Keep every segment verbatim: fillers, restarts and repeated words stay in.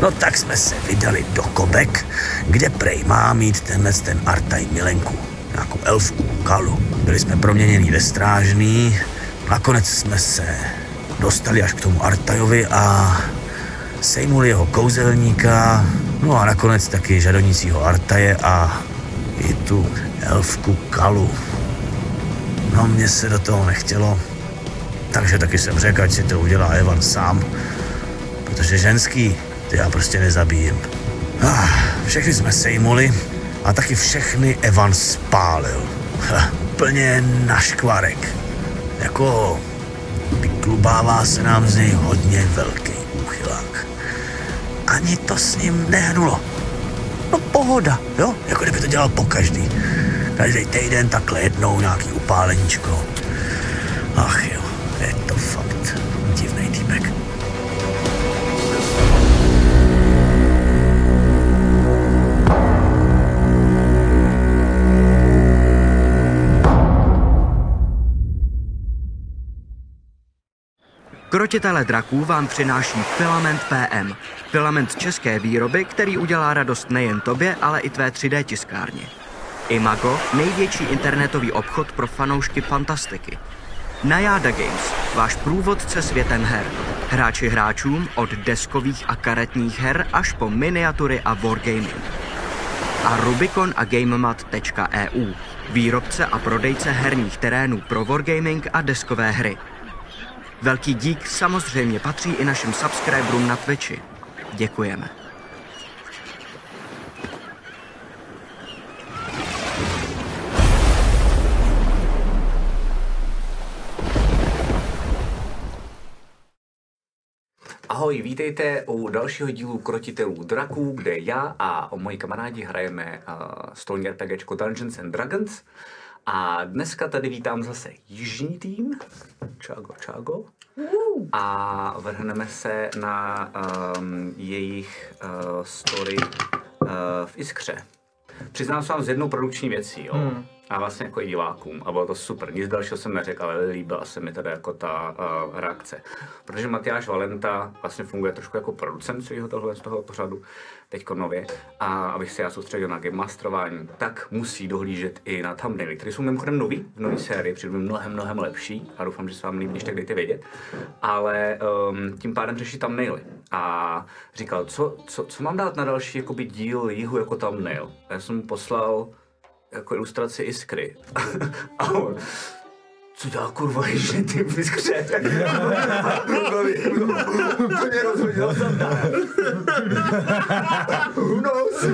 No tak jsme se vydali do Kobek, kde prej má mít tenhle ten Artaj milenku, nějakou elfku, Kalu. Byli jsme proměnění ve strážný, nakonec jsme se dostali až k tomu Artajovi a sejmuli jeho kouzelníka, no a nakonec taky žadonícího Artaje a i tu elfku Kalu. No mně se do toho nechtělo, takže taky jsem řekl, ať si to udělá Evan sám, protože ženský ty já prostě nezabijím. Ah, všechny jsme sejmuli a taky všechny Evan spálil. Ha, plně na škvarek. Jako vyklubává se nám z něj hodně velký uchylák. Ani to s ním nehnulo. No pohoda, jo? Jako kdyby to dělal pokaždý. Každý týden takhle jednou nějaký upáleníčko. Ach jo, je to fakt divnej týpek. Krotitele draků vám přináší Filament P M. Filament české výroby, který udělá radost nejen tobě, ale i tvé tři dé tiskárně. Imago, největší internetový obchod pro fanoušky fantastiky. Najada Games, váš průvodce světem her. Hráči hráčům od deskových a karetních her až po miniatury a wargaming. A Rubicon a GameMat tečka E U, výrobce a prodejce herních terénů pro wargaming a deskové hry. Velký dík samozřejmě patří i našim subscriberům na Twitchi. Děkujeme. Ahoj, vítejte u dalšího dílu Krotitelů draků, kde já a moji kamarádi hrajeme uh, stolní RPGčko Dungeons and Dragons. A dneska tady vítám zase jižní tým, Čágo, Čágo, a vrhneme se na um, jejich uh, story uh, v Iskře. Přiznám se vám z jednou produkční věcí, jo, hmm. a vlastně jako i divákům, a bylo to super, nic dalšího jsem neřekl, ale líbila se mi tady jako ta uh, reakce. Protože Matyáš Valenta vlastně funguje trošku jako producent svého tohle z toho pořadu, teďko nově, a abych se já soustředil na game masterování, tak musí dohlížet i na thumbnaily, které jsou mimochodem nový, v nové sérii, přijdu mnohem, mnohem lepší a doufám, že se vám líbí, když tak dejte vědět, ale um, tím pádem řeší thumbnaily a říkal, co, co, co mám dát na další jakoby díl jihu jako thumbnail. Já jsem mu poslal jako ilustraci Iskry a on, co dělá kurva jižní tým v Iskře? Úplně rozhodil jsem dál. Who knows?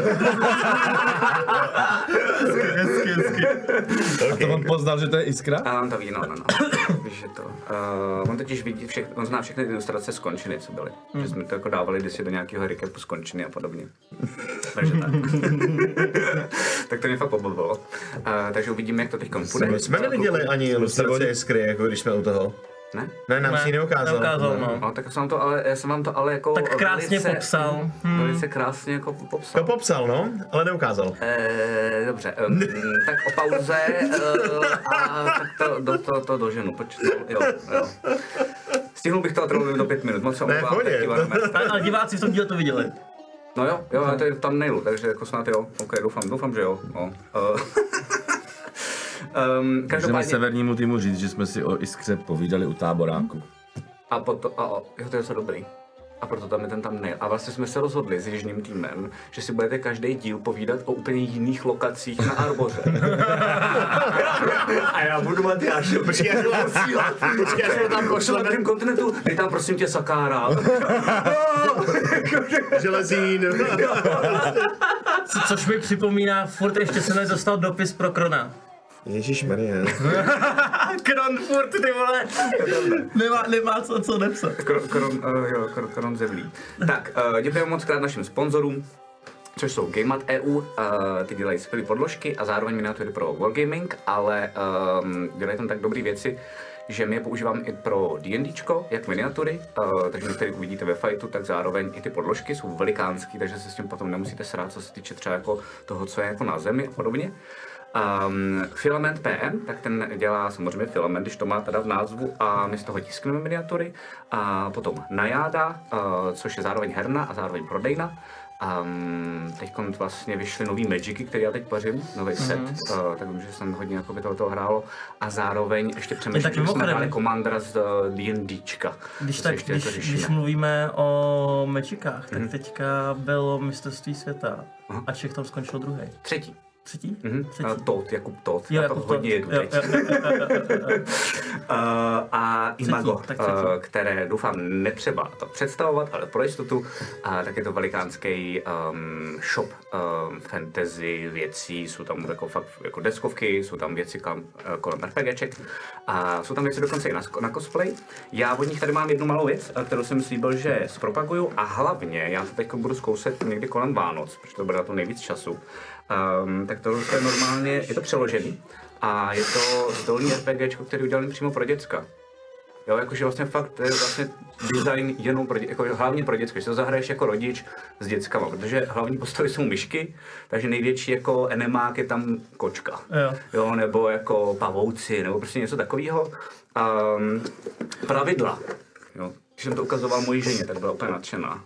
Hezky, hezky. A to on poznal, že to je Iskra? A on to ví, no, no, no. Víš, že to. Uh, on totiž vidí, všech, on zná všechny ilustrace z končiny, co byly. Mm. Že jsme to jako dávali kdysi do nějakého recapu z končiny a podobně. Takže tak. Tak to mě fakt pobavilo. Uh, takže uvidíme, jak to teď půjde. My jsme neviděli ani ilustrace Iskry, jako když jsme u toho. Ne? Ne, nám si ji neukázal. neukázal no. No, tak jsem to ale, já jsem vám to ale jako tak krásně velice, popsal. Hmm. Velice krásně jako popsal. To popsal, no, ale neukázal. E, dobře, um, tak o pauze uh, a tak to, do, to, to doženu, počkej, jo, jo. Stihnul bych to opravdu do pět minut, moc se omlouvám. Ale diváci v tom díle to viděli. No jo, jo, ale to je tam nailu, takže jako snad jo, ok, doufám, doufám, že jo. No. Uh. Um, Můžeme severnímu týmu říct, že jsme si o Iskře povídali u táboráku. A potom, a, a jo, to je co dobrý. A proto tam je ten tam ne. A vlastně jsme se rozhodli s jižním týmem, že si budete každý díl povídat o úplně jiných lokacích na Arboře. A já budu Matyášem. Počkej, až ho posílat. Počkej, až ho tam pošle na tom kontinentu. Dej tam prosím tě Sakára. Železín. Co, což mi připomíná, furt ještě se nedostal dopis pro Krona. Ježišmarja. Kron furt, ty vole. Nemá, nemá co, co nepsat. Kron, kron, uh, jo, kron, kron zemlí. Tak, uh, děkujeme moc krát našim sponzorům, což jsou GameMat tečka E U, uh, ty dělají skvělé podložky a zároveň miniatury pro wargaming, ale um, dělají tam tak dobré věci, že my je používám i pro D&Dčko, jak miniatury, uh, takže některé uvidíte ve fightu, tak zároveň i ty podložky jsou velikánský, takže se s tím potom nemusíte srát, co se týče třeba jako toho, co je jako na zemi a podobně. Um, Filament P M, tak ten dělá samozřejmě filament, když to má teda v názvu, a my z toho tiskneme miniatury. A potom Najáda, uh, což je zároveň herna a zároveň prodejna. Um, teď vlastně vyšly nový Magicy, který já teď pařím, nový set, mm-hmm. uh, tak vím, že jsem hodně jako by toho, toho hrálo. A zároveň ještě přemýšlím, že jsme hráli Commandera z D&Dčka. Když, tak, když, když mluvíme o Magicách, tak mm-hmm. teďka bylo mistrovství světa uh-huh. a Čech tam skončil druhý. Třetí. Třetí? Mm-hmm. Třetí. Uh, Todt, Jakub Todt, Jo, já to Jakub hodně Todt. jedu teď. Jo, jo, jo, jo. uh, a Imago, třetí, uh, které doufám netřeba to představovat, ale pro jistotu, uh, tak je to velikánský um, shop um, fantasy věcí, jsou tam jako fakt jako deskovky, jsou tam věci kolem, uh, kolem RPGček a jsou tam věci dokonce i na, na cosplay. Já od nich tady mám jednu malou věc, kterou jsem slíbil, že zpropaguju, a hlavně já to teď budu zkoušet někdy kolem Vánoc, protože to bude na to nejvíc času. Um, tak to je normálně, je to přeložený a je to stolní RPGčko, který udělaný přímo pro děcka. Jo, jakože vlastně fakt to je vlastně design jenom pro děcka, jako hlavně pro děcka, že to zahraješ jako rodič s dětskama, protože hlavní postavy jsou myšky, takže největší jako enemák je tam kočka, jo. Jo, nebo jako pavouci, nebo prostě něco takového. Um, pravidla, jo. Když jsem to ukazoval mojí ženě, tak byla úplně nadšená.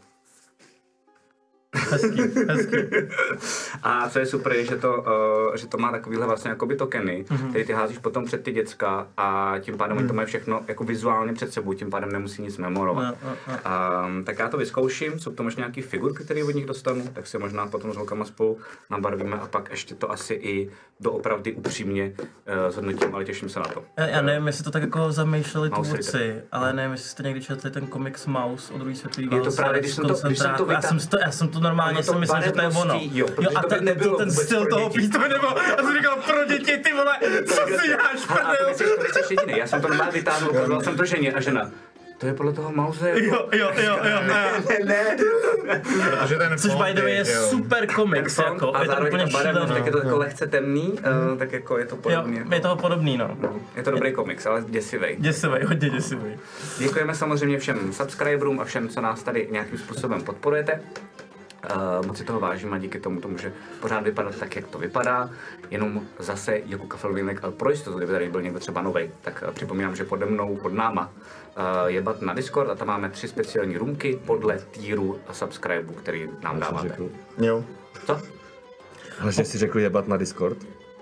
Hezký, hezký. A co je super, je, že to, uh, že to má takovýhle vlastně jakoby tokeny, mm-hmm. který ty házíš potom před ty děcka a tím pádem mm. to mají všechno jako vizuálně před sebou, tím pádem nemusí nic memorovat. No, no, no. Um, tak já to vyzkouším, jsou to možná nějaký figurky, které od nich dostanu, tak si možná potom s holkama spolu nabarvíme a pak ještě to asi i doopravdy upřímně uh, zhodnotím, ale těším se na to. Já, já nevím, jestli to tak jako zamýšleli tvůrci, ale nevím, jestli jste někdy četli ten komiks Mouse o druhé světové válce. Je to právě, když jsem to, když jsem to vytáhl. Já jsem to, já jsem to normálně jsem myslel, že to je ono. Jo, jo a ten, ten, ten styl toho písmu nebo, a jsem říkal, pro děti, ty vole, co si děláš, prdel? To nejseš jediný, já jsem to normálně vytáhnul, ukazoval jsem to ženě a žena. To je podle toho Mouse. Jako... Jo, jo, jo, jo, ne, ne, Protože ten což by the way je jo. super komiks, jako, a je to úplně šílený. Tak je to jako lehce temný, uh, tak jako je to podobný. Jo, je toho podobný, no. Je to dobrý komiks, ale děsivej. Děsivej, hodně děsivej. Děkujeme samozřejmě všem subscriberům a všem, co nás tady nějakým způsobem podporujete. Uh, moc si toho vážím a díky tomu to může pořád vypadat tak, jak to vypadá. Jenom zase jako kafelvínek, ale pro jistotu, kdyby tady byl někdo třeba novej, tak uh, připomínám, že pode mnou, pod náma uh, je button na Discord a tam máme tři speciální roomky podle týru a subscribe, který nám dáváte. Jo. Co? Ale že jsi řekl jebat na Discord?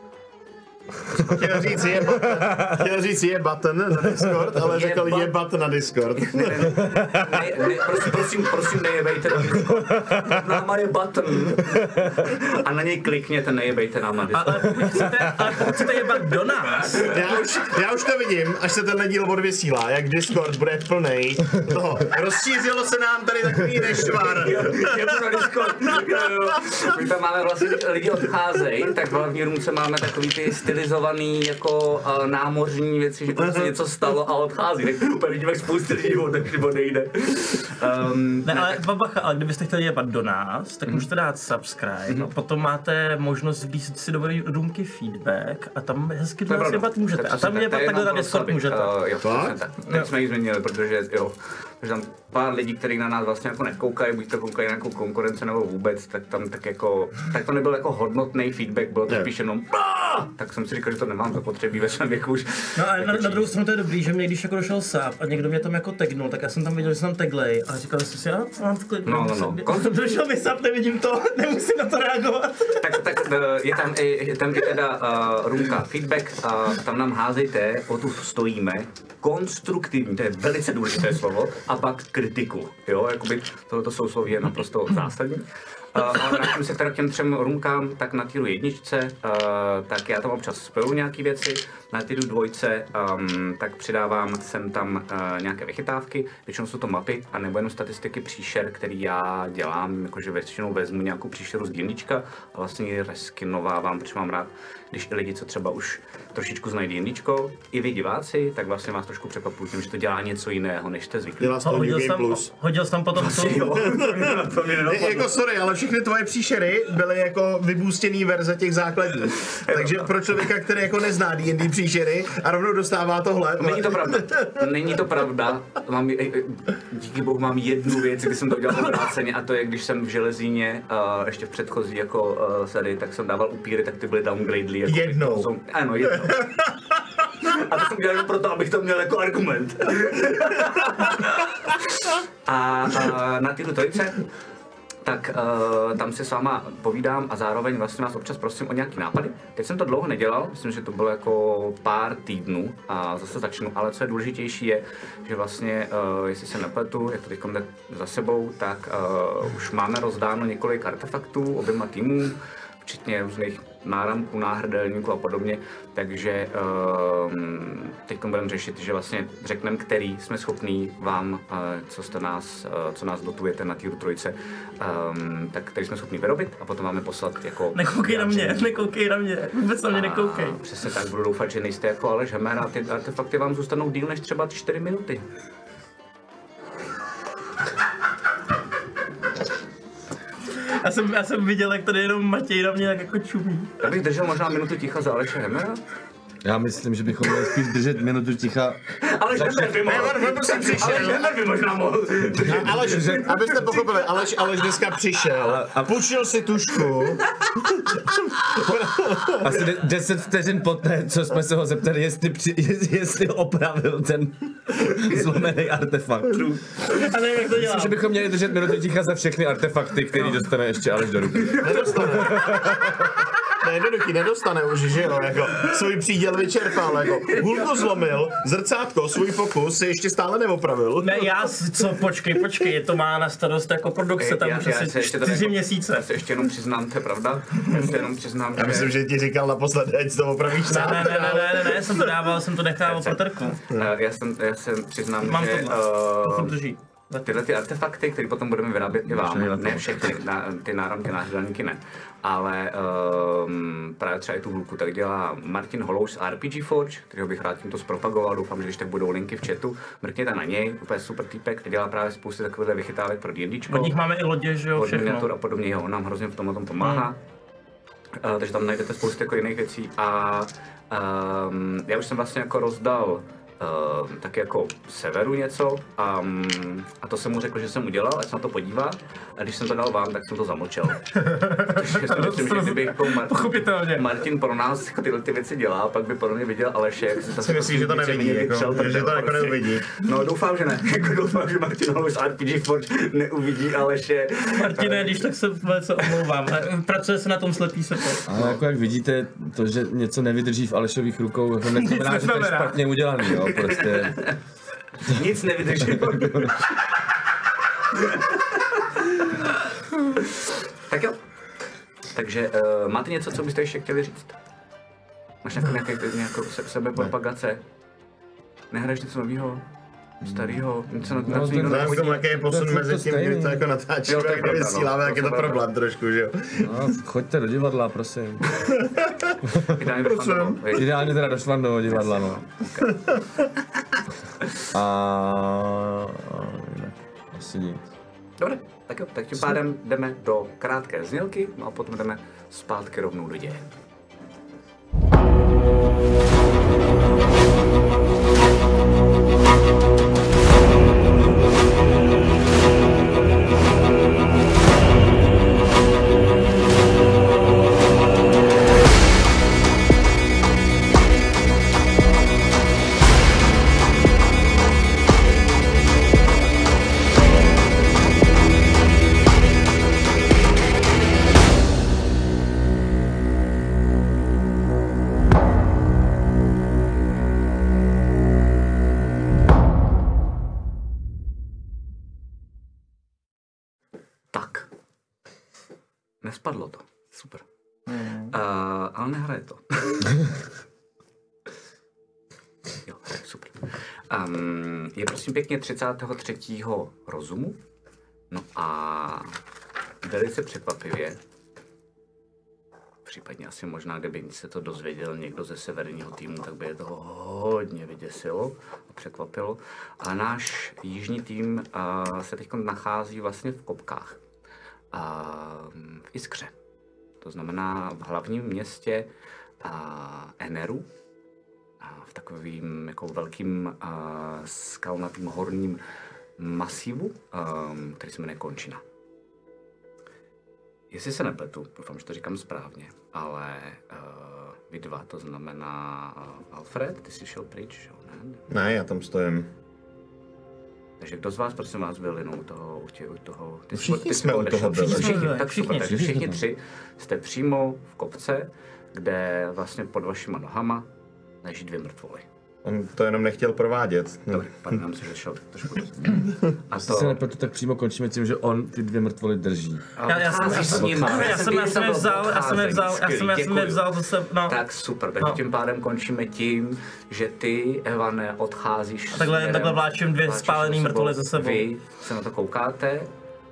Chtěl říct je, chtěl říct je button na Discord, ale řekl jebat na Discord. Ne, ne, ne, ne, prosím, prosím, prosím, nejebejte na Discord. Náma je button. A na něj klikněte, nejebejte nám na Discord. Ale pokud chcete, ale pokud chcete jebat do nás. Já už, já už to vidím, až se tenhle díl odvysílá, jak Discord bude plnej toho. Rozšířilo se nám tady takový nešvar. Jebu na Discord. My tam máme vlastně, když lidi odcházejí, tak v hlavní roomce máme takový ty stylizovaný jako uh, námořní věci, že se něco stalo a odchází. Tak úplně vidíme spousty lidí, takže odejde. Um, ne, ale babacha, ale kdybyste chtěli jebat do nás, tak mm. můžete dát subscribe. Mm. A potom máte možnost vbísit si do roomky feedback a tam hezky do nás jebat můžete. A tam jebat takhle na Discord můžete. Uh, jo, tak? Teď jsme ji změnili, protože jo, protože tam pár lidí, kteří na nás vlastně jako nekoukají, buď to koukají na nějakou konkurenci nebo vůbec, tak tam tak jako, tak to nebyl jako hodnotný feedback, bylo to spíš jenom tak jsem si říkal, že to nemám zapotřebí ve svém věku už. No a na, na druhou stranu to je dobrý, že mě když jako došel sáp a někdo mě tam jako tagnul, tak já jsem tam viděl, že jsem tam taglej a říkal jsem si, já mám v klidu. No, no, no. Došel mi sáp, nevidím to, nemusím na to reagovat. Tak, tak je tam i, je tam i teda uh, roomka feedback, uh, tam nám házejte, o tu stojíme, konstruktivní, to je velice důležité slovo, a pak kritiku, jo, jakoby tohoto sousloví je naprosto zásadní. Uh, ale vrátím se teda k těm třem roomkám, tak na týru jedničce, uh, tak já tam občas spoju nějaký věci, na týru dvojce, um, tak přidávám sem tam uh, nějaké vychytávky, většinou jsou to mapy a nebo jenom statistiky příšer, který já dělám, jakože většinou vezmu nějakou příšeru z D&Dčka a vlastně ji reskinovávám, protože mám rád, když i lidi, co třeba už trošičku znají D&Dčko, i vy diváci, tak vlastně vás trošku překvapuju tím, že to dělá něco jiného, než jste zvyklí. Dělá to New Game Plus. Hodil jsi tam potom co? Jako sorry, ale všechny tvoje příšery byly jako vybůstěný verze těch základních. Takže pro člověka, který jako nezná D and D příšery a rovnou dostává tohle. Není to pravda. Není to pravda. Mám, díky bohu mám jednu věc, kdy jsem to udělal obráceně, a to je, když jsem v Železíně, uh, ještě v předchozí jako uh, sérii, tak jsem dával upíry, tak ty byly downgradelí Jako jednou. Jsou, ano, jednou. A to jsem dělal jenom proto, abych to měl jako argument. a, a na této trojice, tak uh, tam si s váma povídám a zároveň vlastně vás občas prosím o nějaký nápady. Teď jsem to dlouho nedělal, myslím, že to bylo jako pár týdnů a zase začnu, ale co je důležitější je, že vlastně, uh, jestli se nepletu, jak to teď jde za sebou, tak uh, už máme rozdáno několik artefaktů oběma týmům, včetně různých náramků, náhrdelníků a podobně, takže uh, teď budeme řešit, že vlastně řekneme, který jsme schopní vám, uh, co jste nás, uh, co nás dotujete na týru trojce, um, tak který jsme schopní vyrobit a potom máme poslat jako... Nekoukej na mě, nekoukej na mě, vůbec na mě nekoukej. A přesně tak, budu doufat, že nejste jako Aleš Hemer a ty artefakty vám zůstanou díl než třeba čtyři minuty. Já jsem, já jsem viděl, jak tady jenom Matěj na mě tak jako čumí. Já bych držel možná minutu ticha za Aleše Hemera. Já myslím, že bychom měli spíš držet minutu ticha. Aleš Hemer by mohl. Aleš Hemer by možná mohl. Aleš, abyste pochopili, Aleš, Aleš dneska přišel a půjčil si tušku. Asi de- deset vteřin poté, co jsme se ho zeptali, jestli, při, jestli opravil ten zlomený artefakt. A nevím, jak to dělá. Myslím, že bychom měli držet minutu ticha za všechny artefakty, který dostane ještě Aleš do ruky. Nedostane. To je jednoduchý, nedostane už, že jo, jako svůj příděl vyčerpal, jako hůlku zlomil, zrcátko, svůj pokus si ještě stále neopravil. Ne, já, co, počkej, počkej, to má na starost jako produkce, tam už asi čtyři měsíce. Já se ještě jenom přiznám, to je pravda, já se jenom přiznám, Já myslím, že ti říkal naposledy, ať to opravíš Ne, sám. ne, ne, ne, ne, ne, jsem to dával, jsem to nechával po trku. Já jsem, já jsem přiznám, Mám že tohle, to jsem uh, drží. tyhle ty artefakty, které potom budeme vyrábět i vám, ne všechny, na, ty náramky, náhrdelníky ne, ale um, právě třeba i tu hůlku tak dělá Martin Holous z R P G Forge, kterého bych rád tímto zpropagoval, doufám, že když tak budou linky v chatu, mrkněte na něj, úplně super týpek, dělá právě spousty takových vychytávek pro D&Dčko. Od nich máme i lodě, že jo, všechno. Miniatur a podobně, jo, on nám hrozně v tomhle tom pomáhá. Hmm. Uh, takže tam najdete spoustu jako jiných věcí a um, já už jsem vlastně jako rozdal Uh, taky jako severu něco um, a to jsem mu řekl, že jsem udělal, ať se na to podívá a když jsem to dal vám, tak jsem to zamlčel. Protože si myslím, že kdyby jako Martin, Martin pro nás jako tyhle ty věci dělá, pak by pro mě viděl Aleše, jak si to si myslíš, že to nevidí, jako, že to jako neuvidí. No doufám, že ne, jako doufám, že Martin Holous R P G Forge neuvidí Aleše. Martine, když tak se velice omlouvám, pracuje se na tom slepý světlo. Ale jako jak vidíte, to, že něco nevydrží v Alešových rukou, jako neznamená, že to je špatně udělaný, jo, prostě. Nic nevydrží. Tak jo. Takže uh, máte něco, co byste ještě chtěli říct? Máš nějakou nějakou sebepropagace? Nehraješ něco novýho? Starýho? Něco na, na co nikdo nechodí? No, jaký je posun mezi tím, kdy to jako natáčíme a kdy vysíláme, jak je to problém trošku, že jo? No, choďte do divadla, prosím. Ideálně do Švandovo. Ideálně teda do Švandovo divadla, no. Okay. A... ne, asi nic. Dobře, tak jo, tak tím pádem jdeme do krátké znělky, no a potom jdeme zpátky rovnou do děje. Nespadlo to, super. Mm. Uh, ale nehraje to. Jo, super. Um, je prosím pěkně třicátého třetího rozumu. No a velice překvapivě, případně asi možná, kdyby se to dozvěděl někdo ze severního týmu, tak by je to hodně vyděsilo a překvapilo. A náš jižní tým uh, se teď nachází vlastně v Kopkách. V Iskře. To znamená v hlavním městě Eneru, v takovým jako velkým skalnatým horním masivu, který se jmenuje Končina. jestli se nepletu, doufám, že to říkám správně, ale uh, vy dva, to znamená uh, Alfred, ty jsi šel pryč, že ne? Ne, já tam stojím. Takže kdo z vás, prosím vás, byl jenom u toho, u, tě, u toho... Ty všichni ty jsme u toho byli. Všichni, všichni, tak všichni, super, takže všichni. všichni tři jste přímo v kopce, kde vlastně pod vašima nohama leží dvě mrtvoly. On to jenom nechtěl provádět. Dobře, pardon, si, že šel trošku dost. A To se nepletu, tak přímo končíme tím, že on ty dvě mrtvoly drží. Já, já jsem, já jsem, já jsem, já jsem je vzal, já jsem je vzal, já jsem, já jsem je vzal zase, no. Tak super, takže No. tím pádem končíme tím, že ty, Evane, odcházíš A takhle- směrem, takhle vláčím dvě vláčíš spálený za mrtvoly za sebou. Vy se na to koukáte.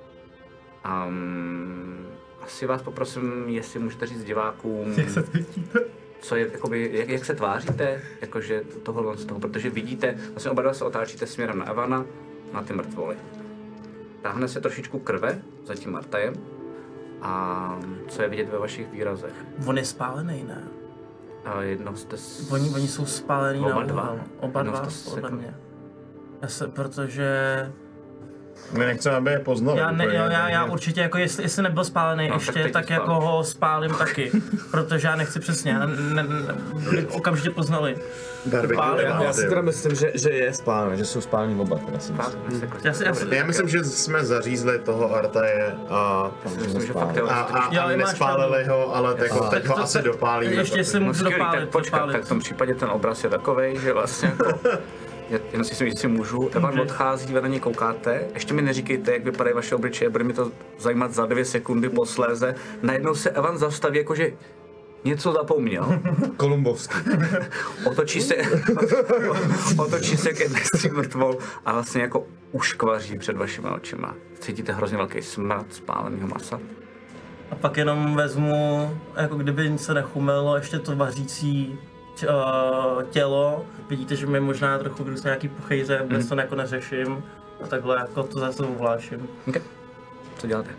Um, asi vás poprosím, jestli můžete říct divákům, Jak se to vidíte? co je, jakoby, jak, jak se tváříte, jakože tohle z toho, protože vidíte, vlastně oba dva se otáčíte směrem na Evana, na ty mrtvoly. Táhne se trošičku krve za tím Artajem a co je vidět ve vašich výrazech. On je spálený, ne? A jedno jste s... Oni, oni jsou spálený Oba na dva. úhel. Oba Jednou dva, jste podle sekl. mě. Já se, protože... My nechceme, aby je poznali. Já, ne, úplně, jo, já, já takže- určitě, jako jestli, jestli nebyl spálený No, no, tak ještě, teď tak, tak ho jako spálíš. ho spálím taky. Protože já nechci přesně, ne, ne, ne, ne, okamžitě poznali. Barbecue Pálím, je já Já si hlavně. teda myslím, že, že je spálený, že jsou spálení oba. Teda si Fakt, myslím. nesekli. Já si- já si- Dobrý. Já myslím, že jsme zařízli toho Artaje a, Myslím, že fakt jo. a, a, Jo, a máš nespálili ho, ale jako teď ho to- asi to- dopálíme. Ještě jestli No můžu skvělý, dopálit, tak počkat, dopálit. tak v tom případě ten obraz je takovej, že vlastně jako... Já jenom si myslím, že si můžu. Evan Můžeš. odchází, vy na něj koukáte. Ještě mi neříkejte, jak vypadají vaše obličeje, bude mi to zajímat za dvě sekundy posléze. Najednou se Evan zastaví, jakože něco zapomněl. Kolumbovský. Otočí se, otočí se k jedné z těch mrtvol a vlastně jako uškvaří před vašimi očima. Cítíte hrozně velký smrad spáleného masa. A pak jenom vezmu, jako kdyby se nechumelo, ještě to vařící č- uh, tělo. Vidíte, že mi možná trochu vyrůstá nějaký puchejře, vůbec to jako neřeším. A takhle jako to za sebou vláčím. Okay. Co děláte?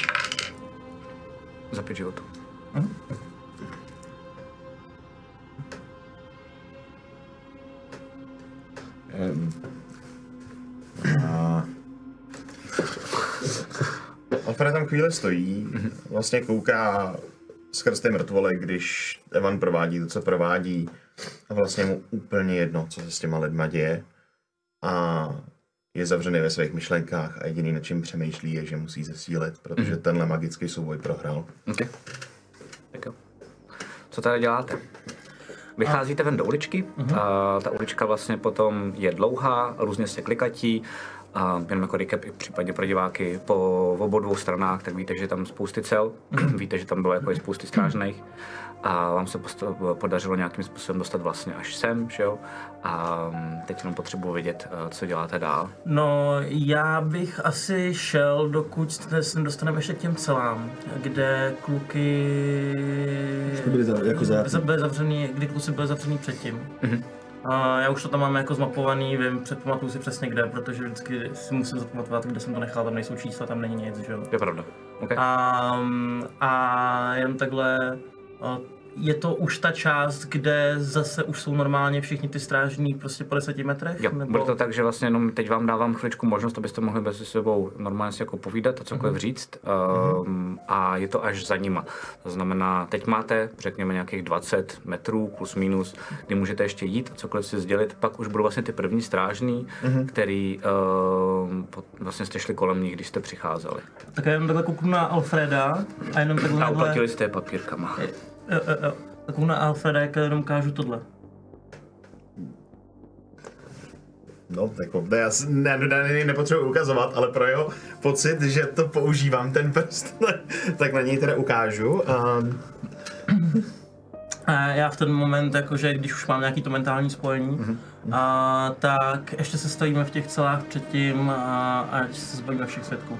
Za pět životů. Um, A... Alfred tam chvíli stojí, vlastně kouká skrz ty mrtvoly, když Evan provádí to, co provádí. A vlastně mu úplně jedno, co se s těma lidma děje. A je zavřený ve svých myšlenkách a jediný, nad čím přemýšlí, je, že musí zesílit, protože tenhle magický souboj prohrál. Okay. Tak jo. Co tady děláte? Vycházíte ven do uličky, a ta ulička vlastně potom je dlouhá, různě se klikatí, a jenom jako recap i případně pro diváky po obou dvou stranách, tak víte, že je tam spousty cel, víte, že tam bylo jako i spousty strážných a vám se posto- podařilo nějakým způsobem dostat vlastně až sem, že jo? A teď jenom potřebuji vědět, co děláte dál. No, já bych asi šel, dokud se nedostaneme ještě k těm celám, kde kluky byly za- jako za- za- byly zavřený, kdy kluci byli zavřený předtím. Mhm. A já už to tam mám jako zmapovaný, vím, předpamatuju si přesně kde, protože vždycky si musím zapamatovat, kde jsem to nechal, tam nejsou čísla, tam není nic, že jo. Je pravda. Okay. A, a jen takhle, a je to už ta část, kde zase už jsou normálně všichni ty strážní prostě po deseti metrech? Jo, bude to tak, že vlastně jenom teď vám dávám chviličku možnost, abyste mohli mezi sebou normálně si jako povídat a cokoliv mm-hmm. říct. Um, a je to až za nima. To znamená, teď máte, řekněme, nějakých dvacet metrů plus minus, kdy můžete ještě jít a cokoliv si sdělit. Pak už budou vlastně ty první strážní, mm-hmm. který um, po, vlastně jste šli kolem nich, když jste přicházeli. Tak já jenom takhle kouknu na Alfreda a jenom takhle... A uplatili jste je papírkama. Jo, jo, jo. Tak na Alfreda, jak jenom ukážu tohle. No, jako, ne, já si- ne, ne, ne, nepotřebuji ukazovat, ale pro jeho pocit, že to používám, ten prst, tak na něj teda ukážu. A... A já v ten moment, jakože když už mám nějaký to mentální spojení, mm-hmm. a, tak ještě se stojíme v těch celách předtím, a, ať se zbavíme všech svědků.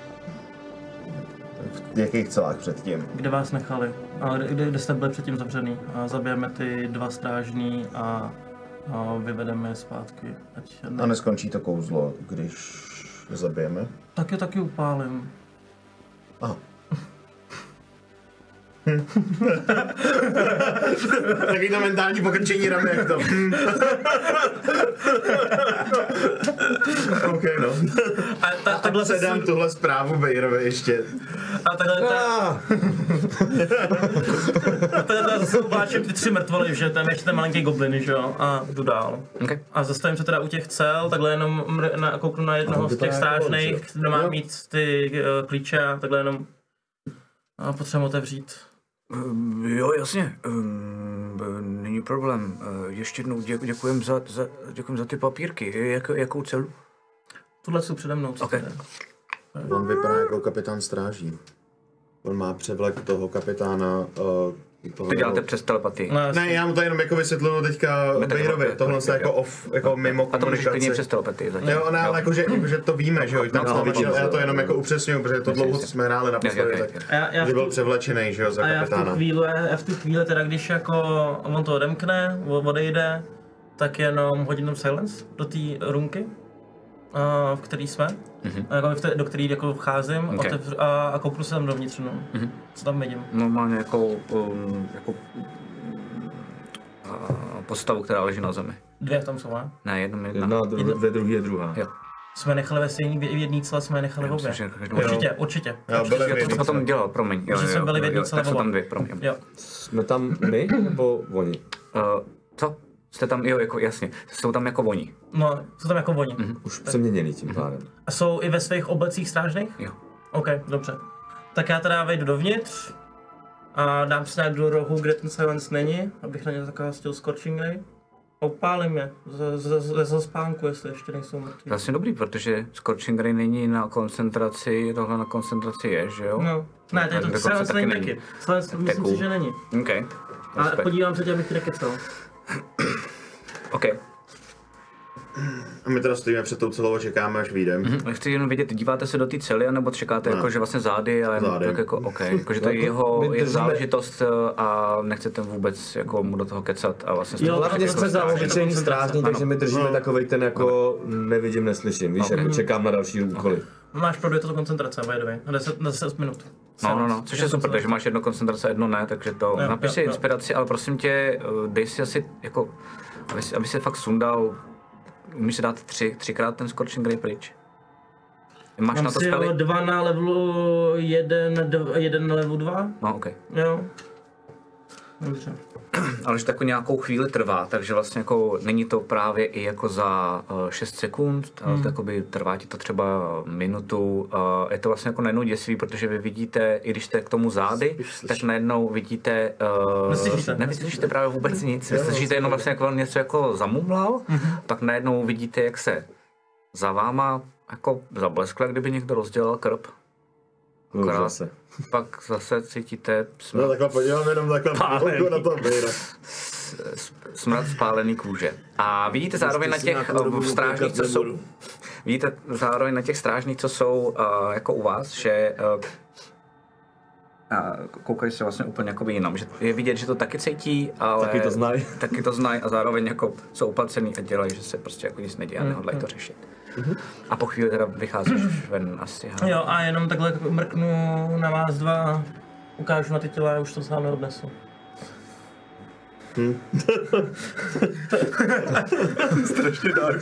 V jakých celách předtím? Kde vás nechali? A kde, kde, kde jste byli předtím zavřený? A zabijeme ty dva strážní a, a vyvedeme je zpátky. Ať ne... A neskončí to kouzlo, když je zabijeme? Tak je taky upálím. Aha. Takový to mentální pokrčení ramy, jak to. OK, no. A ta, tak, takhle se Předám tuhle zprávu Bejrovi ještě. A takhle ta... A takhle zase upláčím ty tři mrtvoly, že tam ještě ten malinký gobliny, že jo, a jdu dál. Okay. A zastavím se teda u těch cel, takhle jenom mr- na, kouknu na jednoho z těch strážných, kde má mít ty uh, klíče a takhle jenom a potřebuji otevřít. Um, jo, jasně. Um, není problém. Uh, ještě jednou dě, děkujem, za, za, děkujem za ty papírky. Jak, jakou celu? Tuhle jsou přede mnou. Okay. On vypadá jako kapitán stráží. On má převlek toho kapitána. Uh, toho To děláte přes telepatii. No, ne, já mu to jenom jako vysvětluju teďka Bejrovi. Tohle je jako off, jako mimo A to můžeš klidně komunikaci. přes telepatii zatím. Jo, ne, ale jakože, jakože to víme, že jo, tam no, no, vidím, já to jenom jako upřesňuju, protože to dlouho co jsme hráli na postavě, tak já, já že v byl tu, převlečený, že jo, za a já v tu kapitána. chvíli, já v tu chvíli teda, když jako on to odemkne, odejde, tak jenom hodím tam silence do té roomky, v který jsme, mm-hmm. jako v té, do který jako vcházím Okay. otevřu, a, a kouknu se tam dovnitř, no. Mm-hmm. Co tam vidím? Normálně jako, um, jako uh, postavu, která leží na zemi. Dvě tam jsou, ne? Ne, jenom jedna. Jedna, dru- ve druhé je druhá. Jo. Jsme nechali ve stejný, v jedné celé jsme je nechali obě. Myslím, že každou- Určitě, určitě. Jo, určitě. byly v Jo, to jedný jsi potom celé. dělal, promiň. Jo, Že jo, jsme jo, byli v jedné jo, celé tak jsou tam oba. dvě, promiň. Jo. Jsme tam my nebo oni? Uh, co? Jste tam, jo, jako jasně, jsou tam jako oni. No, jsou tam jako oni. Mhm. Už přeměněný tím pádem. A jsou i ve svých oblecích strážných? Jo. OK, dobře. Tak já teda vejdu dovnitř a dám se najít do rohu, kde ten silence není, abych na ně zakástil Scorching Ray. A upálím je ze, ze, ze, ze spánku, jestli ještě nejsou mrtví. Vlastně dobrý, protože Scorching Ray není na koncentraci, tohle na koncentraci je, že jo? No, ne, to je to Dokonce silence taky není není. taky. Silence myslím cool. si, že není. OK. Ale Respekt. podívám se tě, abych ti nekecal. OK. A my teda stojíme před tou celou a čekáme, až vyjdem. Hm, chci jenom vědět, díváte se do té cely, nebo čekáte Ne. jako, že vlastně zády a jenom Zády. tak jako, OK, jako, že to je Jako, jeho, my jeho držíme- záležitost a nechcete vůbec jako mu do toho kecat a vlastně Jo, Hlavně jsme za obyčejný strážní, takže my držíme No. takovej ten jako nevidím, neslyším. Víš, jako čekám na další úkoly. Máš pravdu, je to koncentrace, by the way. Na deset, na deset minut. No, no, no, což je super, takže máš jedno koncentrace, jedno ne, takže to Jo, napiš si jo, jo. inspiraci, ale prosím tě, dej si asi jako, aby si, aby si fakt sundal, umíš si dát tři, třikrát ten Scorching Ray pryč. Máš Mám na to si spely? jo dva na levelu jeden, dv, jeden na levelu dva. No, OK. Jo. Dobře. Ale že to jako nějakou chvíli trvá, takže vlastně jako není to právě i jako za uh, šest sekund, ale to jakoby trvá ti to třeba minutu. Uh, je to vlastně jako najednou děsivý, protože vy vidíte, i když jste k tomu zády, tak najednou vidíte, uh, Neslyšíte. nevyslyšíte právě vůbec nic, slyšíte jenom vlastně jako něco jako zamumlal, tak najednou vidíte, jak se za váma jako zableskle, kdyby někdo rozdělal krb. No, Akorát zase. pak zase cítíte smrt. No takhle podívám jenom takhle Pálený. chvilku na to Bejra. Smrad spálený kůže. A vidíte zároveň na těch uh, strážných, co jsou, vidíte zároveň na těch strážných, co jsou uh, jako u vás, že uh, a koukají se vlastně úplně jako jinam, že je vidět, že to taky cítí, ale Taky to znají. taky to znají a zároveň jako jsou opatřený a dělají, že se prostě jako nic neděje a nehodlají to řešit. A po chvíli teda vycházíš ven asi. Ha? Jo, a jenom takhle mrknu na vás dva a ukážu na ty těla a už to sám neodnesu. Strašně dark.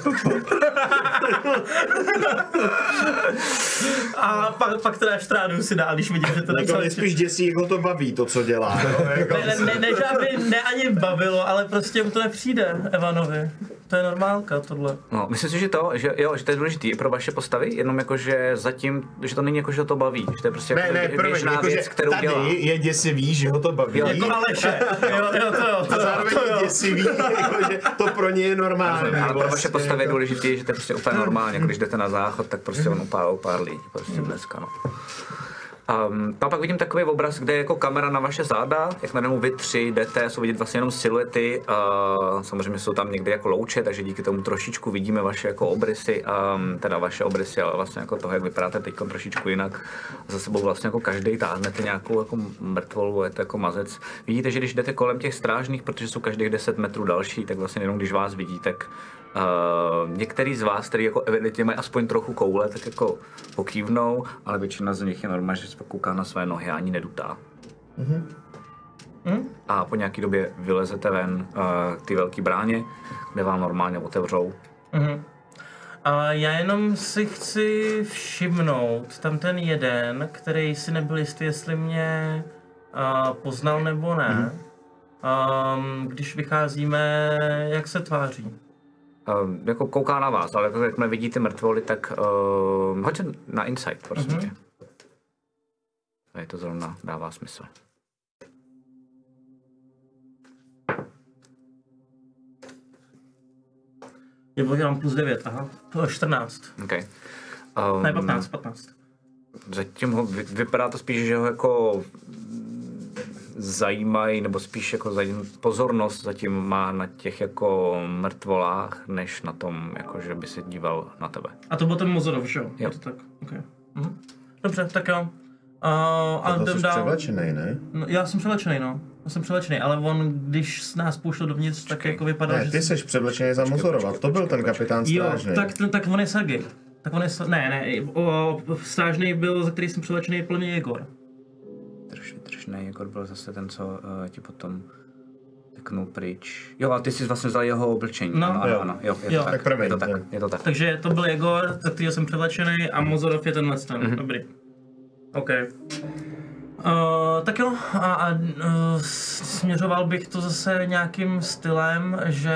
A pak, pak teda štrádu si dál, když vidím, že to Jako mě spíš děsí, jak ho to baví, to, co dělá. Jo? Jako, Ne, ne, ne, že aby ne ani bavilo, ale prostě mu to nepřijde, Evanovi. To je normálka, tohle. No, myslím si, že to, že jo, že to je důležitý i pro vaše postavy, jenom jako, že zatím, že to není jako, že to baví, že to je prostě ne, jako ne, promiň, běžná jako, věc, že kterou tady dělá. je děsivý, že ho to baví. Jo, Jako Aleše. Jo, jo, to jo, to A jo, zároveň to je jo. děsivý, jako, že to pro ně je normální. Ale pro vaše postavy je jako- důležité, že to je prostě úplně normálně, jako když jdete na záchod, tak prostě on upálil pár lidí, prostě dneska, no. Um, tam pak vidím takový obraz, kde je jako kamera na vaše záda, jak najednou vy tři jdete, jsou vidět vlastně jenom siluety, uh, samozřejmě jsou tam někdy jako louče, takže díky tomu trošičku vidíme vaše jako obrysy, um, teda vaše obrysy, ale vlastně jako toho, jak vypadáte teď trošičku jinak. Za sebou vlastně jako každý táhnete nějakou jako mrtvolu, je to jako mazec. Vidíte, že když jdete kolem těch strážných, protože jsou každých deset metrů další, tak vlastně jenom když vás vidí, tak Uh, některý z vás, který jako evidentně mají aspoň trochu koule, tak jako pokývnou, ale většina z nich je normálně, že se pak kouká na své nohy a ani nedutá. Mm? A po nějaký době vylezete ven uh, k té velké bráně, kde vám normálně otevřou. Mhm. A já jenom si chci všimnout, tam ten jeden, který si nebyl jistý, jestli mě uh, poznal nebo ne, um, když vycházíme, jak se tváří. Uh, jako kouká na vás, ale jako jakmile vidíte mrtvoly, tak uh, hoďte na insight, prosím tě. Mm-hmm. Je to zrovna dává smysl. Je bylo mám plus devět, aha, to je čtrnáct. Okay. Um, ne, patnáct, patnáct. Zatím ho, vy, vypadá to spíš, že ho jako zajímají, nebo spíš jako zajím, pozornost zatím má na těch jako mrtvolách, než na tom, jako že by se díval na tebe. A to byl ten Mozorov, že jo? Jo. Je to tak, okay. Mhm. Dobře, tak jo. Uh, a to jsi převlečenej, ne? No, já jsem převlečenej, no. Já jsem převlečenej, ale on, když nás pouštěl dovnitř, tak jako vypadal, ne, že... ty jsi převlečenej za Mozorova, to byl ten kapitán strážný. Jo, tak, tak on je Sergej. Tak on je, ne, ne, o, strážný byl, za který jsem převlečenej, plně Jegor. Drž, drž, ne, Jegor byl zase ten, co uh, ti potom teknul pryč. Jo, a ty jsi vlastně vzal jeho oblečení. No, ano, jo. ano, jo, je Jo. to tak, Tak promiň, je to tak, jo. je to tak. Takže to byl Jegor, za kterýho jsem převlečenej, a Mozorov je tenhle ten, mm-hmm. Dobrý. OK. Uh, tak jo, a, a uh, směřoval bych to zase nějakým stylem, že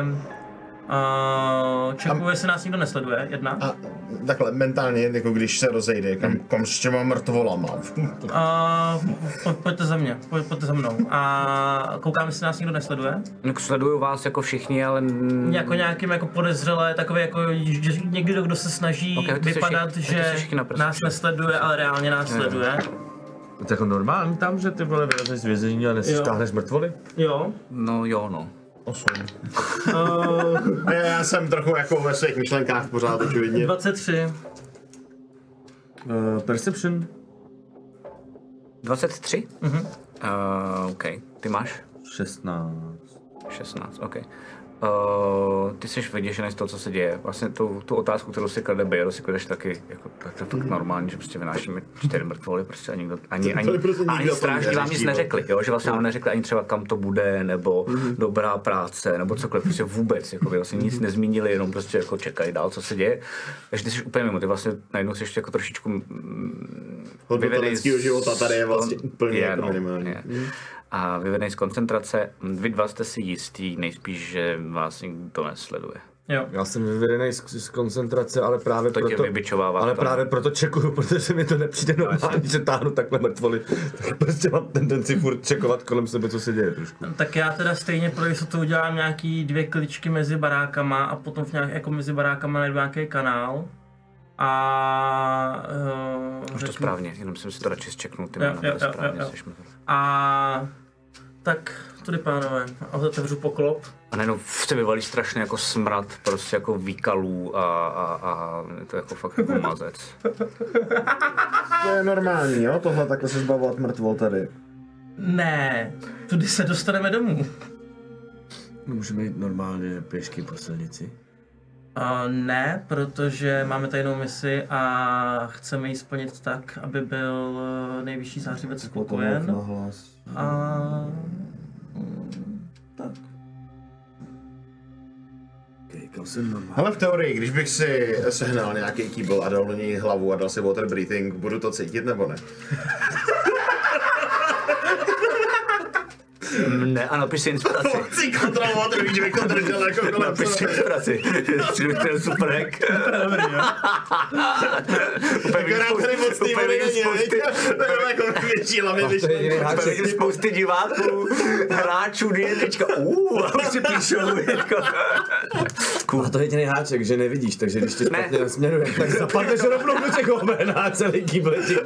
uh, čekuju, jestli nás nikdo nesleduje, jedna. A takhle mentálně, jako když se rozejde, kam, kam s těma mrtvolama. Uh, po, pojďte za mě, poj, pojďte za mnou. A koukám, jestli nás nikdo nesleduje. No, sleduju vás jako všichni, ale... Jako nějakým jako podezřelé, takové jako že někdo, kdo se snaží Okay, vypadat, všichni, že nás nesleduje, ale reálně nás Jo. sleduje. To je jako normální tam, že ty vole vyrazíš z vězení a nestáhneš mrtvoly? Jo. No jo, no. Osm. Uh, já jsem trochu jako ve svých myšlenkách pořád očividně. dvacet tři. Uh, perception? dvacet tři? Mhm. Uh, OK. Ty máš? šestnáct. šestnáct, OK. Uh, ty jsi vyděšený z toho, co se děje. Vlastně tu, tu otázku, kterou si klade Bejro, si kladeš taky, jako, tak to je fakt normální, že prostě vynášíme čtyři mrtvoly, prostě a nikdo, ani, ani, prostě ani nikdo to strážní vám nic neřeší, neřekli, jo? Že vlastně vám neřekli ani třeba kam to bude, nebo mm-hmm. dobrá práce, nebo cokoliv, prostě vůbec, jako by vlastně nic nezmínili, jenom prostě jako čekají dál, co se děje. Takže ty jsi úplně mimo, ty vlastně najednou jsi ještě jako trošičku Hodnota lidského života tady je vlastně úplně je, jako no, minimální. je. A vyvedený z koncentrace, vy dva jste si jistý, nejspíš, že vás nikdo nesleduje. Jo. Já jsem vyvedený z, z koncentrace, ale právě To tě proto, vybičovává ale v tom. právě proto čekuju, protože mi to nepřijde normální, že táhnu takhle mrtvoly. Tak prostě mám tendenci furt čekovat kolem sebe, co se děje trošku. Tak já teda stejně pro jistotu udělám nějaký dvě kličky mezi barákama a potom v nějak, jako mezi barákama najdu nějaký kanál. A... Uh, Už to správně, jenom jsem si to radši zčeknul, ty Jo, jména jo, byly jo, správně. jo, jo. seš mi to- A... Tak, tudy pánové, a otevřu poklop. A najednou se vyvalí strašně jako smrad, prostě jako výkalů a, a, a je to jako fakt jako mazec. To je normální, jo? Tohle takhle se zbavovat mrtvol tady. Ne, tudy se dostaneme domů. Můžeme jít normálně pěšky po silnici? Uh, ne, protože máme tajnou misi a chceme ji splnit tak, aby byl uh, nejvyšší zářivec spokojen. Nahlas. A... mm, tak. Okay, kam jsem normálně? Ale v teorii, když bych si sehnal nějaký kýbl a dal do něj hlavu a dal si water breathing, budu to cítit nebo ne? Ne, a napiš si inspiraci. Si kontrol water, když bych to držel jako kolem Napiš si inspiraci. To je super hack. Dobrý, jo. Úplně vidím Akorát tady moc spousty- tý úplně vody vidím není, spousty- veď? To je jako větší hlavně, když... To je jediný úplně háček. vidím spousty diváků, hráčů, kdy teďka uuu, a už si píšou. Jako. A to je jediný háček, že nevidíš, takže když tě Ne. špatně nasměruje, tak zapadneš rovnou do těch omen a celý kýble ti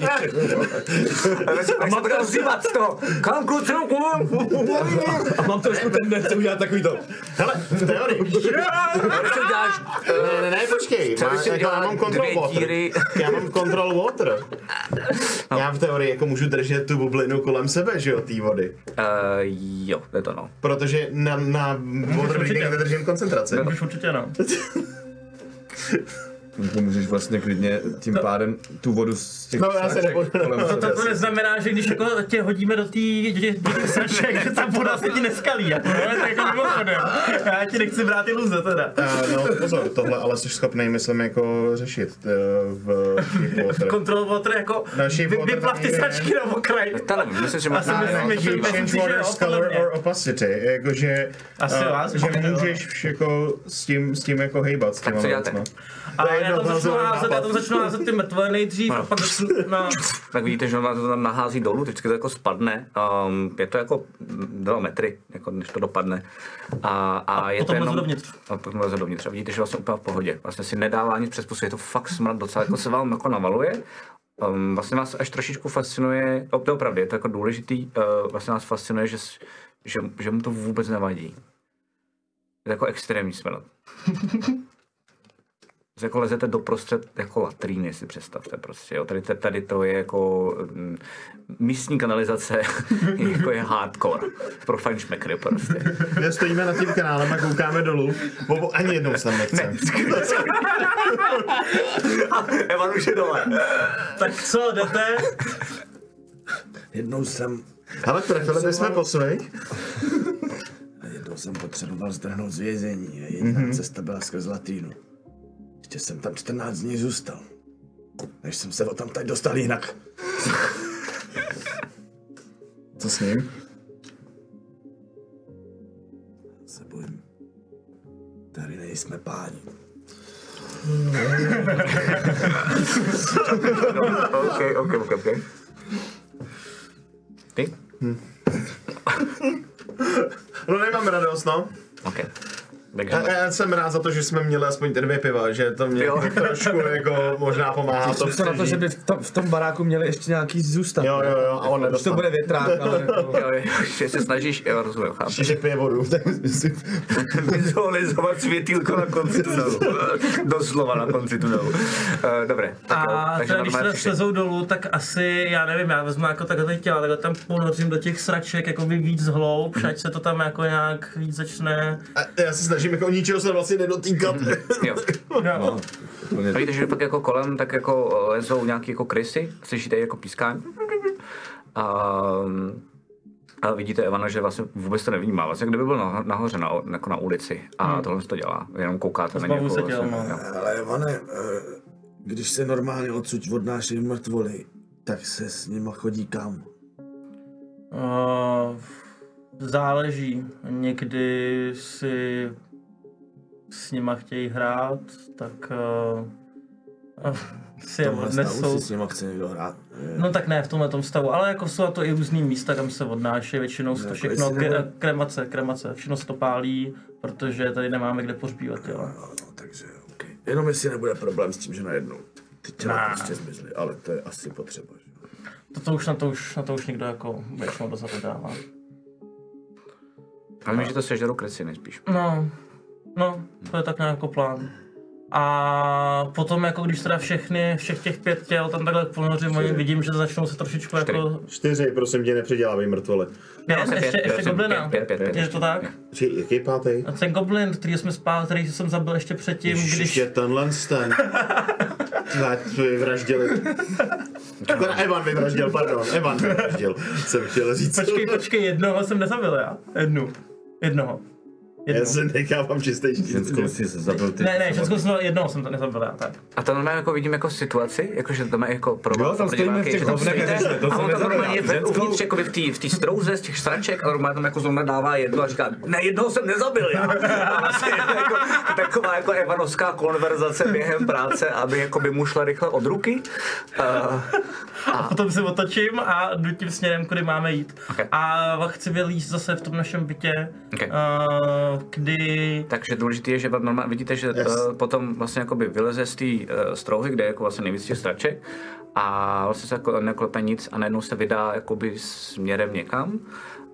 A mám to ozývat z toho. Kam kluci, A mám trošku tendenci udělat takový to. Hele, v teorii. Když to děláš Ne, ne, ne, počkej. Třeba Má, když si jako, já dělá mám control dvě water. díry. Já mám control water. Já v teorii jako můžu držet tu bublinu kolem sebe, že jo, té vody. Uh, jo, je to no. Protože na, na water breathing určitě. nedržím koncentraci. Už určitě no. Ty můžeš vlastně klidně tím pádem tu vodu z těch No, já se sraček nebudu- kolem To, sebe to neznamená, že když jako tě hodíme do té do těch- do těch sraček, že ta voda se ti neskalí, jako, no, to je jako mimochodem. Já ti nechci brát iluze teda. Uh, no pozor, tohle ale jsi schopný, myslím, jako řešit uh, v Shape Water. Control water jako Na Shape vy, Water vyplav tam ty nejde. sračky na okraj. To nevím, myslím, že Já si možná... myslím, jo, že- to bývá. myslím Change si, že water jo, color podle mě. or opacity, jakože Asi jo, uh, asi že jo. můžeš jako s tím, s tím jako hejbat s Tak těma co děláte? věcma. A To je já jedno, tam to začnu je házet, já nápad. tam začnu házet ty mrtvé nejdřív a pak začnu, no. Tak vidíte, že ona to tam nahází dolů, vždycky to jako spadne. Um, je to jako dva metry, jako než to dopadne. A, a, A je potom to jenom... leze dovnitř. A potom leze dovnitř. A vidíte, že vlastně úplně v pohodě. Vlastně si nedává nic přes pusu, je to fakt smrad, docela jako se vám jako navaluje. Um, vlastně vás až trošičku fascinuje, to je opravdu, je to jako důležitý, uh, vlastně nás fascinuje, že, s- že, že mu to vůbec nevadí. Je to jako extrémní smrad. Jako lezete doprostřed jako latríny, si představte prostě, jo. Tady, tady to je jako mm, místní kanalizace, jako je hardcore, pro fajnšmekry prostě. My stojíme nad tím kanálem a koukáme dolů, Bobo ani jednou se tam nechce. Evan už je dole. Tak co, jdete? Jednou jsem, Ale trefili bychom posvej. jednou jsem potřeboval zdrhnout z vězení a jedna mm-hmm. cesta byla skrz latrínu. Ještě jsem tam čtrnáct dní zůstal, než jsem se o tam tady dostal jinak. Co s ním? Se bojím. Tady nejsme páni. OK, OK, OK, OK. Ty? No nemám radost, no. OK. Takže... Já, já jsem rád za to, že jsme měli aspoň ty dvě piva, že to mě Jo. trošku jako možná pomáhá to Jsem se na to, že by v tom, v tom baráku měli ještě nějaký zůstat. Jo, jo, jo, a on Už to nedostal. bude větrák, ale jako... Jo, jo, že se snažíš, jo, rozumím, chápu. Že pije vodu. Vizualizovat světýlko na konci tunelu. Doslova na konci tunelu. Uh, dobré, tak jo. A Takže teda, když normálně se přišli. slezou dolů, tak asi, já nevím, já vezmu jako takhle těla, takhle tam ponořím do těch sraček jako by víc hloub, ať se to tam jako nějak víc začne. A já se snažím jako ničeho se vlastně nedotýkat. Jo. No. A víte, že pak jako kolem tak jako lezou nějaký jako krysy, slyšíte jako pískání. A, a vidíte Evana, že vlastně vůbec to nevnímá, vlastně kdyby byl na, nahoře na, jako na ulici a hmm. tohle to dělá, jenom koukáte na Zbavu někoho. se těl, Vlastně, no. jo. Ale Ivane, když se normálně odsud odnášejí mrtvoly, tak se s nima chodí kam? Uh, záleží. Někdy si s nima chtějí hrát, tak uh, si je Tomhle stavu odnesou. si s nima chce někdo hrát. No tak ne v tomhle stavu, ale jako jsou na to i různý místa, kam se odnáší, většinou se to Jako všechno, jestli ke, nebude- kremace, kremace, všechno se to pálí, protože tady nemáme kde pohřbívat těla. No, takže okay. Jenom jestli nebude problém s tím, že najednou ty těla Ne. prostě zmizly, ale to je asi potřeba. Že? To, to už na to už, na to už někdo jako většinou dozadu dává. Ale my, že to sežerou krysy nejspíš. No, no, to je tak nějak jako plán. A potom jako když teda všechny, všech těch pět těl tam takhle ponořím, oni vidím, že začnou se trošičku jako... Čtyři, prosím tě, nepředělávej mrtvole. Ne, No, ještě, pět, ještě, pět, ještě jsem goblina. pět, pět, pět, Je to tak? Tři, jaký pátý? A ten goblin, který jsme spál, který jsem zabil ještě předtím, Když když... je tenhle ten. Hled, vyvraždili. Ten Evan vyvraždil, pardon, Evan vyvraždil, jsem chtěl říct. Počkej, počkej, jednoho jsem nezabil já. Jednu. Jednoho. Já Jednu. se nechávám čistý štít. Ženskou si zabil ty. Ne, ne, všechno jsem jednoho jsem to nezabil já, tak. A to normálně jako vidím jako situaci, jakože to má jako pro Jo, tam stojíme v těch že tam hovnech, stojíte že to a jsem on tam nezabil. normálně ve- Ženskou- uvnitř jako v té v té strouze z těch sraček a normálně tam jako zrovna dává jedno a říká, ne, jednoho jsem nezabil já. A vlastně jako, taková jako evanovská konverzace během práce, aby jako by mu šla rychle od ruky. Uh, A potom se otočím a jdu tím směrem, kudy máme jít. Okay. A chci vylízt zase v tom našem bytě, Okay. uh, kdy... takže důležité je, že vám normálně vidíte, že Yes. uh, potom vlastně jakoby vyleze z té uh, strouhy, kde je jako vlastně nejvíc těch straček a vlastně se jako neklepe nic a najednou se vydá jakoby směrem někam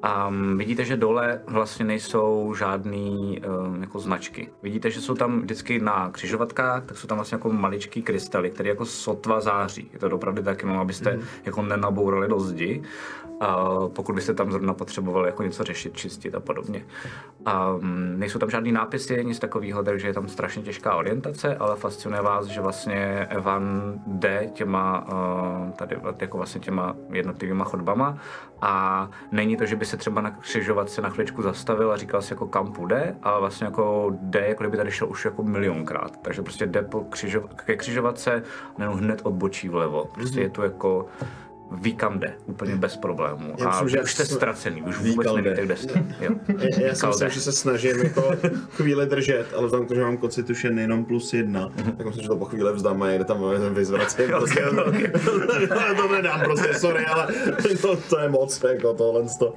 Um, vidíte, že dole vlastně nejsou žádný um, jako značky. Vidíte, že jsou tam vždycky na křižovatkách, tak jsou tam vlastně jako maličký krystaly, které jako sotva září. Je to opravdu tak, jenom abyste mm. jako nenabourali do zdi, uh, pokud byste tam zrovna potřebovali jako něco řešit, čistit a podobně. Um, nejsou tam žádný nápisy, nic takového, takže je tam strašně těžká orientace, ale fascinuje vás, že vlastně Evan jde těma, uh, tady jako vlastně těma jednotlivýma chodbama a není to, že by se třeba na křižovatce na chvíličku zastavil a říkal si jako kam půjde, ale vlastně jako jde, jako kdyby tady šel už jako milionkrát. Takže prostě jde po křižo, ke křižovatce a jenom hned odbočí vlevo. Prostě je to jako ví kam jde, úplně bez problémů. Já a myslím, už že jste ztracený, už vůbec nevíte, kde jste. Jo. Já, já si myslím, že se snažím jako chvíli držet, ale vzhledem k tomu, že mám kocitušen jenom plus jedna, tak myslím, že to po chvíli vzdám a jede tam vyzvracím. Prostě, to nedám prostě, sorry, ale to, to je moc, jako tohle to.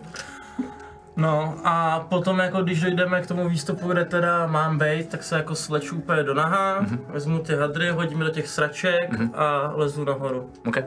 No a potom jako když dojdeme k tomu výstupu, kde teda mám bejt, tak se jako sleču úplně do naha, mm-hmm. vezmu ty hadry, hodím do těch sraček mm-hmm. a lezu nahoru. Okay.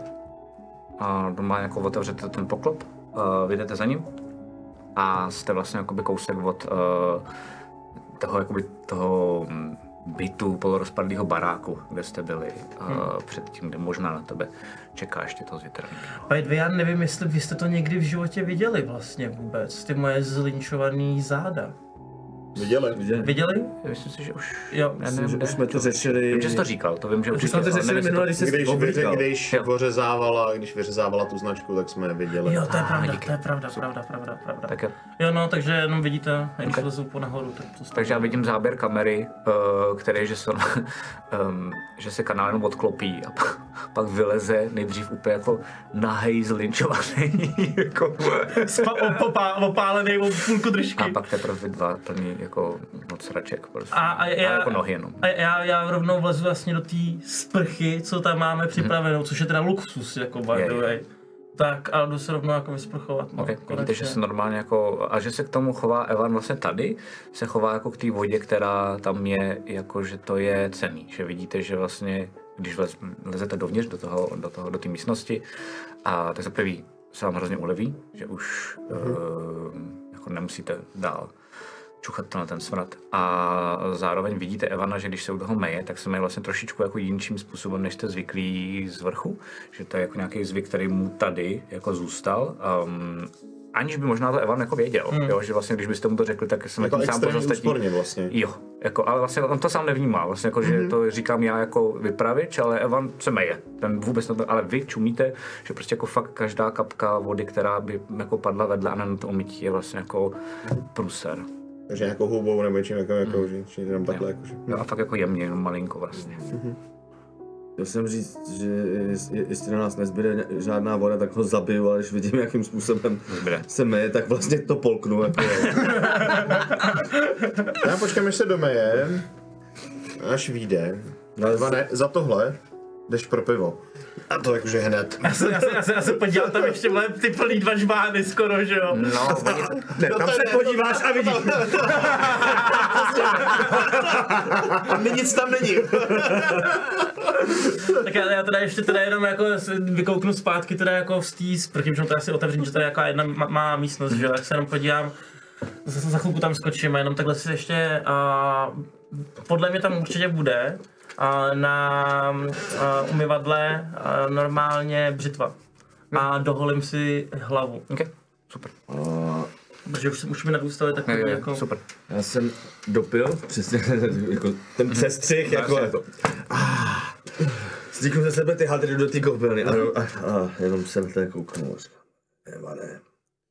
A doma jako otevřete ten poklop, uh, vyjdete za ním a jste vlastně jakoby kousek od uh, toho, jakoby toho bytu polorozpadlého baráku, kde jste byli uh, hmm. předtím, kde možná na tebe čeká ještě to zvětrání. By já nevím, jestli vy jste to někdy v životě viděli vlastně vůbec, ty moje zlinčovaný záda. Viděli? Viděli? Viděli? Myslím si, že už... Jo, já Myslím, nevím, že už jsme to řešili. Vím, že jsi to říkal, to vím, že Už určitě. jsme to řešili minule, když jsi Když, oblíkal. když Jo. vyřezávala, když vyřezávala tu značku, tak jsme je viděli. Jo, to je Ah, pravda, díky. to je pravda, pravda, pravda, pravda. Tak jo. Jo, no, takže jenom vidíte, když Okay. lezu po nahoru, tak to Takže já vidím záběr kamery, uh, který, že se, um, že se kanál jenom odklopí a pak, pak vyleze nejdřív úplně jako nahej zlinčovaný, jako opálený o půlku držky. a pak teprve dva plný jako moc sraček prostě. A, a, já, a jako nohy jenom. a já, já rovnou vlezu vlastně do té sprchy, co tam máme připravenou, což je teda luxus, jako by Je, the je. way. Tak a jdu se rovnou jako vysprchovat. No, Okay. konečně. Vidíte, že se normálně jako, a že se k tomu chová Evan vlastně tady, se chová jako k té vodě, která tam je, jako že to je cenný, že vidíte, že vlastně, když vlez, lezete dovnitř do toho, do toho, do té místnosti, a tak za prvý se vám hrozně uleví, že už uh-huh. uh, jako nemusíte dál čuchat na ten smrad. A zároveň vidíte Evana, že když se u toho meje, tak se meje vlastně trošičku jako jiným způsobem, než jste zvyklí z vrchu. Že to je jako nějaký zvyk, který mu tady jako zůstal. Um, aniž by možná to Evan jako věděl, hmm. jo, že vlastně když byste mu to řekli, tak jsem Jako tím sám extrémně pozostatní. úsporně vlastně. Jo, jako, ale vlastně on to sám nevnímá, vlastně jako, že Mhm. to říkám já jako vypravič, ale Evan se meje, ten vůbec na to, ale vy čumíte, že prostě jako fakt každá kapka vody, která by jako padla vedle a na to umytí je vlastně jako průser. Takže nějakou hubou nebo něčím jako, jako že, že jenom takhle jako, že... Jo, a fakt jako jemně, jenom malinko vlastně. Chtěl jsem říct, že jest- jestli na nás nezbyde žádná voda, tak ho zabiju, ale když vidím, jakým způsobem Zbyde. se meje, tak vlastně to polknu. Jako, Já počkám, až se domeje, až vyjde. Ivane, za tohle jdeš pro pivo. A to jakože hned. Já se, já se, já se, já se podíval, tam ještě byly ty plný dva žbány skoro, že jo? No, oni, ne, tam se podíváš a vidíš. Nic tam není. Tak já, já teda ještě teda jenom jako vykouknu zpátky teda jako z té sprchy, protože to asi otevřím, že tady jaká jedna má, má místnost, že jo? Tak se jenom podívám, za, za chvilku tam skočím a jenom takhle si ještě, a, podle mě tam určitě bude, a, na a, umyvadle a, normálně břitva. A doholím si hlavu. okay, super. Protože už, už mi nadůstaly takový Je, je, jako... super. Já jsem dopil, přesně jako ten přestřih, jako Jasně. to. Stíknu ze sebe ty hadry do té koupelny a, a, a jenom jsem na to kouknul. Nevadé.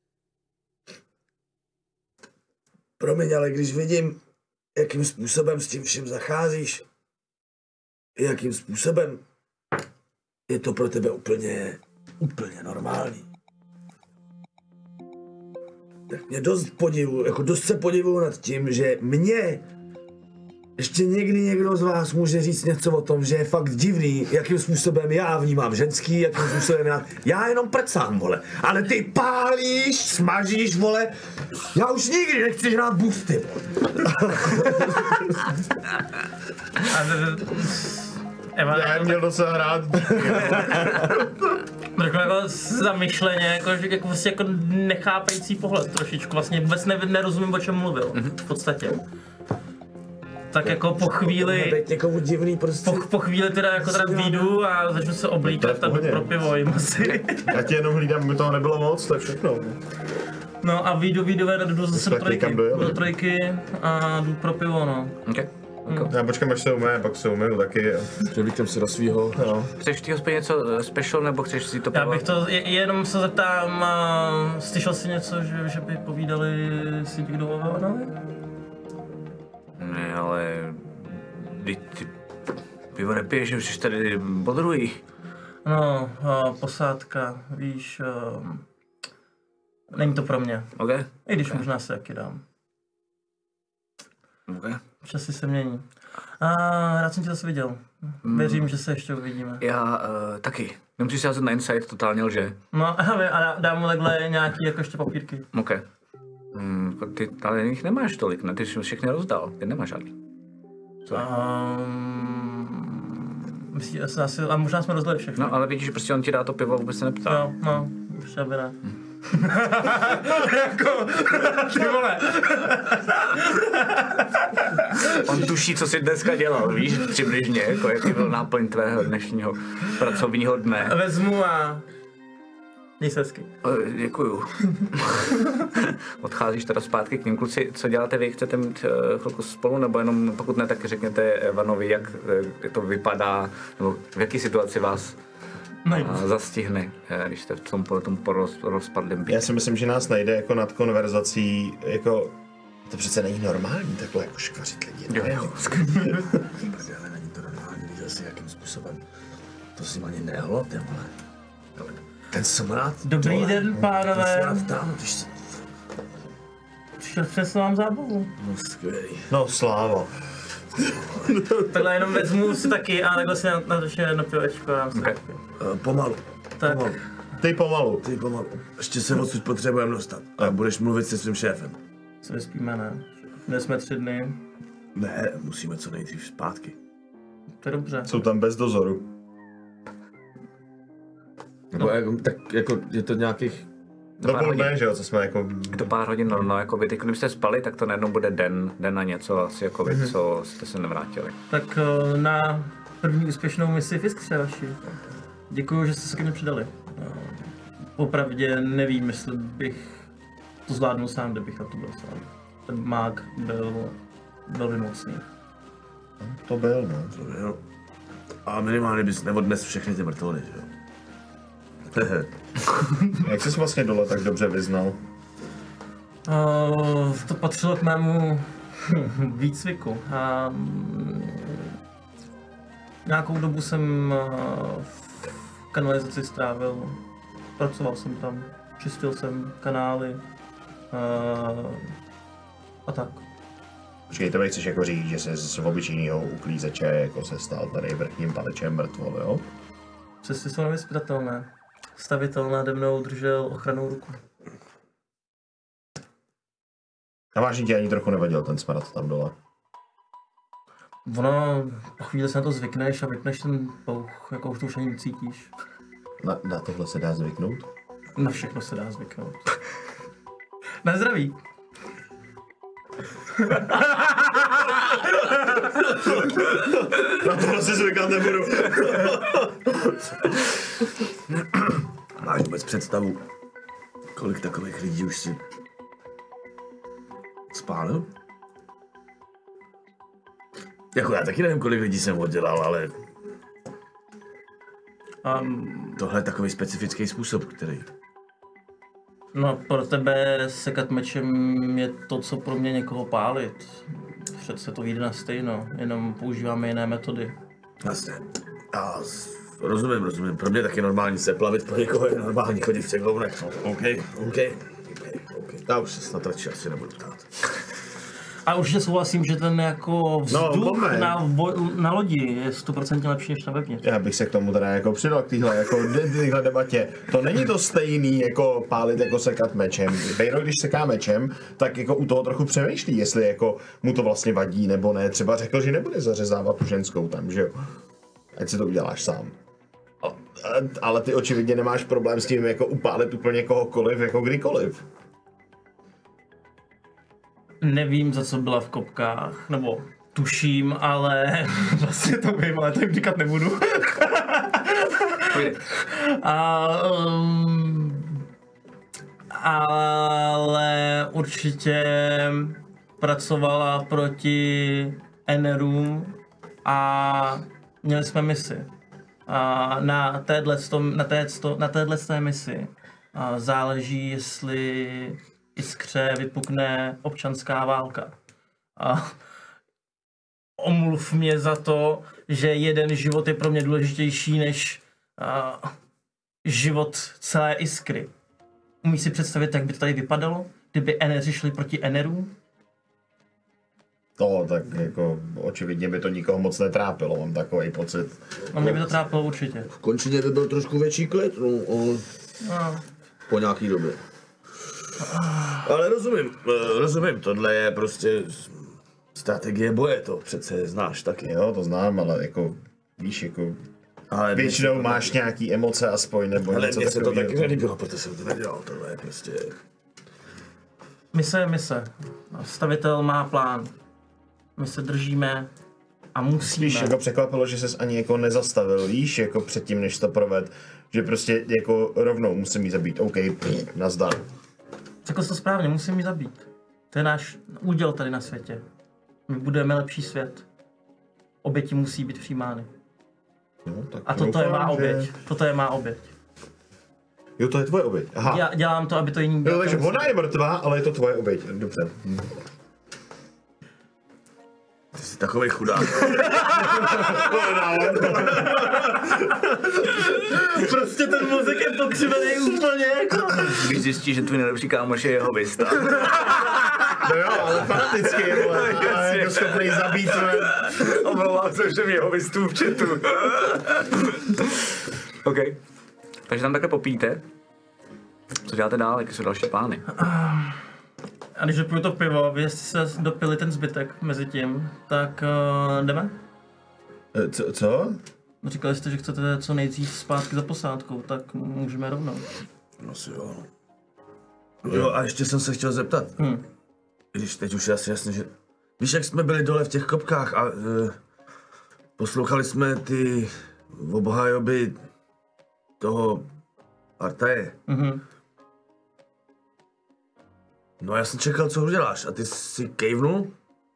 Promiň, ale když vidím, jakým způsobem s tím vším zacházíš, jakým způsobem je to pro tebe úplně, úplně normální. Tak mě dost podivu, jako dost se podivuju nad tím, že mě ještě někdy někdo z vás může říct něco o tom, že je fakt divný, jakým způsobem já vnímám ženský, jakým způsobem já, já jenom prcám, vole, ale ty pálíš, smažíš, vole, já už nikdy nechci žrát busty, vole. A, Evan Já jako, měl docela rád. trošku jako zamyšleně, jako, že jako, vlastně jako nechápející pohled trošičku, vlastně vůbec ne, nerozumím, o čem mluvil, v podstatě. Tak jako po chvíli, Teď někomu divný prostě. po, po chvíli teda jako teda vyjdu a začnu se oblíkat To je v tam pohodě. pro pivo jim asi. Já ti jenom hlídám, by toho nebylo moc, to je všechno. No a vyjdu, vyjdu, vyjdu, jdu zase do Jsme trojky, někam dojeli. do trojky a jdu pro pivo, no. Okay. Já počkám, až se umé, pak se umyju taky. Převlíknem si do svýho. No. Chceš v té hospodě něco eh, special, nebo chceš si to Já pivo? bych to, je, jenom se zeptám, a slyšel jsi něco, že, že by povídali si někdo o Vanovi? Ne, ale... Ty, ty pivo nepiješ, že už tady bodrují. No, a posádka, víš, a, není to pro mě. OK? I když možná se taky dám. OK. Časy se mění. A rád jsem tě zase viděl. Věřím, že se ještě uvidíme. Já uh, taky. Nemusíš se házet na insight, totálně lže. No a, a dá- dám mu takhle nějaký jako ještě papírky. OK. Hmm, ty ale jich nemáš tolik, ne? Ty jsi všechny rozdal, ty nemáš žádný. Um, myslí, asi, asi, a možná jsme rozdali všechno. No, ale vidíš, že prostě on ti dá to pivo a vůbec se neptá. No, no, už aby ne. jako, ty vole. On tuší, co jsi dneska dělal, víš, přibližně, jako jaký byl náplň tvého dnešního pracovního dne. Vezmu a... Měj se hezky. Eh, Děkuju. Odcházíš teda zpátky k ním. Kluci, co děláte vy? Chcete mít uh, chvilku spolu, nebo jenom pokud ne, tak řekněte Evanovi, jak uh, to vypadá, nebo v jaký situaci vás Najdu. uh, zastihne, uh, když jste v tom, tom poroz, rozpadlém bytě. Já si myslím, že nás najde jako nad konverzací, jako... To přece není normální takhle jako škvařit lidi. Jo, ne? jo. Ale není to normální, víš zase jakým způsobem. To si ani nehlo, ty vole. Ale ten smrad. Dobrý tohle, den, no, pánové. Ten smrad tam, když se... Přišel přesně vám zábavu. No skvělý. No, sláva. Takhle jenom vezmu si taky a takhle si natočím jedno pivečko a dám si Okay. taky. Uh, pomalu. Tak. Pomalu. Ty pomalu. Ty pomalu. Ještě se odsud potřebujeme dostat. A budeš mluvit se svým šéfem. Co vyspíme, ne? Dnes jsme tři dny. Ne, musíme co nejdřív zpátky. To je dobře. Jsou tam bez dozoru. Nebo no. jako, tak jako je to nějakých... Do půl dne, že jo, co jsme jako... Je to pár hodin, no, no jako vy, teď, kdybyste spali, tak to najednou bude den, den na něco asi jako vy, co jste se nevrátili. Tak eh, na první úspěšnou misi Fiskře vaši. Děkuju, že jste se ke mně přidali. Eh, Popravdě nevím, jestli bych to zvládnul sám, kdybych na to byl sám. Ten mák byl velmi mocný. To byl, no. To jo. A minimálně bys neodnes všechny ty mrtvoly, že jo? Jak jsi vlastně dole tak dobře vyznal? Uh, to patřilo k mému výcviku. A, mm, nějakou dobu jsem uh, v kanalizaci strávil. Pracoval jsem tam, čistil jsem kanály uh, a tak. Počkej, tebe chceš jako říct, že jsi z obyčejného uklízeče jako se stal tady vrchním palečem mrtvol, jo? Přesně jsou nevyspytatelné. Stavitel nade mnou držel ochrannou ruku. A vážně ti ani trochu nevadil ten smrad tam dole. Ono, po chvíli se na to zvykneš a vypneš ten pouch, jako už to už ani necítíš. Na, na tohle se dá zvyknout? Na všechno se dá zvyknout. Na zdraví. Na tohle si zvykat nebudu. Máš vůbec představu, kolik takových lidí už si spálil? Jako já taky nevím, kolik lidí jsem oddělal, ale Um, tohle je takový specifický způsob, který... no, pro tebe sekat mečem je to, co pro mě někoho pálit. Přece to vyjde na stejno, jenom používáme jiné metody. Jasně. Já s- rozumím, rozumím. Pro mě taky normální se plavit, pro někoho je normální chodit v ceglounech. No, OK, OK, OK, OK. Já už se snad radši asi nebudu ptát. A určitě souhlasím, že ten jako vzduch moment. na, vo- na lodi je stoprocentně lepší než na vevnitř. Já bych se k tomu teda jako přidal k téhle jako de- téhle debatě. To není to stejný jako pálit jako sekat mečem. Bejro, když seká mečem, tak jako u toho trochu přemýšlí, jestli jako mu to vlastně vadí nebo ne. Třeba řekl, že nebude zařezávat tu ženskou tam, že jo. ať si to uděláš sám. A, a, ale ty očividně nemáš problém s tím jako upálit úplně kohokoliv, jako kdykoliv. Nevím, za co byla v kopkách, nebo tuším, ale vlastně to vím, ale to jim říkat nebudu. A, um, ale určitě pracovala proti Enerům a měli jsme misi. A na téhle, na téhle, na téhle misi a záleží, jestli Iskře vypukne občanská válka. A omluv mě za to, že jeden život je pro mě důležitější než a, život celé Iskry. Umíš si představit, jak by to tady vypadalo, kdyby Eneři šli proti Enerům? To, tak jako očividně by to nikoho moc netrápilo, mám takový pocit. No mě by to trápilo určitě. V končině by byl trošku větší klid, no, o, No. po nějaký době. Ale rozumím, eh, rozumím, tohle je prostě strategie boje, to přece znáš taky. Jo, to znám, ale jako, víš, jako, Ale většinou mě máš nějaký emoce aspoň, nebo Ale něco mně se to takového. taky nelíbilo, protože jsem to nedělal, tohle je prostě... Mise je mise. Stavitel má plán. My se držíme a musíme. Víš, jako překvapilo, že ses ani jako nezastavil, víš, jako předtím, než to proved, že prostě jako rovnou musím jí zabít, OK, pff, nazdar. Řekl jsi to správně, musím ji zabít. To je náš úděl tady na světě. My budeme lepší svět. Oběti musí být přijímány. No, tak A toto doufám, je má že- oběť. Toto je má oběť. Jo, to je tvoje oběť, aha. Já dělám to, aby to jiní Jo, takže ona je mrtvá, ale je to tvoje oběť, dobře. Hm. Ty jsi takovej chudák. Prostě ten mozek je pokřivený úplně jako... Když zjistí, že tvůj nejlepší kámoš je jeho vista. No jo, ale fakticky, vole, ale jako schopný zabít tvoje... Omlouvám se všem jeho vistů v chatu. OK. Takže tam takhle popíte. Co děláte dál, jaké jsou další plány? A když vypiju to pivo, vy jste se dopili ten zbytek mezi tím, tak uh, jdeme? Co? co? Říkali jste, že chcete co nejdřív zpátky za posádkou, tak můžeme rovnou. No si jo. Jo, a ještě jsem se chtěl zeptat. Hm. Když teď už je asi jasně, že... Víš, jak jsme byli dole v těch kopkách a uh, poslouchali jsme ty obhajoby toho Artaje. Mhm. No já jsem čekal, co uděláš a ty si kejvnul?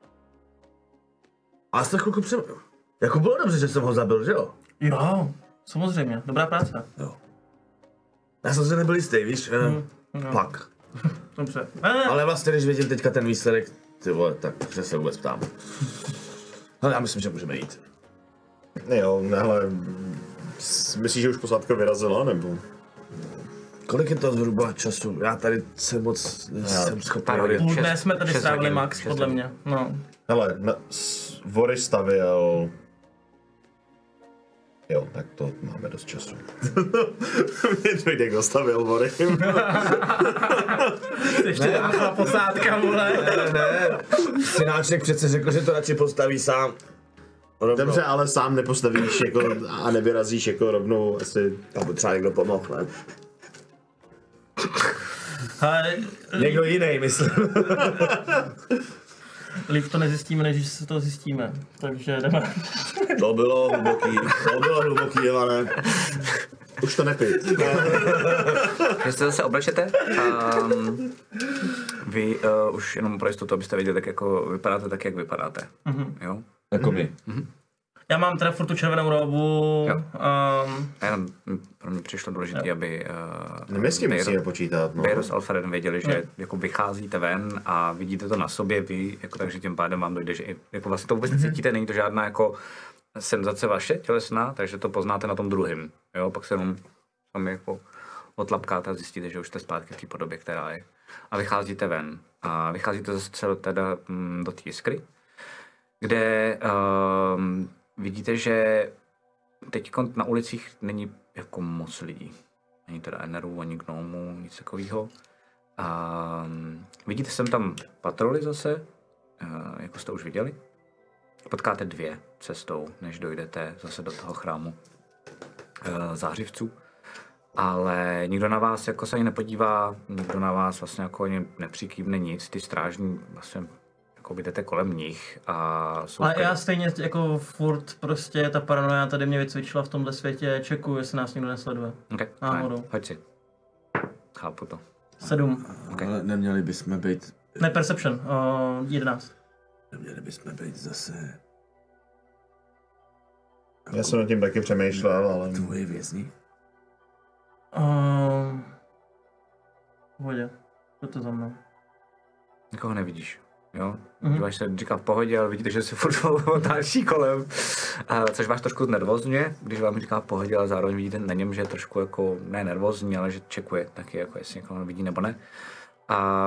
A já jsem chvilku přem... Jako bylo dobře, že jsem ho zabil, že jo? Jo, samozřejmě, dobrá práce. Jo. Já jsem se nebyl jistý, víš? Mhm. Uh, Jo. pak. Dobře. Eh, Ale vlastně, když vidím teďka ten výsledek, ty vole, tak že se vůbec ptám. No já myslím, že můžeme jít. Jo, ale... Myslíš, že už posádka vyrazila, nebo? Kolik je to zhruba času? Já tady jsem moc jsem schopný. pár hodin. Půl šest- dne jsme tady šest strávili hodin, max, šest podle hodin. mě. No. Hele, na, s, Vory stavěl... Jo, tak to máme dost času. Mě dojde, kdo stavěl Vory. Ještě nějaká posádka, vole. Ne, ne, synáček přece řekl, že to radši postaví sám. Rovnou. Dobře, ale sám nepostavíš jako, a nevyrazíš jako rovnou asi... Tam by třeba někdo pomohl, ne? Ale Někdo jiný, myslím. líp to nezjistíme, než se to zjistíme. Takže jdeme. To bylo hluboký, to bylo hluboký, Ivane. Už to nepij. Že se zase oblečete. Um, vy uh, už jenom pro jistotu, abyste věděli, tak jako vypadáte tak, jak vypadáte. Mhm. Jo? Jako my. Já mám teda furt tu červenou robu. Jo. Um, A jenom mm, pro mě přišlo důležité, aby uh, My s tím musíme počítat, no. Bayro s Alfredem věděli, že jako vycházíte ven a vidíte to na sobě vy, jako takže tím pádem vám dojde, že i- jako vlastně to vůbec necítíte, není to žádná jako senzace vaše tělesná, takže to poznáte na tom druhém. Jo, pak se jenom tam jako otlapkáte a zjistíte, že už jste zpátky v té podobě, která je. A vycházíte ven. A vycházíte zase celé teda mm, do té jiskry, kde um, vidíte, že teď na ulicích není jako moc lidí. Není teda Enerů, ani gnomů, nic takového. Um, vidíte sem tam patroly zase, uh, jako jste už viděli. potkáte dvě cestou, než dojdete zase do toho chrámu e, zářivců. Ale nikdo na vás jako se ani nepodívá, nikdo na vás vlastně jako ani nepřikývne nic, ty strážní vlastně jako jdete kolem nich a jsou... Ale já stejně jako furt prostě ta paranoia tady mě vycvičila v tomhle světě, čekuju, jestli nás nikdo nesleduje. Okay, náhodou. Hoď si. Chápu to. Sedm. Okay. Ale neměli bychom být... Ne, perception, uh, jedenáct. Neměli bychom být zase... Já jsem nad tím taky přemýšlel, ale... Tvoje vězni? Uh, v pohodě, je to za mnou. Nikoho nevidíš, jo? Mhm. Díváš se, říká v pohodě, ale vidíte, že se furt otáčí kolem. A což vás trošku znervozňuje, když vám říká v pohodě, ale zároveň vidíte na něm, že je trošku jako, ne nervózní, ale že čekuje taky, jako jestli někoho vidí nebo ne. A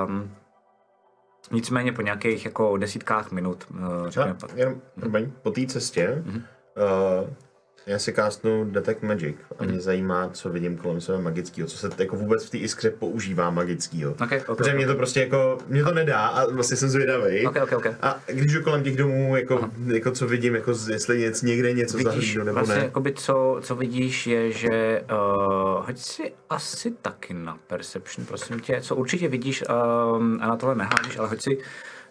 nicméně po nějakých jako desítkách minut, uh, řekněme pak. Jenom, promiň, po té cestě, Mhm. uh, já si kástnu Detect Magic a mě zajímá, co vidím kolem sebe magického, co se jako vůbec v té iskře používá magického. Okay, okay, Protože mě to prostě jako, mě to nedá a vlastně jsem zvědavý. Okay, okay, okay. A když jdu kolem těch domů, jako, jako co vidím, jako jestli něco, někde něco Vidíš, zahlídnu nebo vlastně ne. jakoby co, co vidíš je, že uh, hoď si asi taky na Perception, prosím tě. Co určitě vidíš, um, a na tohle nehádíš, ale hoď si,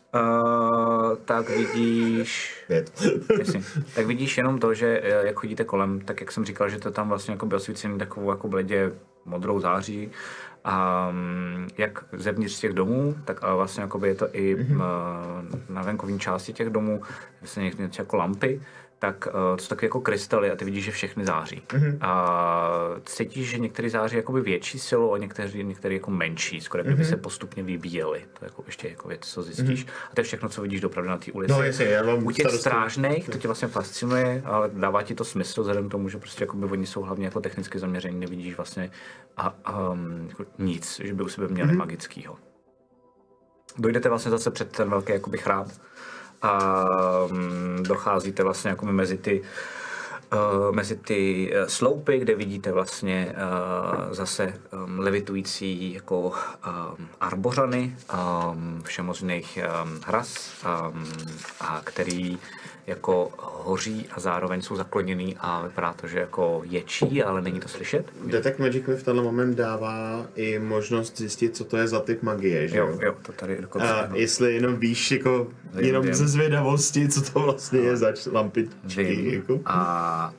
uh, tak vidíš, Pět. jasně, tak vidíš jenom to, že uh, jak chodíte kolem, tak jak jsem říkal, že to tam vlastně jako osvícený takovou jako bledě modrou září. A um, jak zevnitř těch domů, tak ale vlastně jakoby je to i mm-hmm. uh, na venkovní části těch domů, vlastně něco jako lampy, tak uh, to jsou taky jako krystaly a ty vidíš, že všechny září. Mm-hmm. A cítíš, že některé září jakoby větší silou a některé, některé jako menší, skoro jako mm-hmm. by se postupně vybíjely. To je jako ještě jako věc, co zjistíš. Mm-hmm. A to je všechno, co vidíš dopravdu na té ulici. No, jasně, já mám U těch starosti. strážných to tě vlastně fascinuje, ale dává ti to smysl vzhledem k tomu, že prostě jakoby oni jsou hlavně jako technicky zaměření, nevidíš vlastně a, um, jako nic, že by u sebe měli mm-hmm. magickýho. Dojdete vlastně zase před ten velký jakoby chrám a um, docházíte vlastně jako mezi ty Uh, mezi ty uh, sloupy, kde vidíte vlastně uh, zase um, levitující jako um, arbořany um, všemožných um, hras, um, a který jako hoří a zároveň jsou zakloněný a vypadá to, že jako ječí, ale není to slyšet. Detect Magic mi v tenhle moment dává i možnost zjistit, co to je za typ magie, že Jo, jo? jo, to tady dokonce. A jestli jenom víš, jako, jenom vím. ze zvědavosti, co to vlastně je za lampičky, Vím. jako. A,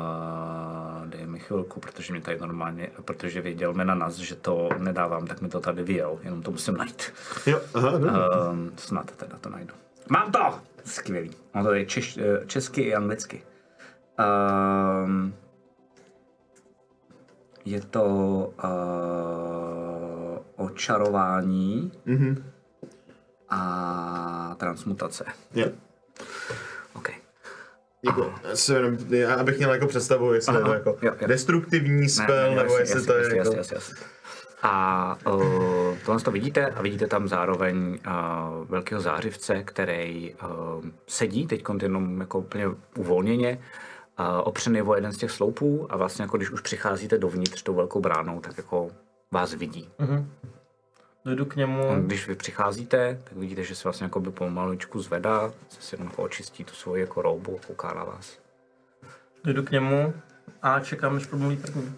a dej mi chvilku, protože mě tady normálně, protože věděl mi na nás, že to nedávám, tak mi to tady vyjel, jenom to musím najít. Jo, aha, no. Um, snad teda to najdu. Mám to! Skvělý. Mám to tady češ, česky i anglicky. Um, je to uh, očarování Mhm. a transmutace. Jo. OK. Jako, se jenom, já abych měl jako představu, jestli je to jako jo, jo. destruktivní spell, ne, nebo jasně, jestli jasně, to je jasně, jako... jasně, jasně, jasně. A uh, tohle to vidíte a vidíte tam zároveň uh, velkého zářivce, který uh, sedí teď jenom jako úplně uvolněně, uh, opřený o jeden z těch sloupů a vlastně jako když už přicházíte dovnitř tou velkou bránou, tak jako vás vidí. Mhm. Dojdu k němu. Když vy přicházíte, tak vidíte, že se vlastně jako by pomaličku zvedá, se jenom jako očistí tu svoji jako roubu a kouká na vás. Dojdu k němu a čekám, než promluví první.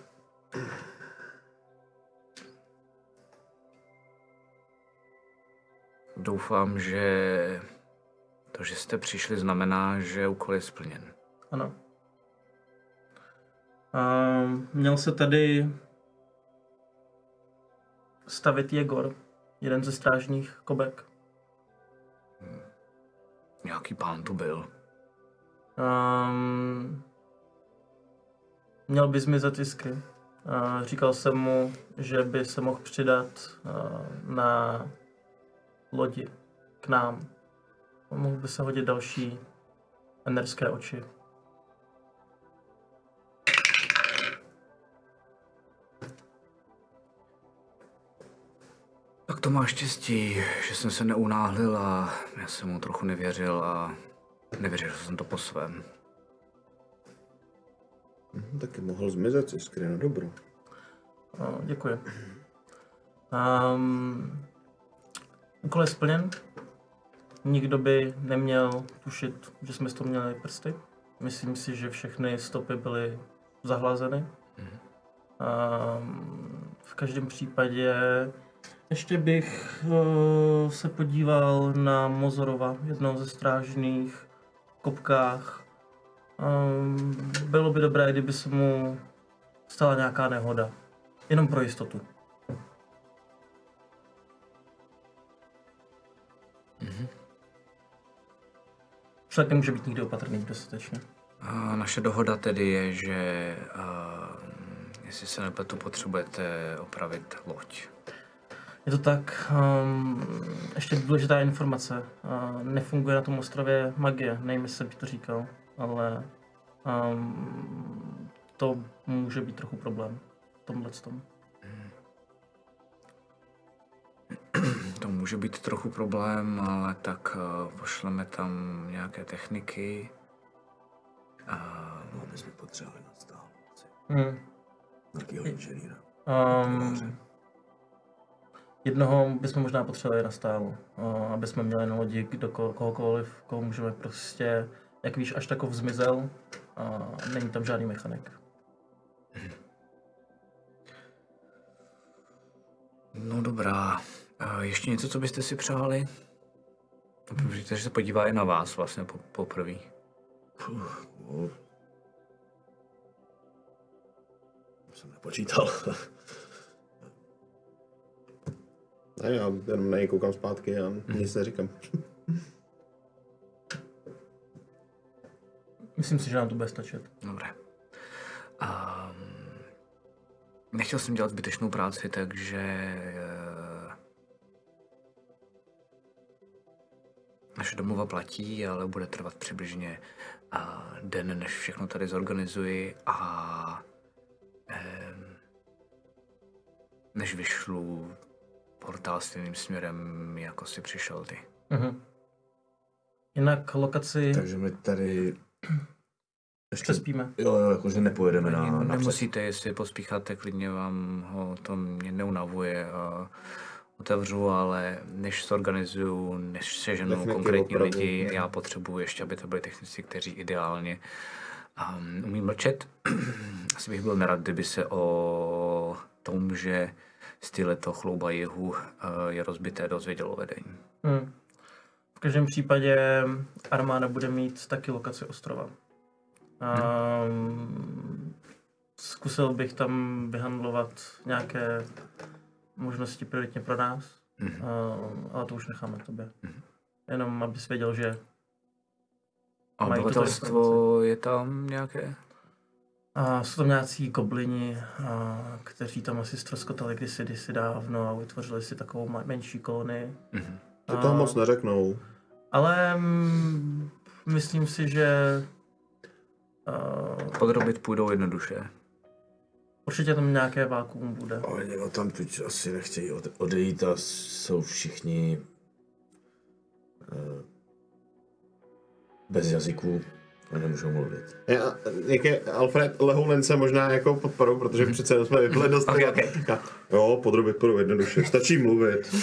Doufám, že to, že jste přišli, znamená, že úkol je splněn. Ano. Uh, měl se tady stavit Jegor, jeden ze strážních kobek. Nějaký pán tu byl. Um, měl by zmizet iskry. Uh, říkal jsem mu, že by se mohl přidat uh, na lodi k nám. Mohl by se hodit další enerské oči. Tak to má štěstí, že jsem se neunáhlil a já jsem mu trochu nevěřil a nevěřil jsem to po svém. Mhm, taky mohl zmizet z iskry, no dobro. No, děkuji. Um, úkol je splněn. nikdo by neměl tušit, že jsme z toho měli prsty. Myslím si, že všechny stopy byly zahlazeny. Mm. A v každém případě ještě bych uh, se podíval na Mozorova, jednoho ze strážných kopkách. Um, bylo by dobré, kdyby se mu stala nějaká nehoda. Jenom pro jistotu. Mm-hmm. Člověk nemůže být nikdy opatrný dostatečně. A naše dohoda tedy je, že uh, jestli se nepletu, potřebujete opravit loď. Je to tak. Um, ještě důležitá informace. Uh, nefunguje na tom ostrově magie, nevím, jestli bych to říkal, ale um, to může být trochu problém v tomhletom. To může být trochu problém, ale tak uh, pošleme tam nějaké techniky. Uh, No, my jsme potřebovali na stále. Hmm. Nějakýho inženýra. Um, jednoho bychom možná potřebovali na stálu, uh, aby jsme měli na lodi do ko- kohokoliv, koho můžeme prostě, jak víš, až takov zmizel a není tam žádný mechanik. No dobrá. Uh, ještě něco, co byste si přáli? Protože se podívá i na vás vlastně po- poprvé. Puh, no. Jsem nepočítal. Ne, já jenom na něj koukám zpátky a nic neříkám. Myslím si, že nám to bude stačit. Dobré. Um, nechtěl jsem dělat zbytečnou práci, takže uh, naše domluva platí, ale bude trvat přibližně uh, den, než všechno tady zorganizuji a um, než vyšlu portál stejným směrem, jako si přišel ty. Mhm. Jinak lokaci Takže my tady ještě přespíme. Jo, jo, jakože nepojedeme na, Ani na nemusíte, jestli pospícháte, klidně vám ho to mě neunavuje a otevřu, ale než se organizuju, než seženu Techniky konkrétní opravdu. lidi, já potřebuji ještě, aby to byli technici, kteří ideálně um, umí mlčet. Asi bych byl nerad, kdyby se o tom, že style to chlouba jihu uh, je rozbité, dozvědělo vedení. Hmm. V každém případě armáda bude mít taky lokaci ostrova. Um, zkusil bych tam vyhandlovat nějaké možnosti prioritně pro nás, Mhm. um, ale to už necháme tobě. Jenom abys věděl, že A Mají tuto obyvatelstvo je tam nějaké? a jsou tam nějací goblini, a, kteří tam asi ztroskotali kdysi, kdysi dávno a vytvořili si takovou ma- menší kolonii. Mhm. To toho moc neřeknou. Ale mm, myslím si, že uh, Podrobit půjdou jednoduše. určitě tam nějaké vákuum bude. Ale někdo tam teď asi nechtějí ode- odejít a jsou všichni uh, bez jazyků a nemůžou mluvit. Já, jak je Alfred Lehoulence možná jako podporu, protože přece jenom jsme vypili dost. Okay, okay. Jo, podrobit půjdu jednoduše, stačí mluvit.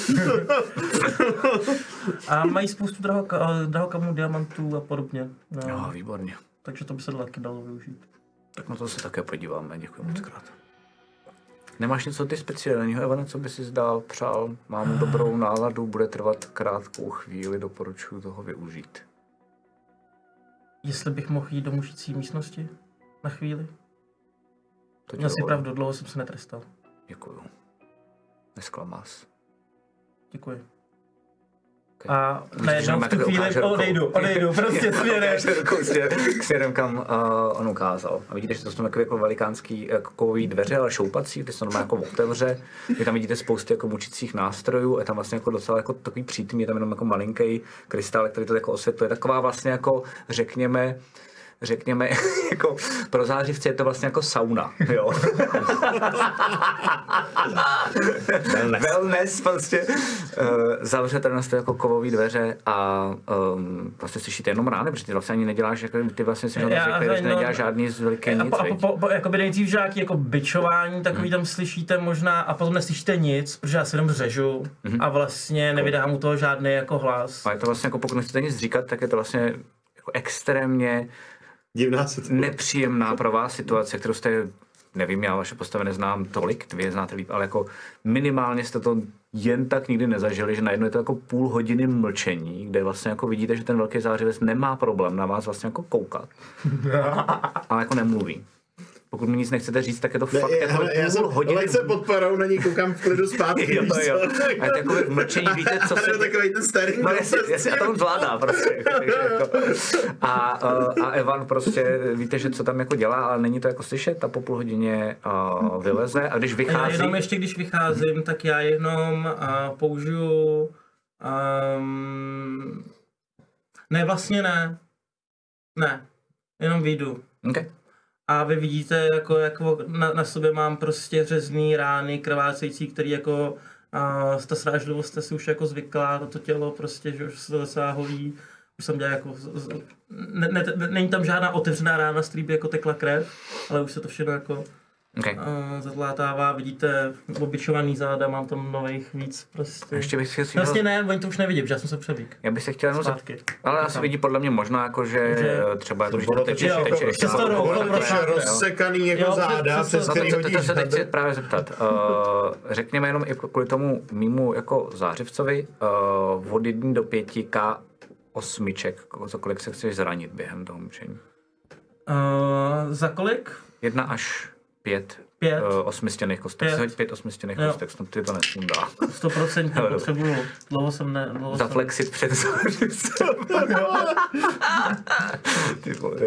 A mají spoustu drahoka, drahokamů, diamantů a podobně. No, Jo, výborně. takže to by se taky dalo využít. Tak na to se také podíváme, děkuji moc krát. Nemáš něco ty speciálního, Evane, co by si zdál, přál? Mám dobrou náladu, bude trvat krátkou chvíli, doporučuji toho využít. Jestli bych mohl jít do mužící místnosti na chvíli? To tě Měl si dovolím. pravdu, dlouho jsem se netrestal. Děkuju. Nesklamás. Děkuji. Okay. A najednou v tu Takhle chvíli ukáže rukou. odejdu, odejdu, prostě směrem. Ukáže rukou směr- k směrem, kam uh, on ukázal. A vidíte, že to jsou takové jako velikánský jako kovový dveře, ale šoupací, ty se normálně jako otevře. Vy tam vidíte spousty jako mučících nástrojů, je tam vlastně jako docela jako takový přítmí, je tam jenom jako malinký krystál, který to jako osvětluje. Taková vlastně jako, řekněme, řekněme, jako pro zářivce je to vlastně jako sauna, jo. Wellness. Wellness, prostě. Uh, zavřete na to jako kovový dveře a um, vlastně slyšíte jenom rány, protože ty vlastně ani neděláš, jako, ty vlastně si jenom řekli, že neděláš žádný z velké nic, a po, po, po, jakoby nejdřív žáky jako bičování, takový hmm. tam slyšíte možná a potom neslyšíte nic, protože já si jenom řežu hmm. a vlastně nevydám u toho žádný jako hlas. A je to vlastně jako pokud nechcete nic říkat, tak je to vlastně jako extrémně divná situace. Nepříjemná pro vás situace, kterou jste, nevím, já vaše postavy neznám tolik, vy je znáte líp, ale jako minimálně jste to jen tak nikdy nezažili, že najednou je to jako půl hodiny mlčení, kde vlastně jako vidíte, že ten velký zářivec nemá problém na vás vlastně jako koukat, ale jako nemluví. Pokud mi nic nechcete říct, tak je to ne, fakt je, jako hele, já jsem lehce pod parou, na ní koukám v klidu zpátky. Jo, jo. A je takové mlčení, víte, co se... takový ten starý... No jasně, jasně, a to on zvládá prostě. Takže jako. a, a Evan prostě, víte, že co tam jako dělá, ale není to jako slyšet a po půl hodině uh, vyleze a když vychází... Já jenom ještě, když vycházím, tak já jenom uh, použiju... Um, ne, vlastně ne. Ne, jenom vyjdu. Okay. A vy vidíte, jako, jako na, na sobě mám prostě řezný rány, krvácející, který jako a ta srážlivost jste si už jako zvyklá, to tělo prostě, že už se to docela holí. Už jsem dělal jako, ne, ne, ne, není tam žádná otevřená rána, z který by jako tekla krev, ale už se to všechno jako okay. uh, zatlátává, vidíte obyčovaný záda, mám tam nových víc prostě. Ještě bych si vlastně ne, oni to už nevidí, protože já jsem se převík. Já bych se chtěl jenom zpátky. Ale asi vidí podle mě možná jako, že, že třeba jako, že to teče, jo, teče ještě rozsekaný jako záda, přes který hodíš. To se teď chci právě zeptat. Uh, řekněme jenom i kvůli tomu mýmu jako zářivcovi, uh, od jedné do pěti K osmiček, za kolik se chceš zranit během toho mučení? Uh, za kolik? Jedna až pět, pět. Uh, osmistěných kostek. Pět, hoď pět osmistěných kostek, snad ty to nesundá. Sto procent potřebuju. Dlouho jsem ne... Dlouho Zaflexit jsem... před zářivcem. Ty vole,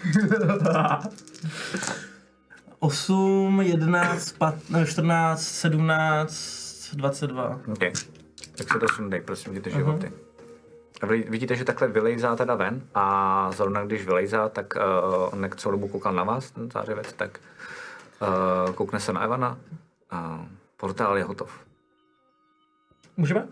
osm, jedenáct, patnáct, čtrnáct, sedmnáct, dvacet dva. OK. Tak se to sundej, prosím, děte životy. Uh-huh. A vy vidíte, že takhle vylejzá teda ven a zrovna když vylejzá, tak uh, on jak celou dobu koukal na vás, ten zářivec, tak uh, koukne se na Evana a portál je hotov. Můžeme?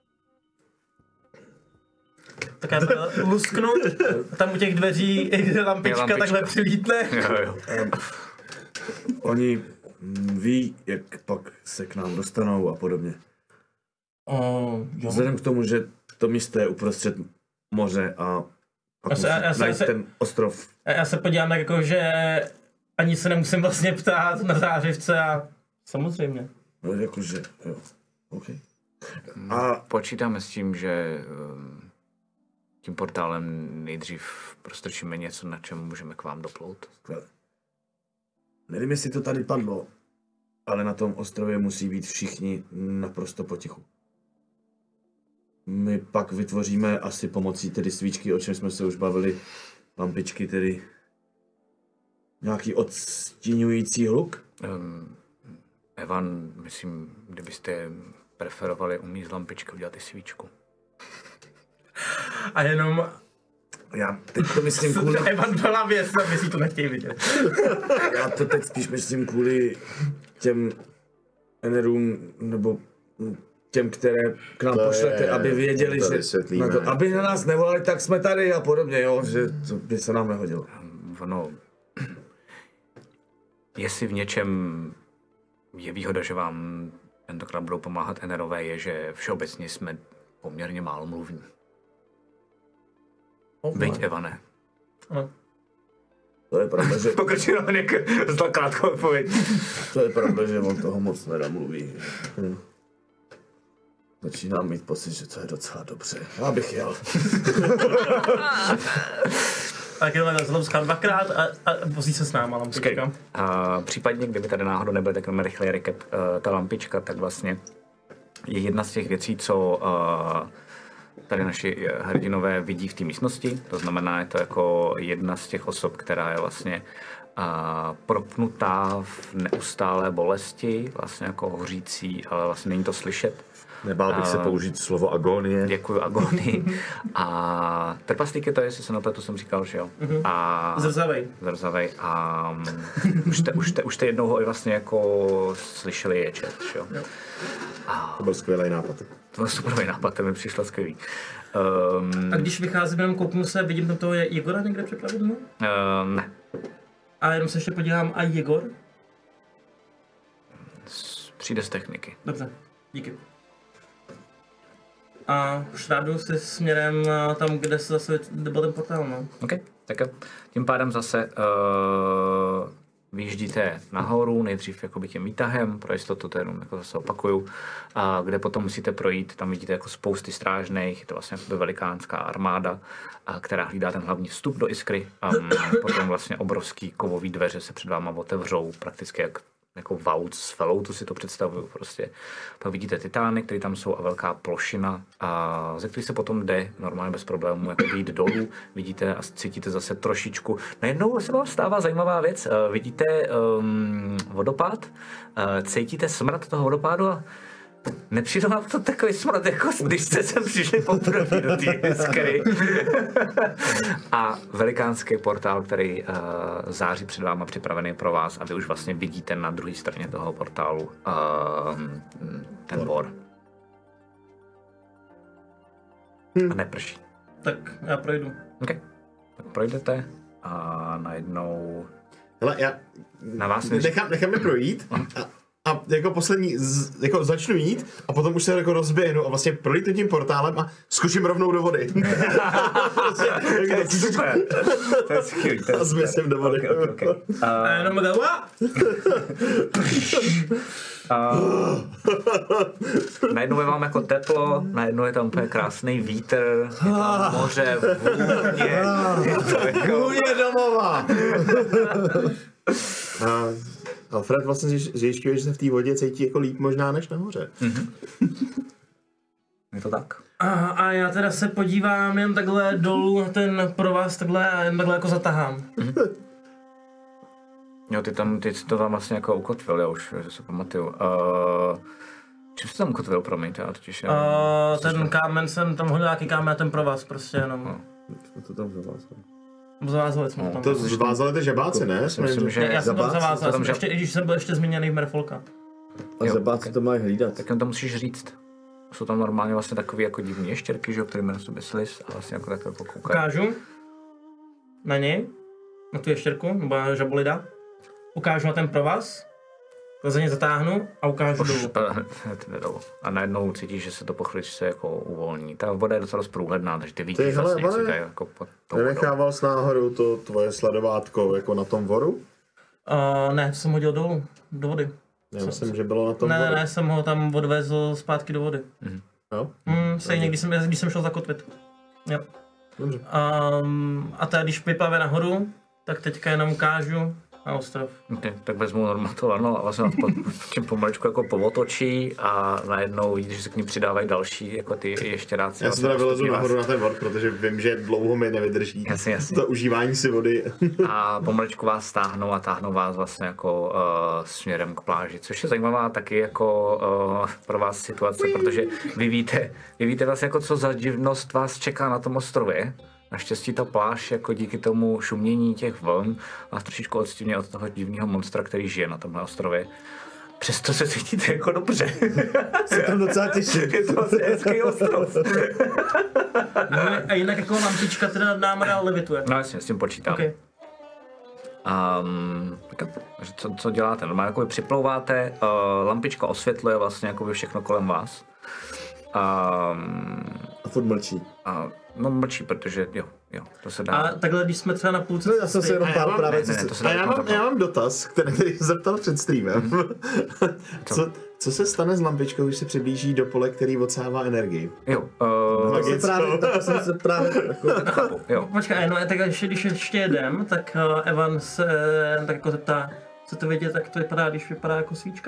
Tak já lusknu, tam u těch dveří lampička, lampička. takhle přilítne. Jo, jo. Um, oni ví, jak pak se k nám dostanou a podobně. Uh, Vzhledem k tomu, že to místo je uprostřed moře a pak já se, já se, najít se, ten ostrov. Já se podívám tak jako, že ani se nemusím vlastně ptát na zářivce a samozřejmě. No jakože, jo, OK. A počítáme s tím, že tím portálem nejdřív prostrčíme něco, na čem můžeme k vám doplout. Nevím, jestli to tady padlo, ale na tom ostrově musí být všichni naprosto potichu. My pak vytvoříme asi pomocí tedy svíčky, o čem jsme se už bavili, lampičky, tedy nějaký odstíňující hluk. Um, Evan, myslím, kdybyste preferovali umít z lampičky udělat i svíčku. A jenom... Já teď to myslím kvůli... Evan byla věc, aby si to nechtějí vidět. Já to teď spíš myslím kvůli těm Enerům, nebo těm, které k nám to pošlete, je, aby věděli, že na to, aby na nás nevolali, tak jsme tady a podobně, jo, že to by se nám nehodilo. Ono, jestli v něčem je výhoda, že vám tentokrát budou pomáhat Enerové, je, že všeobecně jsme poměrně málo mluvní. Oh, Byť Evane. No. To je pravda, že... Pokročil Honek z toho krátkou odpověď. To je pravda, že on toho moc nedamluví. Hm. Začínám mít pocit, že to je docela dobře. Já bych jel. Tak jenom zlomskám dvakrát a, a vozí se s náma lampička. A případně, kdyby tady náhodou nebyl tak jenom rychlý recap, uh, ta lampička, tak vlastně je jedna z těch věcí, co uh, tady naši hrdinové vidí v té místnosti. To znamená, je to jako jedna z těch osob, která je vlastně a propnutá v neustálé bolesti, vlastně jako hořící, ale vlastně není to slyšet. Nebál bych se použít slovo agonie. Děkuji, agonii. A trpaslík je to, jestli se napletu, jsem říkal, že jo. A Zrzavej. Zrzavej. A um, už, jste, už, jste, už jste jednou ho i vlastně jako slyšeli ječet, že jo. To byl skvělý nápad. To byl superový nápad, to mi přišlo skvělý. Um, A když vycházím, jenom kouknu se, vidím tam toho Jegora někde připraveného? uh, ne. A jenom se ještě podívám, a Jegor? Přijde z techniky. Dobře, díky. A šrádu si směrem tam, kde se zase byl ten portál, no. OK, tak jo. Tím pádem zase uh, vyjíždíte nahoru, nejdřív jakoby tím výtahem, pro jistotu to jenom jako zase opakuju, a kde potom musíte projít, tam vidíte jako spousty strážných, je to vlastně jakoby velikánská armáda, a která hlídá ten hlavní vstup do Iskry a potom vlastně obrovský kovový dveře se před váma otevřou, prakticky jak jako vaut z Falloutu si to představuju prostě. Pak vidíte titány, které tam jsou a velká plošina, a ze které se potom jde normálně bez problémů jako jít dolů. Vidíte a cítíte zase trošičku. Najednou se vám stává zajímavá věc. Uh, vidíte um, vodopád, uh, cítíte smrad toho vodopádu a nepřijde vám to takový smrad, jako když jste sem přišli poprvé do té Iskry. A velikánský portál, který uh, září před váma připravený pro vás a vy už vlastně vidíte na druhé straně toho portálu uh, ten bor. Hmm. A neprší. Tak já projdu. OK. Tak projdete a najednou... Hele, já na vás nechám, nechám je projít a, a jako poslední z, jako začnu jít a potom už se jako rozběhnu a vlastně prolítnu tím portálem a skočím rovnou do vody. To je super. To je skvělý. A zběsím do vody. Okay, okay, okay. Uh, A jenom dala? Uh, najednou je vám jako teplo, najednou je tam úplně krásný vítr, je tam moře, vůně, je to jako... Vůně domova! A Alfred vlastně zjišťuje, že se v té vodě cítí jako líp možná než nahoře. Mm-hmm. Je to tak? A, a já teda se podívám jen takhle dolů na ten provaz takhle a jen takhle jako zatahám. Mm-hmm. Jo, ty tam, ty to tam vlastně jako ukotvil, já už že se pamatuju. Uh, čím jsi tam ukotvil, promiňte, já totiž... Uh, ten kámen jsem tam hodil nějaký kámen a ten provaz prostě jenom. No. Jsme to tam zavázali. Zavázali jsme to tam. To zvázali ty žebáci, ne? Myslím, že... Já, já jsem tam Zabáci, zavázal, tam, jsem že- ještě, i když jsem byl ještě zmíněný v Merfolka. A Jo, zabáci okay. to mají hlídat. Tak jen to musíš říct. Jsou tam normálně vlastně takový jako divný ještěrky, že jo, který jmenuje sobě slis a vlastně jako tak jako koukají. Ukážu na něj, na tu ještěrku, nebo na žabolida. Ukážu na ten provaz, to za ně zatáhnu a ukážu dolů. dolů. A najednou cítíš, že se to po chvíličce jako uvolní. Ta voda je docela zprůhledná, takže ty vidíš Ty, hele, vlastně, Vane, co je jako pod tou vodou. Nenechával jsi náhodou to tvoje sledovátko jako na tom voru? Uh, ne, to jsem hodil dolů, do vody. Já myslím, že bylo na tom Ne, ne, voru. ne, jsem ho tam odvezl zpátky do vody. Jo? Hmm, stejně, když jsem, když jsem šel zakotvit. Jo. Dobře. Um, a teda, když vyplave nahoru, tak teďka jenom ukážu na ostrov. Okay, tak vezmu normálně to lano a vlastně po, tím pomaličku jako povotočí a najednou vidíš, že se k ní přidávají další jako ty ještěráci. Já se teda vylezu nahoru na ten vor, protože vím, že dlouho mi nevydrží Jasně, jasně. to užívání si vody. A pomaličku vás táhnou a táhnou vás vlastně jako uh, směrem k pláži, což je zajímavá taky jako uh, pro vás situace, protože vy víte, vy víte vlastně jako co za divnost vás čeká na tom ostrově. Naštěstí ta pláž jako díky tomu šumění těch vln vás trošičku odstívně od toho divného monstra, který žije na tomhle ostrově. Přesto se cítíte jako dobře. Se tam docela těším. Je to vlastně hezký ostrov. No, a jinak jako lampička teda nad náma dál levituje. No jasně, s tím počítám. Okay. Um, tak jo, takže co, co děláte? Normálně jako připlouváte, uh, lampička osvětluje vlastně jako všechno kolem vás. Um, A furt mlčí. a, no mlčí, protože jo, jo, to se dá. A takhle, když jsme třeba na půlce No, já jsem se jenom A já pár mám- právě, ne, co ne, se... to se A dá já jako mám, já mám dotaz, který, který jsem zeptal před streamem. co, co se stane s lampičkou, když se přiblíží do pole, který odsává energii? Jo, uh, Tak jsem právě, tak jsem se právě jako... chápu, jo. Počkej, no tak ještě, když ještě jedem, tak uh, Evan se tak jako zeptá, co to vidět, jak to vypadá, když vypadá jako svíčka?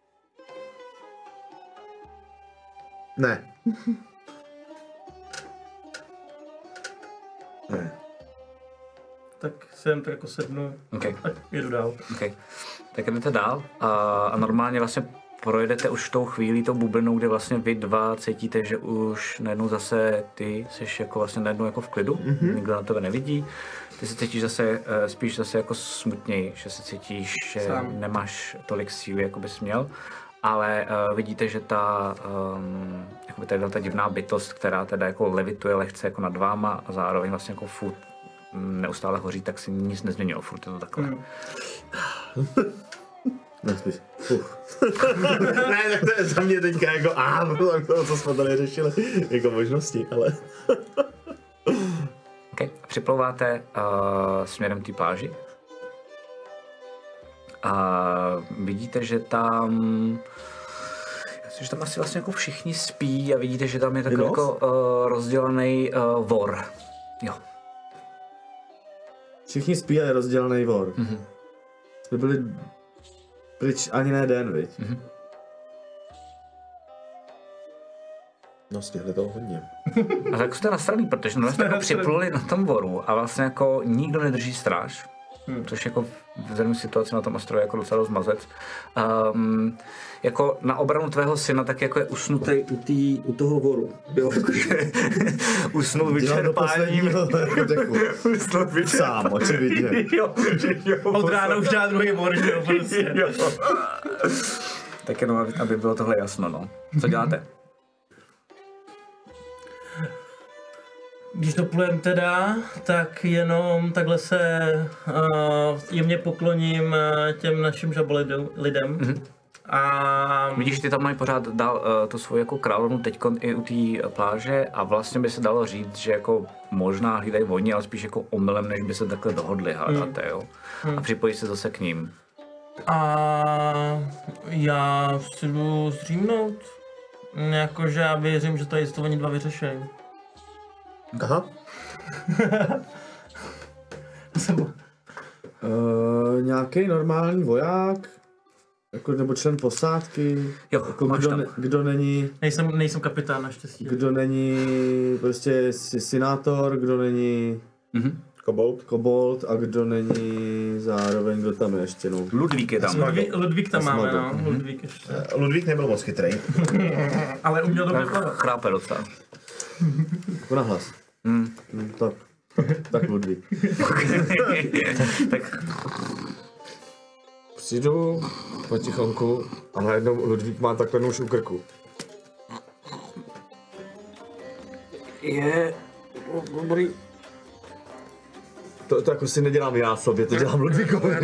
Ne. Ne. tak si jen jako sednu Okay. a jedu dál. Okay. Tak jdete dál a, a normálně vlastně projedete už tou chvílí tou bublinou, kde vlastně vy dva cítíte, že už najednou zase ty jsi jako vlastně najednou jako v klidu, mm-hmm. nikdo na tebe nevidí. Ty se cítíš zase spíš zase jako smutněji, že se cítíš, že Sám. nemáš tolik síly, jako bys měl. Ale uh, vidíte, že ta, um, jakoby tady ta divná bytost, která teda jako levituje lehce jako nad váma a zároveň vlastně jako furt neustále hoří, tak si nic nezměnilo, furt je to takhle. Mm. Nespíš. Ne, tak to je za mě teďka jako a to, co jsme tady řešili, jako možnosti, ale... Okay. Připlouváte uh, směrem k té pláži a vidíte, že tam že tam asi vlastně jako všichni spí a vidíte, že tam je takový jako uh, rozdělený uh, vor. Jo. Všichni spí a je rozdělený vor. Mm-hmm. Jsme byli pryč ani ne den, viď? Mm-hmm. No, stihli toho hodně. A tak jste nasraný, protože no, jste jako připluli na tom voru a vlastně jako nikdo nedrží stráž. Hmm. Což jako vzhledem situaci na tom ostrově jako docela dost mazec. Um, jako na obranu tvého syna tak jako je usnutý u, tý, u toho voru. Jo, jakože usnul vyčerpáním. Usnul vyčerpáním. Sám, očividně. Jo, jo. Od rána už dá druhý vor, že jo, prostě. Jo. Tak jenom, aby, aby bylo tohle jasno, no. Co děláte? Když doplujeme teda, tak jenom takhle se uh, jemně pokloním uh, těm našim žabolidem lidem. Mm-hmm. A vidíš, ty tam mají pořád dál uh, tu svoji jako královnu teďkon i u té pláže a vlastně by se dalo říct, že jako možná hlídají oni, ale spíš jako omylem, než by se takhle dohodli, hádáte, mm. jo. Mm. A připojí se zase k ním. A já si jdu zdřímnout. Jakože já věřím, že to je to oni dva vyřešení. Aha. uh, nějaký normální voják, jako, nebo člen posádky, jo, jako kdo, ne, kdo není... Nejsem, nejsem kapitán naštěstí. Kdo není prostě senátor, kdo není... Mm-hmm. Kobold. Kobold a kdo není zároveň, kdo tam je ještě, no. Ludvík je tam. Ludvík, Ludvík tam máme, no. Mm-hmm. Ludvík ještě. Ludvík nebyl moc chytrej. Ale uměl dobře plavat. Chrápe docela. Jako nahlas. Mm. Mm, tak, tak Ludvík. Tak. Přijdu potichonku a najednou Ludvík má takhle nůž u krku. Je... dobrý. To, to jako si nedělám já sobě, to dělám Ludvíkovi.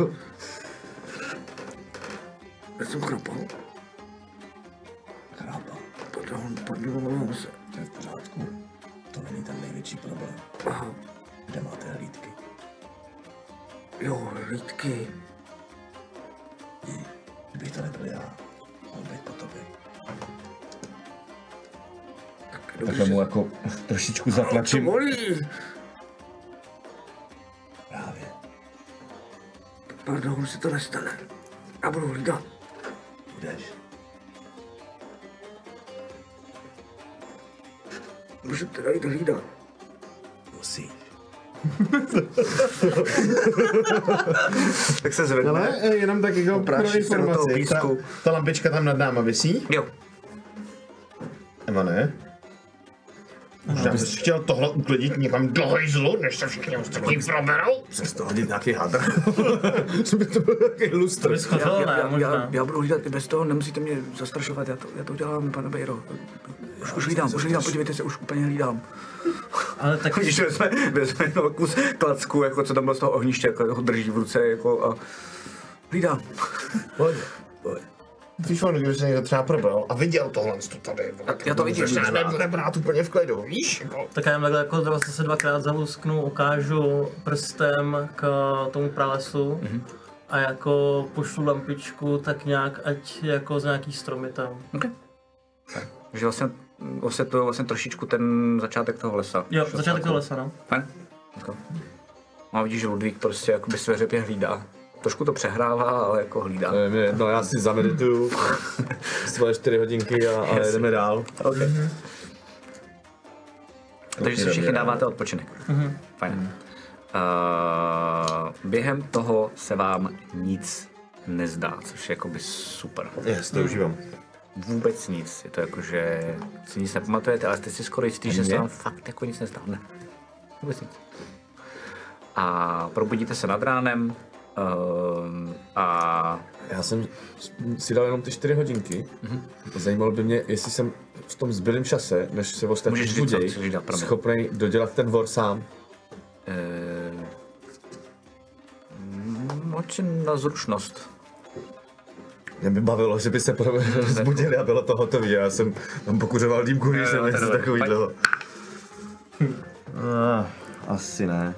Já jsem chrapal. Chrapal. Pardon, pardon, se. To je v pořádku. To není ten největší problém. Aha. Kde máte hlídky? Jo, hlídky. Kdybych to nebyl já, mohl být po tobě. Tak Takhle mu jako trošičku zatlačím. To bolí. Právě. Pardon, se to nestane. Já budu hlídat. Budeš. Můžu teda jít hlídat. Musíš. Tak se zvedne. Ale jenom tak jako pro informaci, ta, ta lampička tam nad náma visí? Jo. Eva ne? Možná bys chtěl tohle uklidit někam do hajzlu, než se všichni ostatní proberou? Přes to hodit nějaký hadr. Co by to byl nějaký lustr. Já, já, já, já budu hlídat i bez toho, nemusíte mě zastrašovat, já to, já to udělám, pane Bejro. Už, už hlídám, už hlídám, podívejte se, už úplně hlídám. Ale tak... Když vezme, vezme jenom kus klacku, jako co tam bylo z toho ohniště, jako ho drží v ruce, jako a hlídám. Pojď, pojď. Víš, on, kdyby se někdo třeba probral a viděl tohle to tady. Já to vidím. Já nebude brát úplně v klidu, víš? Jako. Tak já jim takhle jako vlastně se dvakrát zalusknu, ukážu prstem k tomu pralesu mm-hmm. a jako pošlu lampičku tak nějak, ať jako z nějaký stromy tam. Okay. Takže vlastně osvětluju vlastně trošičku ten začátek toho lesa. Jo, začátek toho lesa, no. Fajn. Jako. A vidíš, že Ludvík prostě jakoby sveřepě hlídá. Trošku to přehrává, ale jako hlídá. Ne, no já si zamedituju svoje čtyři hodinky a, a jedeme dál. Okay. Mm-hmm. Takže si všichni dáváte odpočinek. Mm-hmm. Fajn. Uh, během toho se vám nic nezdá, což je jakoby super. Yes, to užívám. Vůbec nic, je to jako, že si nic nepamatujete, ale jste si skoro jistý, že se vám fakt jako nic nezdá. Ne, vůbec nic. A probudíte se nad ránem uh, a... Já jsem si dal jenom ty čtyři hodinky. Mm-hmm. Zajímalo by mě, jestli jsem v tom zbylém čase, než se ostatní buděj, schopný dodělat ten vor sám. Uh, moc na zručnost. Mě by bavilo, že by se pro... zbudili a bylo to hotové. Já jsem tam pokuřoval dýmku, když jsem něco takového. Ah, asi ne.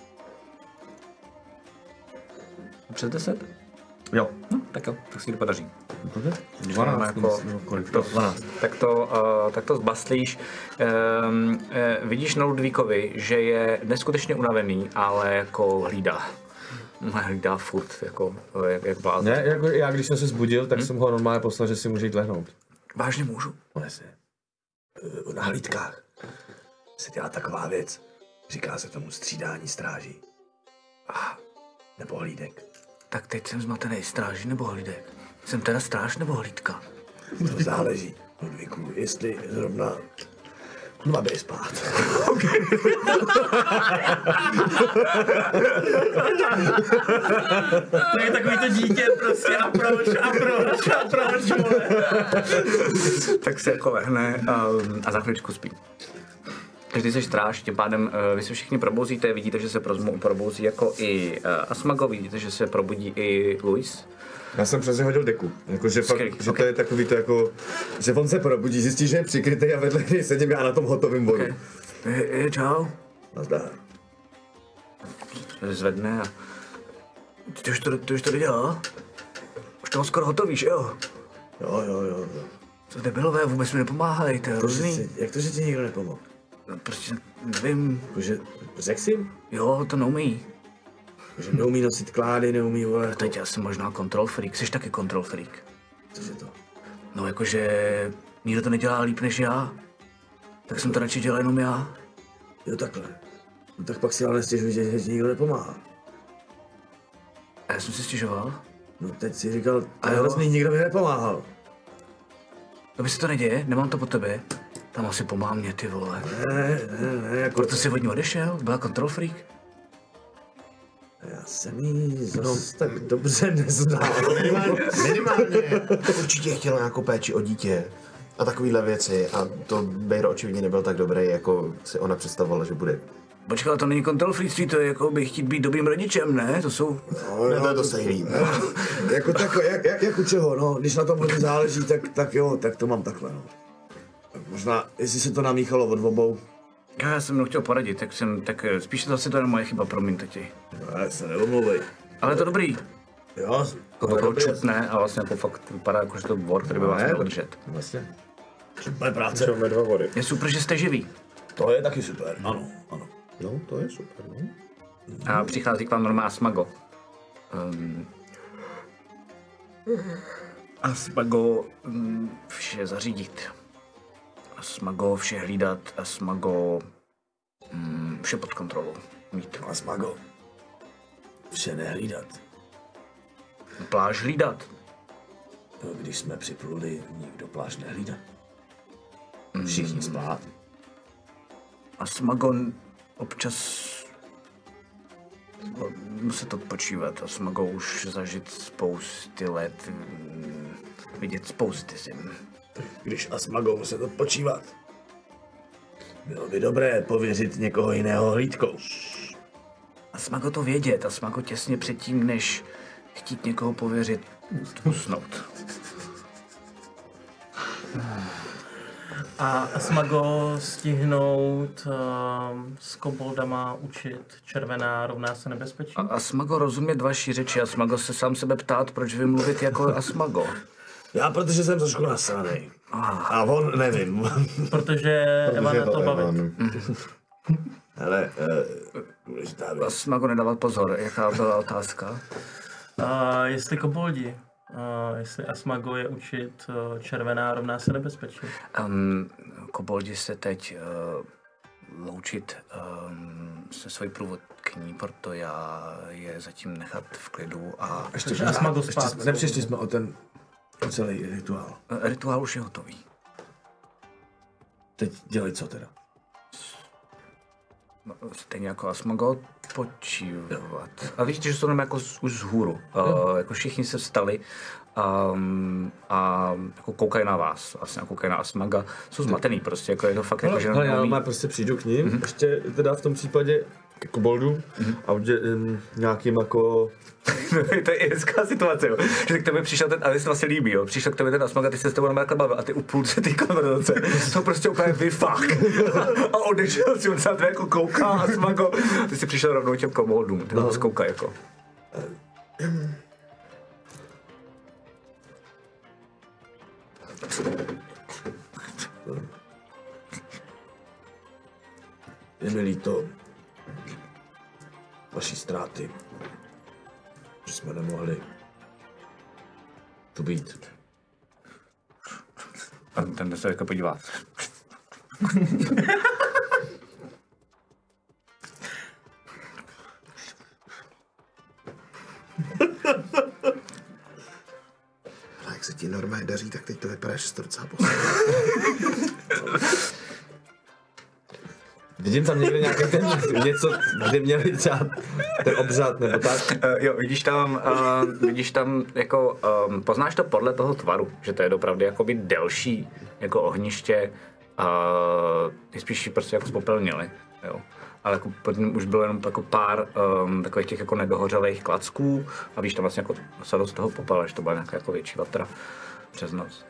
Přes deset? Jo. No, tak jo, tak si to podaří. dvanáct, jako, kolik to, dvanáct. Tak to, uh, tak to zbastlíš. Um, uh, vidíš na Ludvíkovi, že je neskutečně unavený, ale jako hlídá. Hlídá furt, jako, jak, jak blázen. Ne, jako já když jsem se zbudil, tak hmm? jsem ho normálně poslal, že si může jít lehnout. Vážně můžu? No jasně. Na hlídkách se dělá taková věc. Říká se tomu střídání stráží. Ah. Nebo hlídek. Tak teď jsem zmatený, stráží nebo hlídek? Jsem teda stráž nebo hlídka? To záleží, Ludvíku, jestli zrovna má být spát. To je takový to dítě prostě a proč, a proč, a proč, vole. Tak se jako lehne um, a za chvíličku spí. Každý jsi stráž, tím pádem uh, vy se všichni probouzíte, vidíte, že se prozmo, probouzí jako i uh, Asmago, vidíte, že se probudí i Luis. Já jsem přesně hodil deku, jako, že, fakt, že okay. To je takový to jako, že on se probudí, zjistí, že je přikrytý a vedle něj sedím já na tom hotovém bodu. Okay. Je, je, čau. Nazdar. Zvedne a... Ty už to, ty už to dělá? Už to skoro hotový, že jo? Jo, jo, jo. jo. Co debilové, vůbec mi nepomáhají, to je hrozný. Jak to, že ti nikdo nepomohl? No, prostě nevím. Že řekl jsi jim? Jo, to neumí. Že neumí nosit klády, neumí vole. No, teď já jsem možná control freak, jsi taky control freak. Cože to? No jakože nikdo to nedělá líp než já. Tak jsem to radši dělal jenom já. Jo takhle. No tak pak si ale nestěžuj, že ti nikdo nepomáhá. A já jsem si stěžoval? No teď si říkal, a jo, hrozný, nikdo mi nepomáhal. To se to neděje, nemám to po tebe. Tam asi pomáhá mě, ty vole. Ne, ne, ne, jako... Proto jsi od ní odešel? Byla control freak? Já jsem jí zas tak dobře neznal. Minimálně, minimálně určitě chtěla nějakou péči o dítě a takovýhle věci a to Bejro očividně nebyl tak dobrý, jako si ona představovala, že bude. Počkej, ale to není control freak, to je jako by chtít být dobrým rodičem, ne? To jsou... No, ne, to je to stejný. No, jako takhle, jak, jak, jak u čeho, no, když na tom hodně záleží, tak, tak jo, tak to mám takhle, no. Tak možná, jestli se to namíchalo od obou. Já jsem mnou chtěl poradit, tak jsem, tak spíš to asi to je moje chyba, promiň tati. No, já se neomlouvej. Ale je to dobrý. Jo, Jako to čutné a vlastně jako fakt vypadá jako, že to vor, který by vás měl držet. Vlastně. Super práce. Máme dva vody. Je super, že jste živí. To je taky super, ano, ano. No, to je super, no. A přichází k vám normálně Asmago. Um, Asmago um, vše zařídit. Asmago vše hlídat. Asmago um, vše pod kontrolou mít. Asmago. Vše nehlídat. Pláž hlídat. Když jsme připluli, nikdo pláž nehlídá. Všichni spát. Asmago občas muset odpočívat. Asmago už zažít spousty let, vidět spousty zim. Když Asmago muset odpočívat, bylo by dobré pověřit někoho jiného hlídkou. Asmago to vědět, Asmago těsně předtím, než chtít někoho pověřit, usnout. A Asmago stihnout uh, s koboldama učit červená rovná se nebezpečí? A Asmago rozumět vaší řeči, Asmago se sám sebe ptát, proč vy mluvit jako Asmago. Já, protože jsem trošku nasranej. Ah. A on nevím. Protože Eva na to bavit. Hele, uh, důležitá věc. Asmago nedávat pozor, jaká byla otázka? Uh, jestli koboldi, uh, jestli Asmago je učit uh, červená rovná se nebezpečí. Um, koboldi se teď uh, loučit um, se svojí průvodkyní, proto já je zatím nechat v klidu a... Ještě, Takže Asmago ještě spát. jsme, nepřišli jsme o ten o celý rituál. Rituál už je hotový. Teď dělej co teda? No, stejně jako Asmago počívat. A vidíte, že jsou tam jako z, už vzhůru. Uh, jako všichni se vstali um, a jako koukají na vás. Asi koukají na Asmaga. Jsou zmatený prostě, jako je to fakt jako, že Hele, já neumí- normálně prostě přijdu k ním, mm-hmm. ještě teda v tom případě k koboldu mm-hmm. a udělím nějakým jako... To je hezká situace, jo. Že k tebe přišel ten, ale se vlastně líbí, jo. Přišel k tebe ten Asmaga, ty se s tebou normálně bavil a ty u půlce ty konverzace jsou prostě úplně vyfak. A odešel si, on se na tebe jako kouká Asmago. Ty jsi přišel rovnou těm komoldům, ty na to koukají jako. Je mi líto vaší ztráty, že jsme nemohli tu být. A ten se jako podívá. A jak se ti normálně daří, tak teď to vypadá, že jsi to docela poslal. Vidím tam někde nějaký ten něco, kde měli třeba ten obřad nebo tak. Uh, jo, vidíš tam, uh, vidíš tam jako, um, poznáš to podle toho tvaru, že to je opravdu jakoby delší jako ohniště, uh, ty spíš prostě jako spopelnili, jo. Ale jako pod ním už bylo jenom jako pár um, takových těch jako nedohořelých klacků a víš tam vlastně jako sadu z toho popela, že to byla nějaká jako větší vatra přes noc.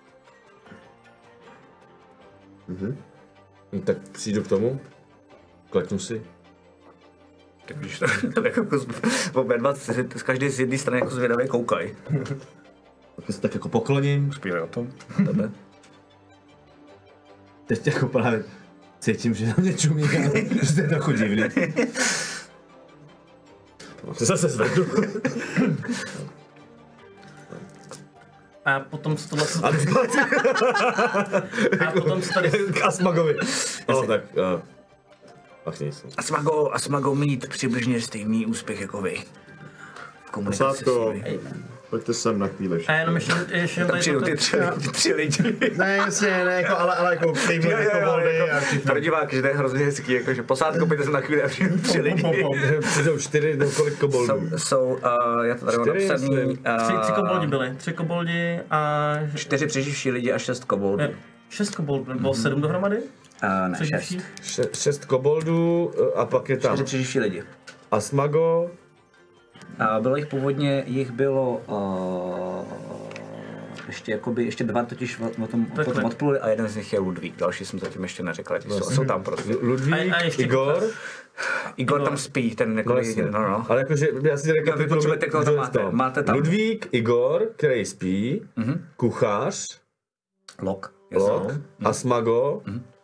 Mhm. No, tak přijdu k tomu, kleknu si. Tak když to, to jako z, oba dva, z, z každé z jedné strany jako zvědavě koukají. Tak se tak jako pokloním. Spíle o tom, tebe. Teď jako právě cítím, že na mě čumí, že to je trochu divný. Zase zvednu. A potom se tohle... A zpátky. A potom se tady... K Asmagovi. No tak, uh, ach nic. Asmago, Asmago mít přibližně stejný úspěch jako vy. V komunikaci s Posádko, nimi. pojďte sem na chvíli. A jenom ještě, ještě Tam tady přijdou to- ty tři, ty tři lidi. Ne, jasně, ne, jako, ale, ale jako týmhle jako volny a všichni. Pro diváky, že to je hrozně hezký, jako, že posádku pojďte se na chvíli a přijdou tři lidi. Přijdou čtyři, nebo kolik koboldů? Jsou, jsou uh, já to tady mám Čtyři, napsaný, myslím. Tři, tři uh, koboldi byli. Tři koboldi a... čtyři přeživší lidi a šest koboldů. Ne, šest koboldů, bylo sedm dohromady? Uh, ne, šest. Přeživší? Še, šest koboldů a pak je tam Čtyři přeživší lidi. Asmago, A bylo jich původně, jich bylo uh, ještě jakoby, ještě dva totiž o, o tom, o Takhle. tom odpluli a jeden z nich je Ludvík, další jsem zatím ještě neřekl, ty jsou, jsou tam prostě. Ludvík, A- a ještě Igor. kuchař. Igor tam spí, ten jako, No, no, jasně. no, no. Ale jakože, já si řekl, Jo, vy potřebujete, koho tam máte. Máte tam- Ludvík, Igor, který spí, Mhm. kuchař, Lok, Lok, Asmago,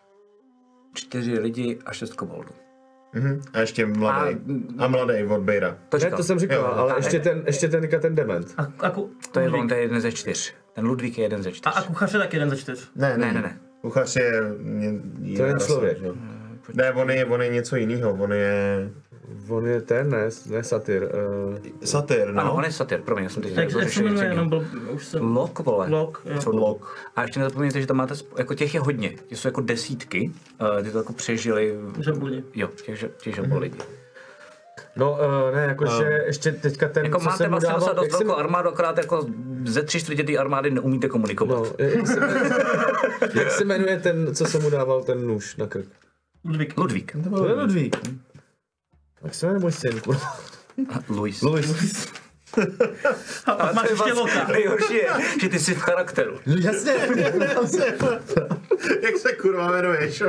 čtyři lidi a šest koboldů. Mhm. A ještě mladý. A, a mladý od Bejra. To, ne, to jsem říkal, Jo, ale a- ještě ten, ještě ten, ten dement. A, a, ku, to je on, Ludvík. to je jeden ze čtyř. Ten Ludvík je jeden ze čtyř. a, a kuchař je tak jeden ze čtyř. Ne, Ne, ne, ne. Kuchař je... je To je člověk. Ne, on je, on je něco jiného, on je... On je ten, ne, ne satyr. Uh, Satyr, no. Ano, on je satyr, promiň, já jsem teď Tak řekl, jak že se jmenuje, je jenom byl, už jsem... Lok, vole. Lok, jo. Jsou Lok. A ještě nezapomeňte, že tam máte, sp- jako těch je hodně, těch jsou jako desítky, uh, ty to jako přežili, Žabludi. jo, těch, že- těch žabol lidi. no, uh, ne, jakože ještě teďka ten, Jako co máte jsem mu vlastně dával, docela dost jak jsem- velkou armádu, akorát jako ze tři čtvrtě té armády neumíte komunikovat. No, jak se, jak se jmenuje ten, co jsem mu dával ten nůž na krk? Ludvík. Ludvík. To je Ludvík. Jak se jmenuje můj syn, kurva? Luis. Luis. A pak máš ještě Loka. Nejhorší je, že ty jsi v charakteru. No jasně. Jak se kurva jmenuješ?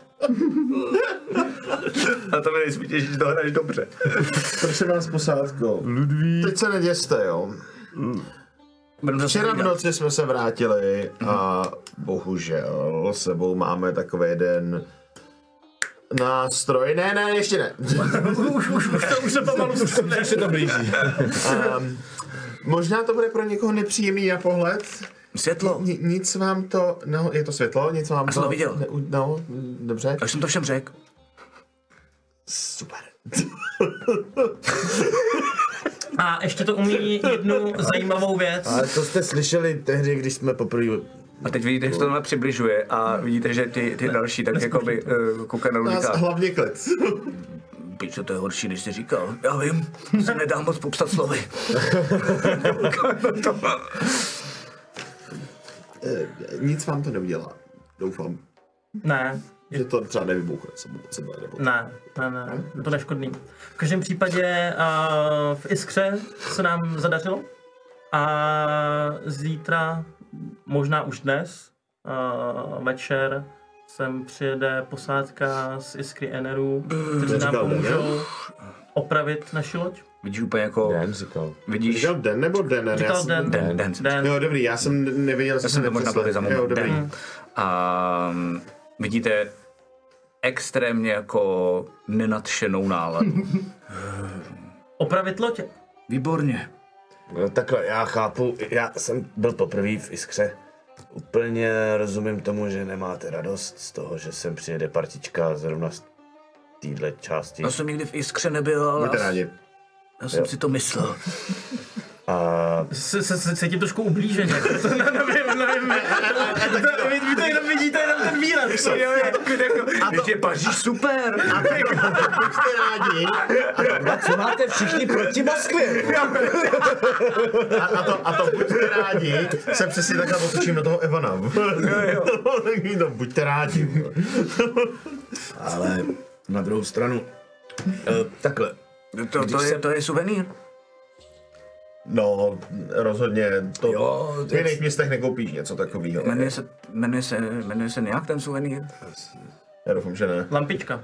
A to mi nejsmítější, že to hraješ dobře. Prosím vás, posádko. Ludvík. Teď se neděste, jo. Budeme zase Včera v povídat. noci jsme se vrátili a bohužel s sebou máme takový jeden nástroj. Ne, ne, ještě ne. Už, už, už, to, už se pomalu Už se to blíží. Um, možná to bude pro někoho nepříjemný na pohled. Světlo. Ni- nic vám to, no, je to světlo, nic vám Já jsem to viděl. Ne, no, dobře. A už jsem to všem řekl. Super. A ještě to umí jednu zajímavou věc. Ale to jste slyšeli tehdy, když jsme poprvé... A teď vidíte, že se to tohle přibližuje a vidíte, že ty, ty další tak jakoby uh, koukají na Nás Ludvíka. hlavně klid. Víš, co to je horší, než jsi říkal? Já vím, to se nedá moc popsat slovy. Eh, Nic vám to neudělá. Doufám. Ne, Že to třeba nevybouchne samo od sebe, nebo... ne, ne, ne, je to neškodný. V každém případě uh, v Iskře se nám zadařilo a zítra, možná už dnes, uh, večer, sem přijede posádka z Iskry Eneru, kteří nám Říkal Den, pomůžou opravit naši loď. Vidíš úplně jako... Den říkal. Vidíš... Říkal Den nebo Den? Já Říkal jsem- Den, Den, Den. Den. Jo, dobrý, já jsem nevěděl, Já jsem to možná byl za Jo, moment. dobrý. Den. A um, vidíte extrémně jako nenadšenou náladu. Opravit loď. Výborně. No, takhle, já chápu, já jsem byl poprvé v Iskře. Úplně rozumím tomu, že nemáte radost z toho, že sem přijede partička zrovna z téhle části. Já jsem nikdy v Iskře nebyl, ale Buďte já, rádi. já jsem si to myslel. A Se, se, se cítím trošku ublíženě. To ne, nevím, nevím. To- Vy, vy to jenom vidíte, jenom ten výraz. Jo, jo, jako, když je Paříž super. Buďte rádi. a co máte všichni proti Moskvě? A, a, to, a to buďte rádi, se přesně takhle otočím do toho Evana. No, buďte rádi. Ale na druhou stranu, e, takhle, To, to, je, to je suvenýr. No, rozhodně, to Jo, v jiných městech nekoupíš něco takového. Jmenuje se, jmenuje se, jmenuje se nějak ten suvenýr? Já doufám, že ne. Lampička.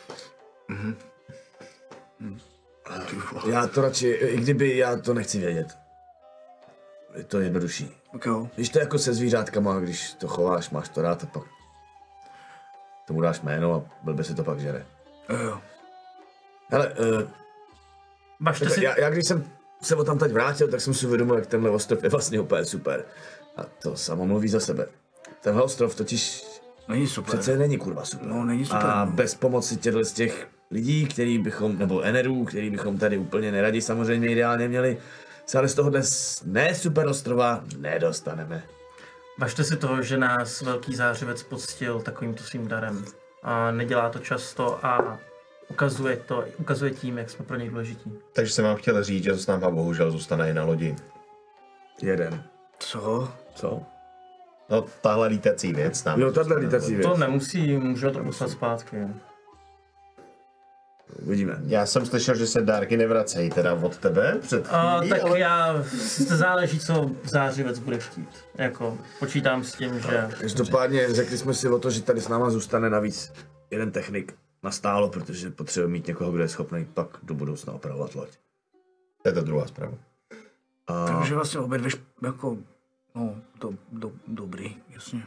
já to radši, i kdyby, já to nechci vědět. Je to jednodušší. Tak jo. Víš to jako se zvířátkama, když to chováš, máš to rád a pak tomu dáš jméno a blbě si to pak žere. Jo. Hele, uh, Važte si, já, já když jsem se o tam teď vrátil, tak jsem si uvědomil, jak tenhle ostrov je vlastně úplně super. A to samo mluví za sebe. Tenhle ostrov totiž Není super. přece není kurva super. No, není super, A no. bez pomoci těchto z těch lidí, který bychom, nebo enerů, který bychom tady úplně neradi samozřejmě ideálně měli, se ale z tohohle s- ne super ostrova nedostaneme. važte si toho, že nás velký zářivec poctil takovýmto svým darem. A nedělá to často a ukazuje to, ukazuje tím, jak jsme pro něj důležití. Takže jsem vám chtěl říct, že to s náma bohužel zůstane i na lodi. Jeden. Co? Co? No, tahle lítací věc nám Jo, tahle zůstane na lítací lodi. věc. To nemusí, můžeme to poslat zpátky. Uvidíme. Já jsem slyšel, že se dárky nevracejí teda od tebe před A, chvílí, tak ale... já, záleží, co zářivec bude chtít. Jako, počítám s tím, že... Každopádně řekli jsme si o to, že tady s náma zůstane navíc jeden technik nastálo, protože potřebujeme mít někoho, kdo je schopný pak do budoucna opravovat loď. To je ta druhá zpráva. A Takže vlastně obě dvě šp- jako, no, do, do, dobrý, jasně.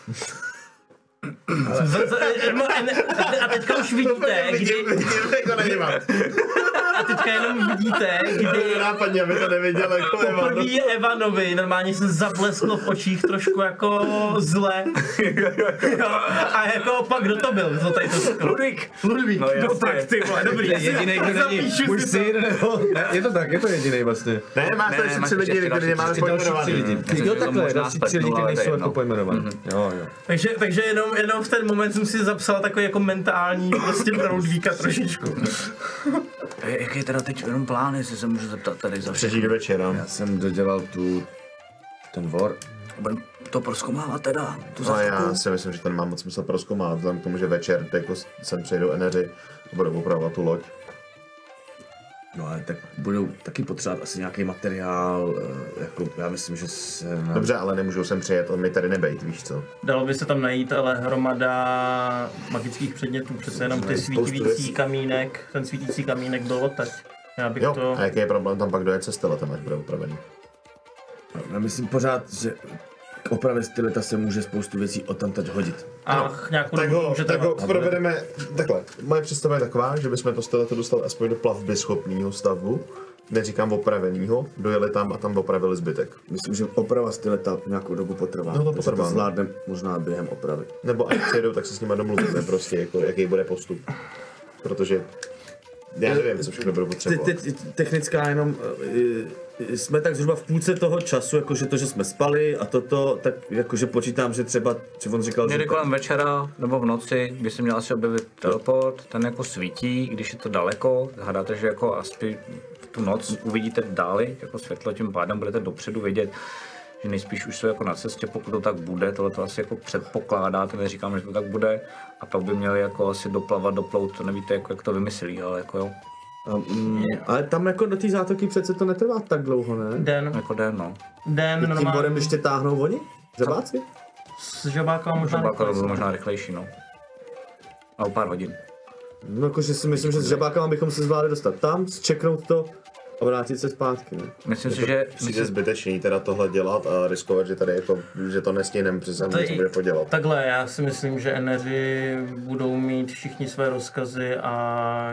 Z- z- no, a teďka už vidíte, kdy... jako nedělám. A teďka jenom vidíte, kdy... Nápadně, aby to nevěděl jako Evan. Poprvé Evanovi normálně se zablesklo v očích trošku jako zle. Jo, a jako pak kdo to byl? Kdo tady to řekl? Ludvík! Ludvík, No no, jasně. tak ty vole, dobrý. jediný, kdo není Zapíšu muž si to. syn, nebo... Ne, je to tak, je to jediný vlastně. Ne, máš Ne, tady ještě máš tři ještě lidi, další kteří nemáme tři Další tři pojmenovaný. lidi. Já jsem Jo, řekl, takhle, možná další tři lidi, spletnul, ale kteří to je nejsou jedno. jako pojmenovaný. Jo, jo. Takže, takže jenom, jenom v ten moment jsem si zapsal takový jako mentální prostě pro Ludvíka trošičku. A jaký je teda teď jenom plán, jestli se můžu zeptat tady za Přežít do večera. Já jsem dodělal tu... ten vor. Budem to prozkoumávat teda, tu No a já zátoku. si myslím, že ten má moc smysl prozkoumat, vzhledem k tomu, že večer jako sem přejdou eneři a budou opravovat tu loď. No ale tak budou taky potřebovat asi nějaký materiál, eh, jako já myslím, že se... Na... Dobře, ale nemůžou sem přijet, on mi tady nebejt, víš co? Dalo by se tam najít, ale hromada magických předmětů, přece jenom ty Najít spoustu svítící věcí. kamínek, ten svítící kamínek byl odteď. Já bych Jo, to... a jaký je problém tam pak dojet se styletem, až bude upravený? Já myslím pořád, že k opravě styleta se může spoustu věcí odtamtud hodit. Ach, nějakou Tak dobu ho, může tak ho trvat. provedeme takhle. Moje představa je taková, že bychom to styleto dostali aspoň do plavby schopného stavu, neříkám opravenýho, dojeli tam a tam opravili zbytek. Myslím, že oprava styleta nějakou dobu potrvá. No to takže potrvá, to no. zvládneme možná během opravy. Nebo až přijedou, tak se s nima domluvíme prostě, jako, jaký bude postup. protože já nevím, co všechno budu potřebovat. Te, te, technická jenom, uh, jsme tak zhruba v půlce toho času, jakože to, že jsme spali a toto, tak jakože počítám, že třeba, že on říkal, Někdy že... kolem večera nebo v noci, kdy jsem měl asi objevit teleport, ten jako svítí, když je to daleko, hádáte, že jako asi v tu noc uvidíte dály, jako světlo, tím pádem budete dopředu vidět, že nejspíš už jsou jako na cestě, pokud to tak bude, tohle to asi jako předpokládáte, neříkám, že to tak bude, a pak by měli jako asi doplavat, doplout, to nevíte, jako, jak to vymyslí, ale jako jo. Um, ale tam jako do té zátoky přece to netrvá tak dlouho, ne? Den, Jako den, no. den Tím bodem normálně. ještě táhnou oni? Žabáci? S žabákama možná Žabáka rychlejší. byl možná rychlejší, no. A o pár hodin. No jakože si myslím, že s žabákama bychom se zvládli dostat tam, zčeknout to a vrátit se zpátky, ne? Myslím si, že... Přijde zbytečný teda tohle dělat a riskovat, že tady jako, že to nestihneme, protože se To je- něco bude podělat. Takhle, já si myslím, že eneři budou mít všichni své rozkazy a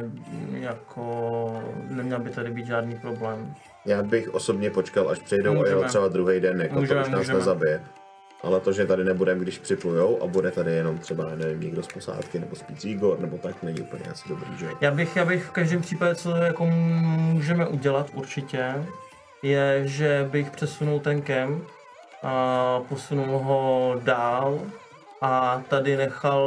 jako neměl by tady být žádný problém. Já bych osobně počkal, až přejdou a Můžeme. jel třeba druhý den, jako Můžeme, to už nás můžeme. nezabije. Ale to, že tady nebudeme, když připlujou a bude tady jenom třeba, nevím, někdo z posádky nebo spíc Igor, nebo tak, není úplně asi dobrý, že? Já bych, já bych v každém případě, co jako můžeme udělat určitě, je, že bych přesunul ten kemp a posunul ho dál a tady nechal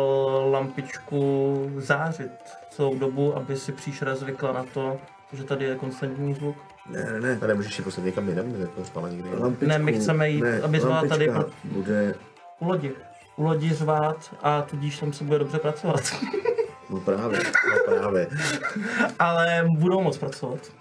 lampičku zářit celou dobu, aby si příšera zvykla na to, že tady je konstantní zvuk. Ne, ne, ne. A nemůžeš ji poslat někam jinam, kde to spala někde jinam. Lampičku, Ne, my chceme jít, aby zvala tady lampička bude, U lodi. U lodi řvát a tudíž tam se bude dobře pracovat. no právě. No právě. Ale budou moc pracovat.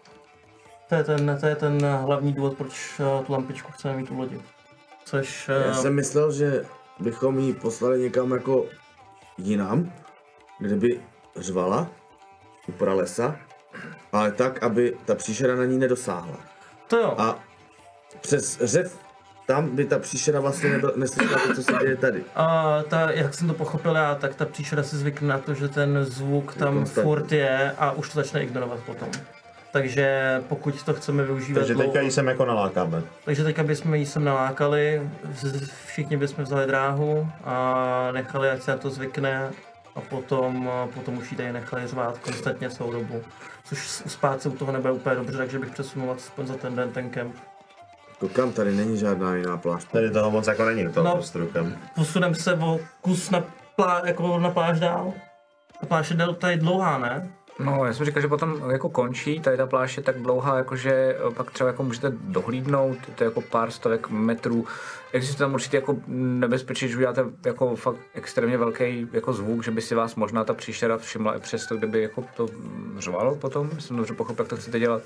To je ten, to je ten hlavní důvod, proč eh, tu lampičku chceme mít u lodi. Což... eh, Já jsem myslel, že bychom ji poslali někam jako jinam, kde by řvala u pralesa, ale tak, aby ta příšera na ní nedosáhla. To jo. A přes řev tam by ta příšera vlastně nedo, neslyšela to, co se děje tady. A ta, jak jsem to pochopil já, tak ta příšera si zvykne na to, že ten zvuk tam konstantní. furt je a už to začne ignorovat potom. Takže pokud to chceme využívat Takže dlouho, teďka ji sem jako nalákáme. takže teďka bychom jí sem nalákali, z- všichni bychom vzali dráhu a nechali, ať se na to zvykne a potom, potom už jí tady nechali řvát konstantně celou dobu. Což spát se u toho nebude úplně dobře, takže bych přesunul aspoň za ten den ten kemp. Koukám, tady není žádná jiná pláž. Tady toho moc jako není, toho No. prostoru kam. Posunem se o kus na, plá, jako na pláž dál. Ta pláž je del- tady dlouhá, ne? No, já jsem říkal, že potom jako končí, tady ta pláž je tak dlouhá, jakože pak třeba jako můžete dohlídnout, to je jako pár stovek metrů. Existuje tam určitě jako nebezpečí, že uděláte jako fakt extrémně velký jako zvuk, že by si vás možná ta příšera všimla i přesto, kdyby jako to řvalo potom, jsem dobře pochopil, jak to chcete dělat.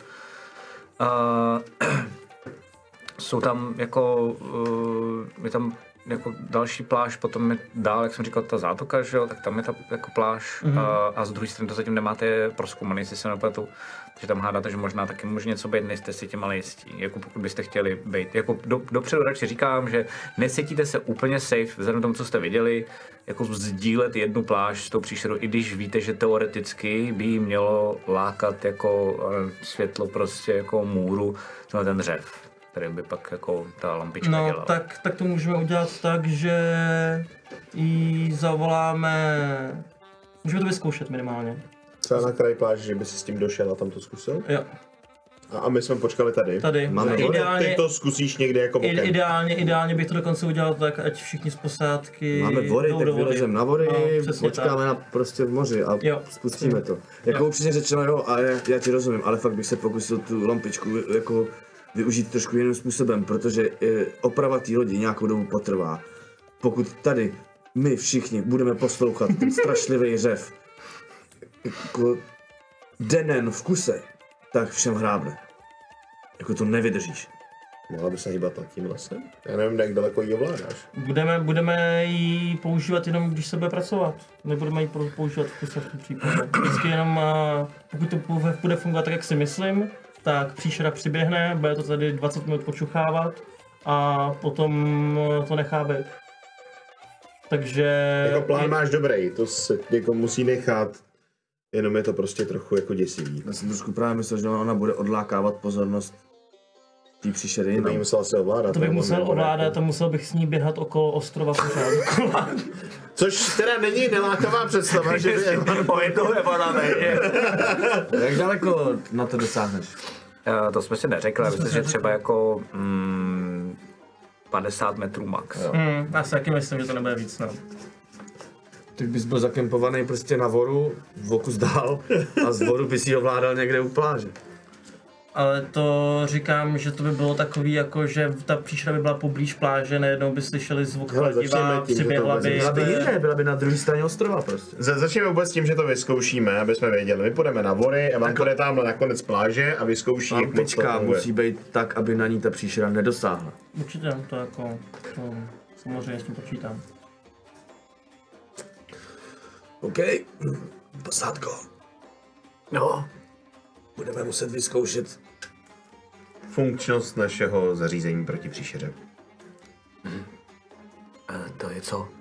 Uh, jsou tam jako, uh, je tam jako další pláž, potom je dál, jak jsem říkal, ta zátoka, že jo, tak tam je ta jako pláž mm-hmm. a, a z druhé strany to zatím nemáte prozkoumaný, jestli se nepletu, takže tam hádáte, že možná taky může něco být, nejste si tím ale jistí, jako pokud byste chtěli být, jako do, dopředu radši říkám, že necítíte se úplně safe, vzhledem k tomu, co jste viděli, jako sdílet jednu pláž s tou příšerou, i když víte, že teoreticky by jí mělo lákat jako eh, světlo prostě jako můru, no ten dřev, který by pak jako ta lampička No, dělala. tak, tak to můžeme udělat tak, že jí zavoláme... Můžeme to vyzkoušet minimálně. Třeba na kraj pláže, že by si s tím došel a tam to zkusil. Jo, A, a my jsme počkali tady. tady. Máme Ty, ideálně, ty to zkusíš někde jako ide, bokem. ideálně, ideálně bych to dokonce udělal tak, ať všichni z posádky Máme vody, jdou tak do vody. vylezeme na vody, No, přesně počkáme na prostě v moři a Jo. spustíme to. Jako upřímně řečeno jo, a já, já ti rozumím, ale fakt bych se pokusil tu lampičku jako využít trošku jiným způsobem, protože e, oprava té lodi nějakou dobu potrvá. Pokud tady my všichni budeme poslouchat ten strašlivý řev jako denen v kuse, tak všem hrábne. Jako to nevydržíš. Mohla by se hýbat nad tím lesem? Já nevím, jak daleko ji ovládáš. Budeme, budeme ji používat jenom, když se bude pracovat. Nebudeme ji pro- používat v kuse v tom případě. Vždycky jenom, a pokud to bude- bude fungovat tak, jak si myslím, tak příšera přiběhne, bude to tady dvacet minut počuchávat a potom to nechá být. Takže... Jako plán máš dobrý, to se jako musí nechat, jenom je to prostě trochu jako děsivý. Já jsem trošku právě myslel, že ona bude odlákávat pozornost té příšery Ty by ji jinam. musel asi ovládat. To bych nebo musel nebo ovládat jako- a musel bych s ní běhat okolo ostrova pořád. Což teda není nelákavá představa, že by Evan... O jednoho Evana méně. Jak daleko na to dosáhneš? Uh, to jsme si neřekli, ale myslím, že třeba jako mm, padesát metrů max. Hmm, já si taky myslím, že to nebude víc, no. Ty bys byl zakempovaný prostě na voru, v okus dál a z voru bys ji ovládal někde u pláže. Ale to říkám, že to by bylo takový, jako že ta příšera by byla poblíž pláže, najednou by slyšeli zvuk Hele, chladiva, začněme tím, že to přiběhla vůbec by... Byla by jinde, byla by na druhé straně ostrova prostě. Za- Začněme vůbec tím, že to vyzkoušíme, aby jsme věděli. My půjdeme na vory, Evan půjde tamhle na konec pláže a vyzkouší, jak moc to Lampička funguje. musí být tak, aby na ní ta příšera nedosáhla. Určitě, to jako, to samozřejmě s tím počítám. OK, posádko, No, budeme muset vyzkoušet. Funkčnost našeho zařízení proti příšeře. uh, to je co?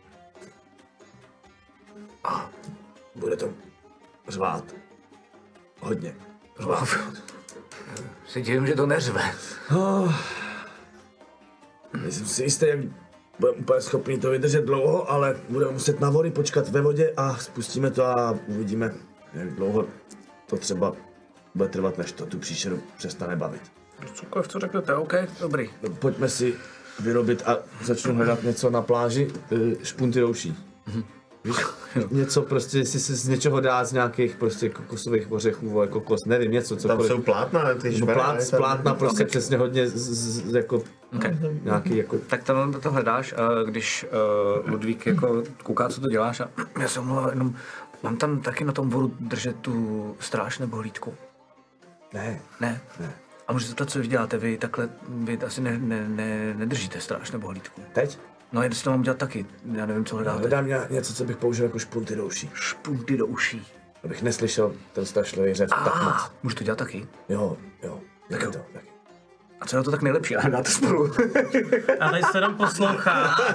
A bude to řvát. Hodně. Řvát. Si divím, že to neřve. Oh. Nejsem si jistý, jak budeme úplně schopni to vydržet dlouho, ale budeme muset na vody počkat ve vodě a spustíme to a uvidíme, jak dlouho to třeba bude trvat, než to tu příšeru přestane bavit. Cokoliv, co řeknete, OK, dobrý. Pojďme si vyrobit a začnu hledat něco na pláži, eh, špunty rouší. Víš, něco prostě, jestli se z něčeho dá, z nějakých prostě kokosových ořechů, vole, kokos, nevím, něco, Tam cokoliv. jsou plátna, ty No, šperé, plát, z tam- plátna prostě okay. Přesně hodně z, z, jako Okay. nějaký jako... Tak tam to hledáš, a když uh, Ludvík jako kouká, co to děláš a já se omlouvám, jenom mám tam taky na tom vodu držet tu stráž nebo hlídku? Ne, Ne? ne. A můžu se zeptat, co vy děláte, vy takhle, vy asi ne, ne, ne, nedržíte stráž nebo hlídku? Teď? No, já to mám dělat taky, já nevím, co hledáte. Hledám ně- něco, co bych použil jako špunty do uší. Špunty do uší. Abych neslyšel ten strašlivý řev tak moc. Ah, můžu to dělat taky? Jo, jo, tak jo. to, taky. A co je to tak nejlepší, ale dáte spolu. A tady se jenom poslouchá.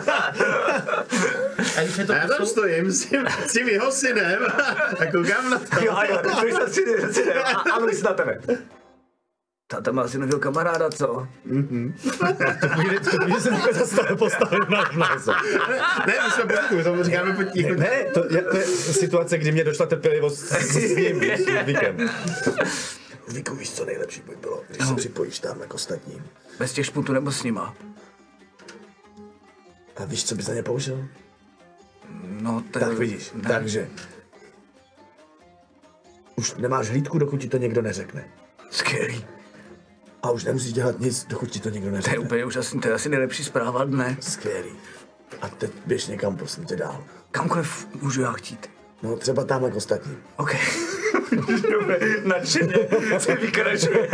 A když je to A já tam poslouchá... stojím s tím, s tím jeho synem a koukám na to. Jo, jo, to je si a, a mluví se na tebe. Táta má asi nového kamaráda, co? Když se takhle zase postavím na nás. Ne, my jsme potichu, to říkáme potichu. Ne, to je, to je situace, kdy mě došla trpělivost s, s ním, víš, s Ludvíkem. Ludvíku, víš, co nejlepší by bylo, když se připojíš tam jako ostatním. Bez těch špuntů nebo s nima? A víš, co bys za ně použil? No, to je... Tak vidíš, ne. takže... Už nemáš hlídku, dokud ti to někdo neřekne. Skvělý. A už nemusíš dělat nic, dokud ti to někdo To je neřekne. úplně úžasný, to je asi nejlepší zpráva dne. Skvělý. A teď běž někam, prosím tě, dál. Kamkoliv můžu já chtít. No, třeba tam jako ostatní. OK. Dobře, nadšeně se vykračuje.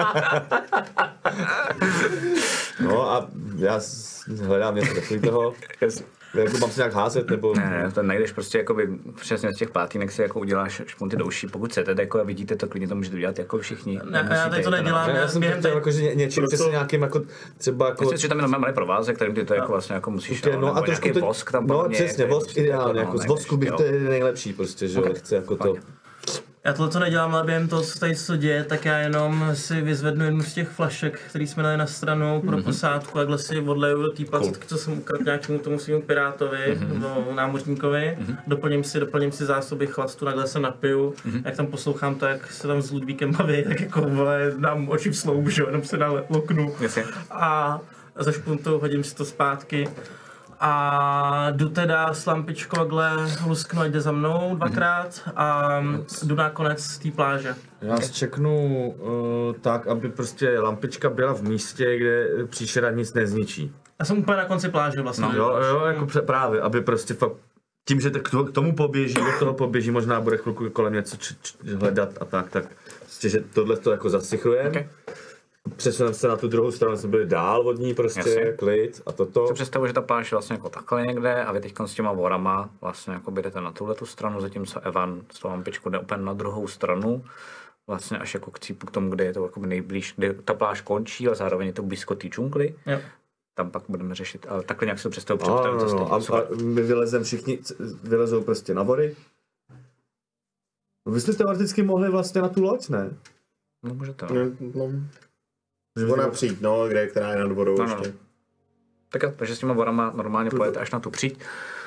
No a já s- hledám něco takového. Jako mám se nějak házet, nebo... Ne, ne, to najdeš prostě jakoby přesně z těch plátínek si jako uděláš špunty do uší, pokud chcete, tak jako a vidíte to, klidně to můžete udělat jako všichni. Ne, já tady to nedělám, Ne, já já jsem to během chtěl tady... jako, že ně, něčím přesně nějakým jako třeba jako... Myslím, že tam jenom malý provázek, kterým ty to jako vlastně jako musíš, Okay, no a nebo trošku nějaký to, vosk tam no podle mě, přesně, který vosk prostě ideálně, no, jako z najdeš, vosku bych jo. to je nejlepší prostě, že jo, chci jako to... Já tohle to nedělám, ale během toho, co tady se děje, tak já jenom si vyzvednu jednu z těch flašek, který jsme dali na stranu pro posádku, takhle si odleju do té placetky, co jsem ukradl nějakému tomu svému pirátovi, nebo námořníkovi, doplním si, doplním si zásoby chlastu, takhle se napiju, jak tam poslouchám to, jak se tam s Ludvíkem baví, tak jako vole, dám oči v sloup, že jo, jenom se na oknu Jasně. a za špuntou hodím si to zpátky. A jdu teda s lampičkou takhle lusknu, ať jde za mnou dvakrát a jdu na konec té pláže. Já zčeknu uh, tak, aby prostě lampička byla v místě, kde příšera nic nezničí. Já jsem úplně na konci pláže vlastně. Jo, jo, jako pře- právě, aby prostě fakt tím, že k to- k tomu poběží, do toho poběží, možná bude chvilku kolem něco č- č- hledat a tak, tak prostě, že tohle to jako zasychrujeme. Okay. Přesuneme se na tu druhou stranu, jsme byli dál od ní prostě, Jasně. klid a toto. Si představuji, že ta pláž je vlastně jako takhle někde a vy teď s těma vorama vlastně jako jdete na tuhle tu stranu, zatímco Evan s tou lampičkou jde úplně na druhou stranu, vlastně až jako k cípu k tomu, kde je to jako nejblíž, kde ta pláž končí, ale zároveň je to blízko té džungly. Jo. Tam pak budeme řešit, ale takhle nějak si to představuji, No, představit, no, co no, a, stejně. a my vylezeme všichni, c- vylezou prostě na vody. No, vy jste teoreticky mohli vlastně na tu loď, ne? No můžete. No, no. Ona přijít, no, kde, která je nad vodou No, no. ještě. Tak jo, takže s těma vorama normálně pojete až na tu příď.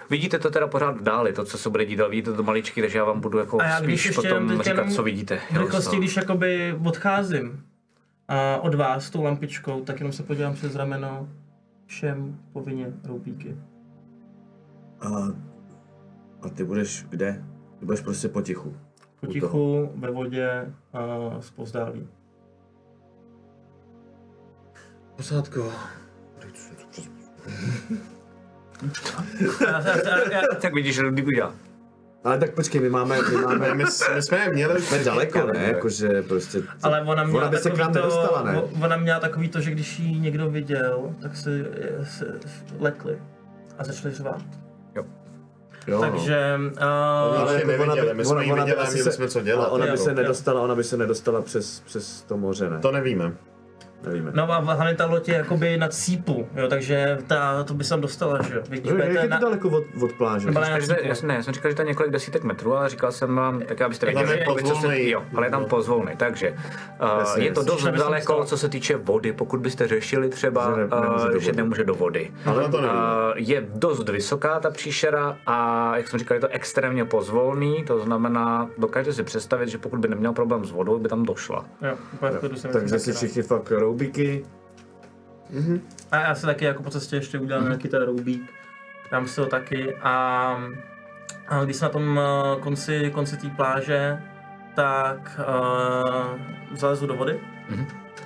Vidíte to teda pořád v dáli, to, co se bude dít, ale vidíte to maličky, takže já vám budu jako spíš potom říkat, co vidíte. V rychlosti, když jakoby odcházím a od vás tou lampičkou, tak jenom se podívám přes rameno všem povinně roupíky. A, a ty budeš kde? Ty budeš prostě potichu. Potichu, ve vodě a zpozdálí. Posádko. Tak vidíš, že Rudík udělá. Ale tak počkej, my máme, my máme, My, my jsme je měli jsme daleko, ne? Jakože prostě... Ale ona měla ona by se k nám takový to, nedostala, ne? ona měla takový to, že když ji někdo viděl, tak se, se lekli a začali řvát. Jo. Jo, Takže... Uh, Ale jako neviděli, ona by- my jsme ona- ji ona by viděli a asi měli se- jsme co Ale dělat. ona by jako. se nedostala, ona by se nedostala přes, přes to moře, ne? To nevíme. Nevíme. No a hlavně ta loď je jakoby na cípu, jo, takže ta, to by se tam dostala, že jo. Vy, když No, jak budete je to na- daleko od, od pláže? Nebo ne, Takže, já, ne, já jsem říkal, že to je několik desítek metrů, ale říkal jsem vám, tak abyste Tam věděli, je jakoby, co se, pozvolnej. jo, ale je tam pozvolný, takže uh, Jasně, je to jasně. dost Že by se daleko, dostala. co se týče vody, pokud byste řešili třeba, Že ne- nemůže uh, do že vody. nemůže do vody. Ale to nevíme. Uh, je dost vysoká ta příšera a jak jsem říkal, je to extrémně pozvolný, to znamená, dokážete si představit, že pokud by neměl problém s vodou, by tam došla. Jo, úplně v klidu si myslím Takže si taky, no. všichni fakt roubíky. A já se taky jako po cestě ještě udělám nějaký ten roubík. Dám si ho taky a, a když jsem na tom eh, konci, konci té pláže, tak uh, zalezu do vody. Mhm.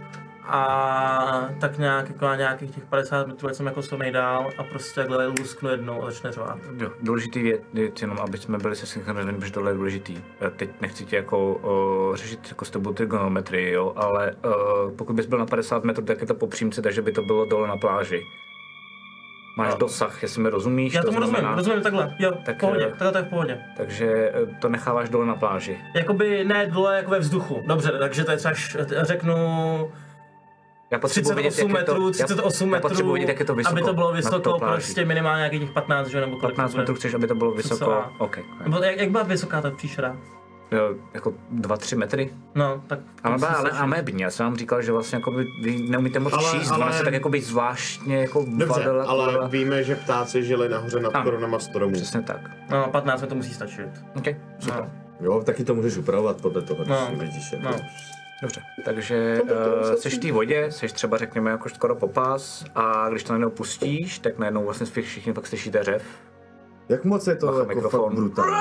A tak nějak jako na nějakých těch padesát metrů, ať jsem jako co nejdál a prostě takhle lusknu jednou a začne řvát. Jo, důležitý je, je jenom, aby jsme byli se synchronizovaní, protože tohle je důležitý. Já teď nechci tě jako uh, řešit jako s tebou trigonometrii, jo, ale uh, pokud bys byl na padesát metrů, tak je to po přímce, takže by to bylo dole na pláži. Máš No. dosah, jestli mi rozumíš, Já to tomu znamená, rozumím, rozumím takhle, jo, Tak, v pohodě, eh, takhle to je v pohodě. takže uh, to necháváš dole na pláži. Jakoby ne dole jako ve vzduchu, dobře, takže to je třeba, š- řeknu, Já potřebuji třicet osm vidět, jak je to, metrů, třicet osm já, metrů, já potřebuji vidět, jak je to vysoko. aby to bylo nad tou vysoko, pláží. prostě minimálně nějakých těch patnáct, že, nebo kolik patnáct to bude. metrů chceš, aby to bylo vysoko, Cca. OK. Nebo jak, jak byla vysoká ta příšera? Jo, jako dva tři metry. No, tak... Ale, musím ale se amební, já jsem vám říkal, že vlastně jako by, vy neumíte moc Ale- číst, ale- ona se tak jako by zvláštně jako Dobře, vadela, ale vadela. víme, že ptáci žili nahoře nad Ano. korunama stromů. Přesně tak. No, patnáct mi to musí stačit. OK, super. No. Jo, taky to můžeš upravovat podle toho, No. když vidíš. Jako. No. Dobře, takže uh, seš v té vodě, seš třeba řekněme jako skoro popás a když to najednou pustíš, tak najednou vlastně všichni pak slyšíte řev. Jak moc je to Bacha, jako mikrofon. fakt brutální?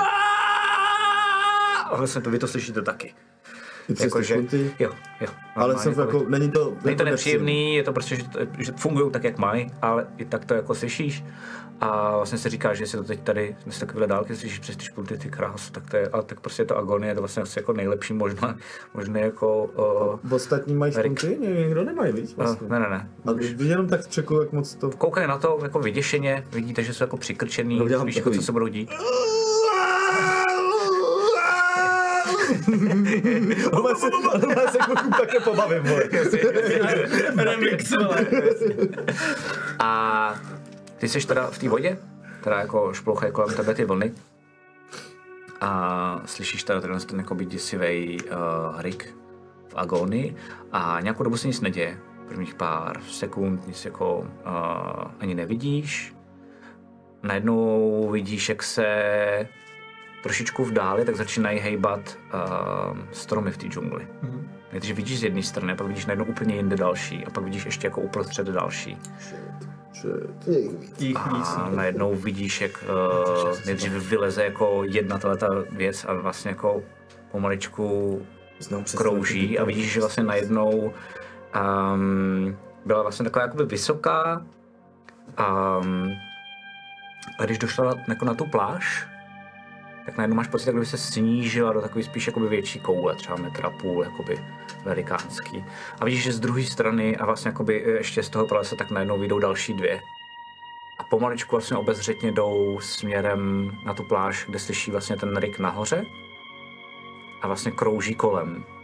A vlastně to, vy to slyšíte taky. Ty přes ty Jakože- šunty? Jo, jo. Ale normálně jsem to- jako, není to... Není to jako nepříjemný, je to prostě, že, že fungují tak, jak mají, ale i tak to jako slyšíš. A vlastně se říká, že si to teď tady z takové dálky slyšíš přes ty špunty, ty krás, tak to je, ale tak prostě je to agonie, je to vlastně asi jako nejlepší možná, možné jako... Uh, Ostatní mají Erik. špunty? Někdo nemají, víš? uh, Vlastně. ne, ne, ne. A když jenom tak čekuju, jak moc to... Koukali na to jako vyděšeně, vidíte, že jsou jako přikrčený, No, dělám víš, jako, takový. co se budou dít. Ale se, ale se chvilku také pobavím, vole. Remix, vole. A ty jsi teda v té vodě, teda jako šplouchají kolem tebe ty vlny. A slyšíš teda tenhle ten jako děsivý uh, hrik v agónii a nějakou dobu se nic neděje. Prvních pár sekund nic jako uh, ani nevidíš. Najednou vidíš, jak se trošičku v dáli tak začínají hejbat uh, stromy v té džungli. Mhm. Nejdřív vidíš z jedné strany, pak vidíš najednou úplně jinde další a pak vidíš ještě jako uprostřed další. Jich víc. A najednou vidíš, jak uh, nejdřív vyleze jako jedna tato věc a vlastně jako pomaličku Znám přesně, krouží jaký a vidíš, že vlastně najednou um, byla vlastně taková jakoby vysoká um, a když došla na, jako na tu pláž, tak najednou máš pocit, jak kdyby se snížila do takové spíš jakoby větší koule, třeba metra půl, jakoby velikánský. A vidíš, že z druhé strany a vlastně jakoby ještě z toho pralesa tak najednou vyjdou další dvě. A pomaličku vlastně obezřetně jdou směrem na tu pláž, kde slyší vlastně ten ryk nahoře a vlastně krouží kolem.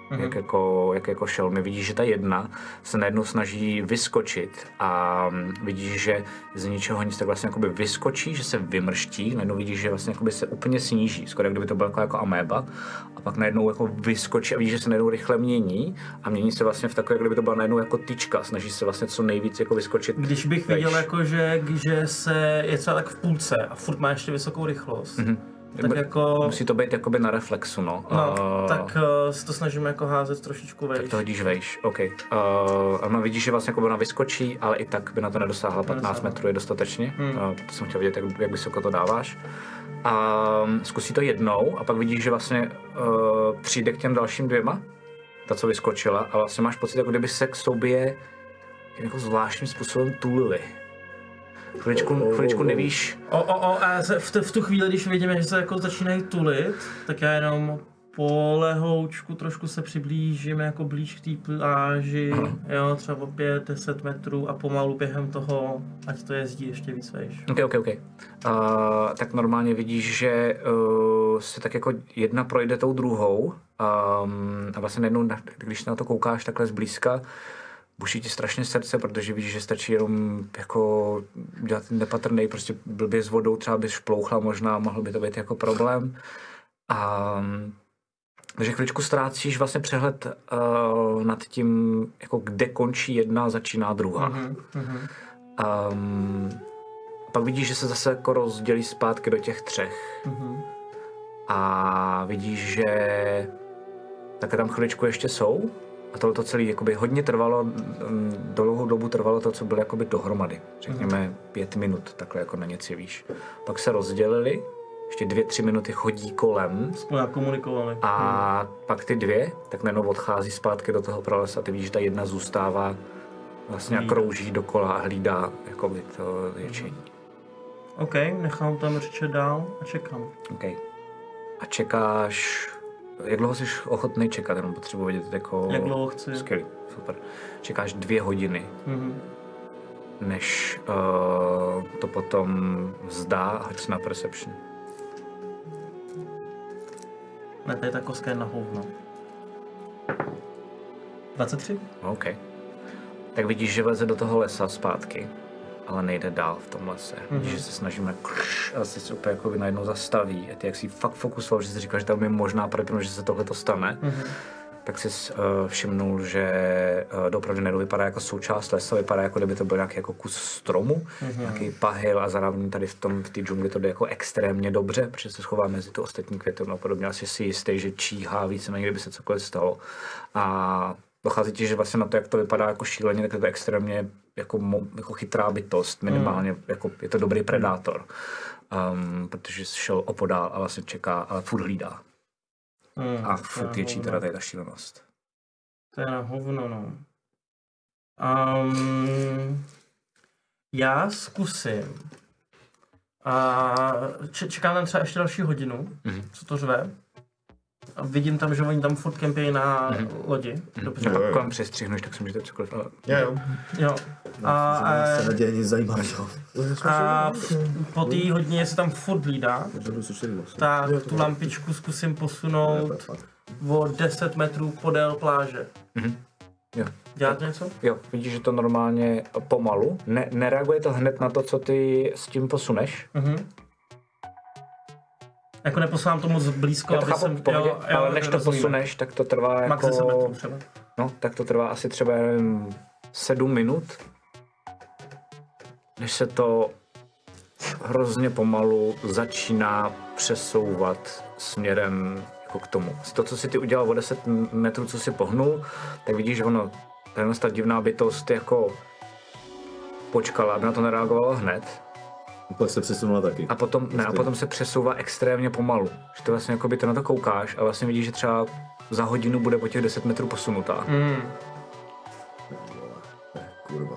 mm-hmm. jak, jako, jak jako šelmy. Vidíš, že ta jedna se najednou snaží vyskočit a vidíš, že z ničeho nic tak vlastně jakoby vyskočí, že se vymrští, najednou vidíš, že vlastně jakoby se úplně sníží, skoro jak kdyby to bylo jako, jako améba, a pak najednou jako vyskočí a vidíš, že se najednou rychle mění a mění se vlastně v takové, jak kdyby to byla najednou jako tyčka, snaží se vlastně co nejvíc jako vyskočit. Když bych viděl jako, že, že se je třeba tak v půlce a furt má ještě vysokou rychlost, mm-hmm. tak jako... Musí to být jakoby na reflexu, no. No, uh, tak uh, si to snažíme jako házet trošičku vejš. Tak to hodíš vejš, OK. Uh, ano, vidíš, že vlastně jako ona vyskočí, ale i tak by na to nedosáhla, patnáct metrů je dostatečně. Hmm. Uh, to jsem chtěl vidět, jak, jak vysoko to dáváš. A um, zkusí to jednou a pak vidíš, že vlastně uh, přijde k těm dalším dvěma, ta, co vyskočila, a vlastně máš pocit, jako kdyby se k sobě jako zvláštním způsobem tulili. Chviličku, chviličku nevíš. O, o, o, a v, t- v tu chvíli, když vidíme, že se jako začínají tulit, tak já jenom po lehoučku trošku se přiblížím jako blíž k té pláži, jo, třeba o pět deset metrů a pomalu během toho, ať to jezdí ještě víc vejš. Ok, ok, ok. Uh, tak normálně vidíš, že uh, se tak jako jedna projde tou druhou um, a vlastně najednou, když na to koukáš takhle zblízka, buší ti strašně srdce, protože víš, že stačí jenom jako dělat nepatrnej, prostě blbě s vodou, třeba bys šplouchla možná, mohl by to být jako problém. A takže chviličku ztrácíš vlastně přehled uh, nad tím, jako kde končí jedna a začíná druhá. Mm-hmm. Um, pak vidíš, že se zase jako rozdělí zpátky do těch třech. Mm-hmm. A vidíš, že také tam chviličku ještě jsou. A tohle to celé jakoby hodně trvalo, dlouhou dobu trvalo to, co bylo jakoby dohromady. Řekněme pět minut, takhle jako na něco víš. Pak se rozdělili, ještě dvě, tři minuty chodí kolem. Spolu komunikovali. A hmm. pak ty dvě, tak najednou odchází zpátky do toho pralesa. Ty víš, že ta jedna zůstává vlastně a krouží dokola a hlídá jakoby to většení. OK, nechám tam řečet dál a čekám. OK. A čekáš... Jak dlouho jsi ochotný čekat, jenom potřebuji vědět jako... Jak dlouho chci. Skvělý, super. Čekáš dvě hodiny, mm-hmm. než uh, to potom vzdá, hoď si na perception. Ne, to je ta kostka na hovno. dvacet tři? OK. Tak vidíš, že vleze do toho lesa zpátky, ale nejde dál v tom lese. Mm-hmm. Vidíš, že se snažíme krš, a se úplně jako najednou zastaví. A ty jak si fakt fokusoval, že jsi říkal, že tam je možná pravděpodobnost, že se tohle to stane, mm-hmm. tak jsi uh, všimnul, že uh, doopravdy nedu vypadá jako součást lesa, vypadá jako kdyby to byl nějaký jako kus stromu, mm-hmm. nějaký pahyl a zároveň tady v tom v té džungli to jde jako extrémně dobře, protože se schová mezi tu ostatní květinu a podobně. Asi si jistý, že číhá víceméně, kdyby se cokoliv stalo. A dochází ti, že vlastně na to, jak to vypadá jako šíleně, tak je to extrémně jako, jako chytrá bytost, minimálně mm. jako, je to dobrý predátor, um, protože šel opodál a vlastně čeká, ale furt hlídá. Mm, a furt ječí teda tady ta šílenost. To je na hovno, no. Um, já zkusím. A čekám tam třeba ještě další hodinu, mm-hmm. co to řve. A vidím tam, že oni tam furt kempějí na mm-hmm. lodi. Dobře. Pak kolem přestřihneš, tak si můžete cokoliv. Ale... Jo, jo. Jo. A, a, se neděje nic zajímavého. A po té hodině se tam furt hlídá. Tak tu lampičku zkusím posunout o deset metrů podél pláže. Mm-hmm. Jo. Dělat něco? Jo, vidíš, že to normálně pomalu. Ne, nereaguje to hned na to, co ty s tím posuneš. Mm-hmm. Jako neposlám to moc blízko, já to aby chápu, jsem... v pohodě, jo, ale jo, než to rozumíme. Posuneš, tak to trvá jako... Max deset metrů třeba. No, tak to trvá asi třeba jen sedm minut, než se to hrozně pomalu začíná přesouvat směrem jako k tomu. To, co si ty udělal o deset metrů, co si pohnul, tak vidíš, že ono, ta divná bytost jako počkala, aby na to nereagovalo hned. Pak se přesunula taky. A potom, ne, a potom se přesouvá extrémně pomalu. Že to vlastně jako by to na to koukáš a vlastně vidíš, že třeba za hodinu bude po těch deset metrů posunutá. Mm. Kurva.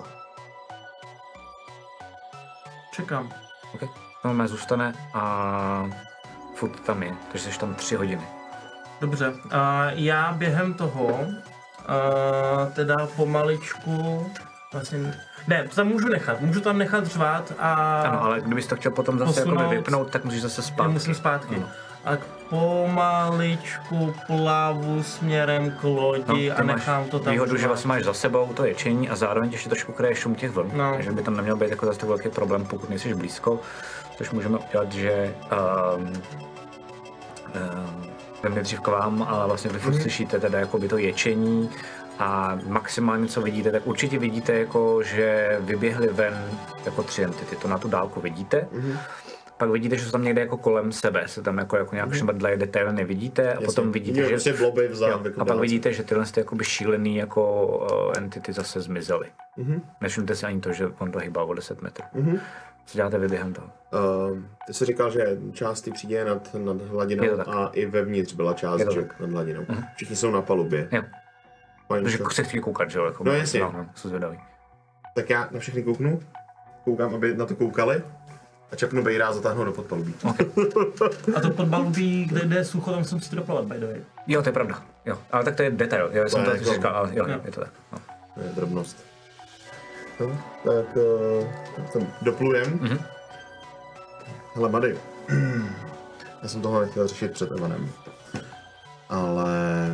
Čekám. Ok, no mé zůstane a furt tam je, takže jsi tam tři hodiny. Dobře, a já během toho a teda pomaličku vlastně... Ne, to tam můžu nechat, můžu tam nechat řvát a... Ano, ale kdybys to chtěl potom zase jako vypnout, tak musíš zase zpátky. Já musím zpátky. Ano. A pomaličku plavu směrem k lodi No, a nechám to tam. výhodu, že zvlášť. vlastně máš za sebou to ječení a zároveň ještě trošku kryje šum těch vln. No. Takže by tam neměl být jako zase tak velký problém, pokud nejsi blízko. Což můžeme udělat, že um, um, jdem nejdřív k vám, ale vlastně vy furt slyšíte teda jakoby to ječení a maximálně co vidíte, tak určitě vidíte jako, že vyběhly ven jako tři entity, to na tu dálku vidíte. Pak vidíte, že jsou tam někde jako kolem sebe, se tam jako, jako nějak šmrdlají detaily, nevidíte a potom vidíte, že... Prostě bloby vzal, jo, a pak vidíte, že tyhle ty jakoby šílený jako uh, entity zase zmizely. Mm-hmm. Nevšimte si ani to, že on to hýbal o deset metrů. Mm-hmm. Co děláte vy během toho? Uh, ty jsi říkal, že část ty přijde nad, nad hladinou a i vevnitř byla část že, nad hladinou. Mm-hmm. Všichni jsou na palubě. Jo. Protože se chtějí koukat, že jo? Jako no jasně. No, no, jsou zvědaví. Tak já na všechny kouknu, koukám, aby na to koukali a čapnu bejra a zatáhnu do podpalubí. Okay. A to podpalubí, kde, kde je sucho, tam jsem si to doplavat, by the way. Jo, to je pravda. Jo. Ale tak to je detail. Jo, jsem to jako... říkal, ale jo, jo, je to tak. No. To je drobnost. No, tak uh, tam doplujem. Mm-hmm. Hele, Mady, já jsem tohle nechtěl řešit před Evanem, ale...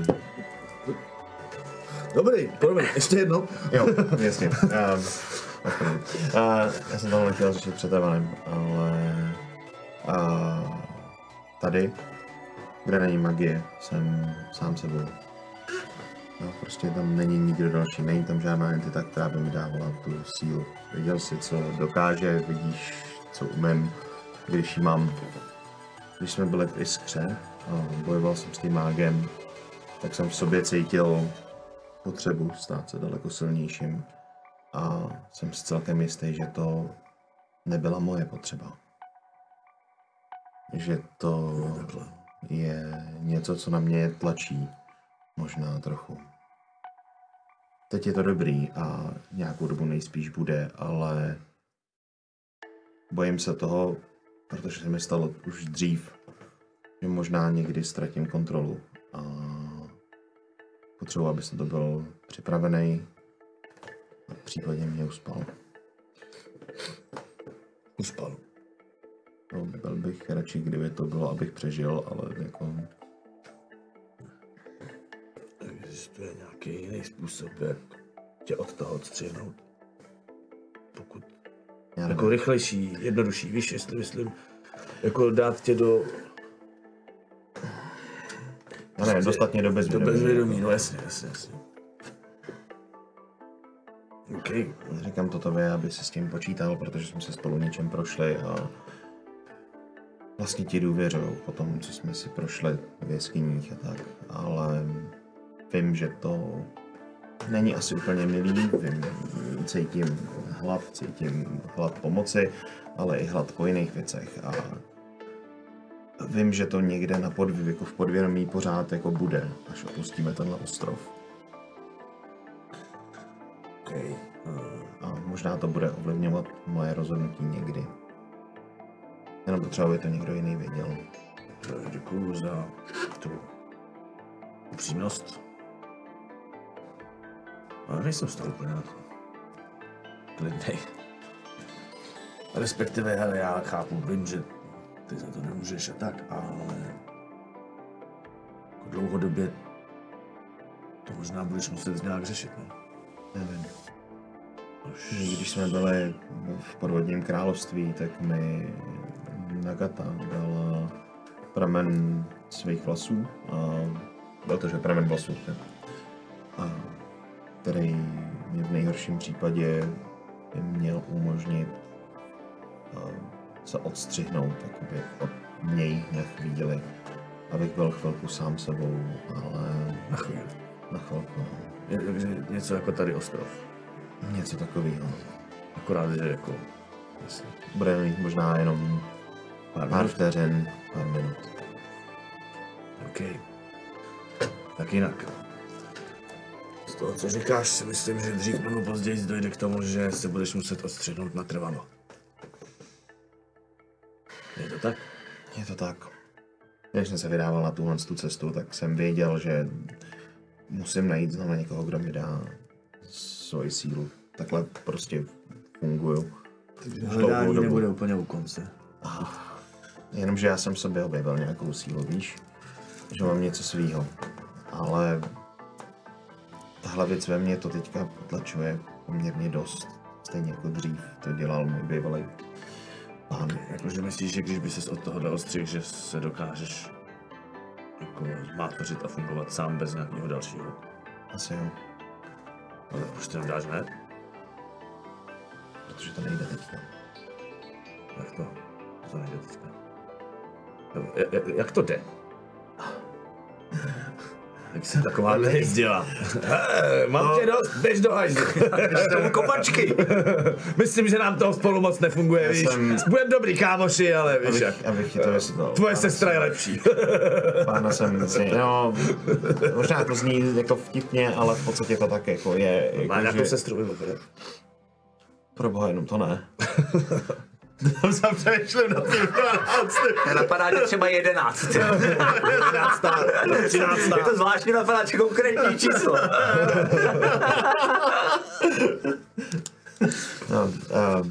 Dobrý, promiň, ještě jednou. Jo, jasně. Um, uh, já jsem tohle nechtěl řešit před Evanem, ale... Uh, tady, kde není magie, jsem sám sebou. No, prostě tam není nikdo další, není tam žádná entita, která by mi dávala tu sílu. Viděl jsi, co dokáže, vidíš, co umím, když ji mám. Když jsme byli v Iskře a bojoval jsem s tím mágem, tak jsem v sobě cítil potřebu stát se daleko silnějším a jsem si celkem jistý, že to nebyla moje potřeba. Že to je něco, co na mě tlačí. Možná trochu. Teď je to dobrý a nějakou dobu nejspíš bude, ale bojím se toho, protože se mi stalo už dřív, že možná někdy ztratím kontrolu a potřebuji, aby jsem to byl připravený a případně mě uspal. Uspal. No, byl bych radši, kdyby to bylo, abych přežil, ale jako... Existuje nějaký jiný způsob, jak tě od toho odstřihnout? Pokud... Já jako rychlejší, jednodušší, víš, jestli myslím, jako dát tě do... No ne, dostat mě do bezvědomí. Do bezvědomí, no jasně, jasně, jasně. OK. Říkám to tobě, aby si s tím počítal, protože jsme se spolu něčem prošli a vlastně ti důvěřuju po tom, co jsme si prošli v jeskyních a tak, ale vím, že to není asi úplně milý, vím, cítím hlad, cítím hlad pomoci, ale i hlad po jiných věcech a vím, že to někde na podvědomí, jako v podvědomí pořád jako bude, až opustíme tenhle ostrov. Okay. A možná to bude ovlivňovat moje rozhodnutí někdy. Jenom potřeba, aby to někdo jiný věděl. Děkuju za tu upřímnost. Ale nejsem z toho úplně na to klidnej. Respektive, hele, já chápu, vím, že ty za to nemůžeš a tak, ale jako dlouhodobě to možná budeš muset nějak řešit, ne? Nevím. Když jsme byli v podvodním království, tak mi Nagata dala pramen svých vlasů. A byl to, že pramen vlasů, ne? A který mi v nejhorším případě by měl umožnit se odstřihnout jakoby, od něj na chvíli, abych byl chvilku sám sebou, ale... Na chvíli. Na chvilku. Je, takže něco jako tady ostrov. Něco takového. Akorát, že jako... Jasně. Bude mít možná jenom pár, pár minut. vteřin, pár minut. OK. Tak jinak. Z toho, co říkáš, si myslím, že dřív nebo později dojde k tomu, že se budeš muset odstřihnout natrvalo. Je to tak? Je to tak. Když jsem se vydával na tuhle tu cestu, tak jsem věděl, že musím najít znovu někoho, kdo mi dá svoji sílu. Takhle prostě funguju. Takže hledání nebude úplně u konce. Jenomže já jsem v sobě objevil nějakou sílu, víš? Že mám něco svýho. Ale tahle věc ve mně to teďka potlačuje poměrně dost. Stejně jako dřív to dělal můj bývalý pán. Jakože myslíš, že když by ses od toho dal střih, že se dokážeš jako zmátořit a fungovat sám bez nějakého dalšího? Asi jo. Ale už to nedáš, ne? Protože to nejde teďka. Jak to? To nejde teďka. Jak, jak to jde? Jak se taková věc dělá? Mám tě dost, běž do hajzlu. Tomu kopačky. Myslím, že nám toho spolu moc nefunguje, víš. jsem- Budeme dobrý kámoši, ale víš jak. Abych, abych ti to vysvětlil. Tvoje sestra je lepší. Pána jsem si, no, možná to zní jako vtipně, ale v podstatě to tak jako je. Má Jako, nějakou že, sestru mimochodem. pro boha, jenom to ne. Tam jsem přemýšlel na tím dvanácti. Napadá tě třeba jedenáct. třináctá. Je to zvláštní napadá tě konkrétní číslo. No, um,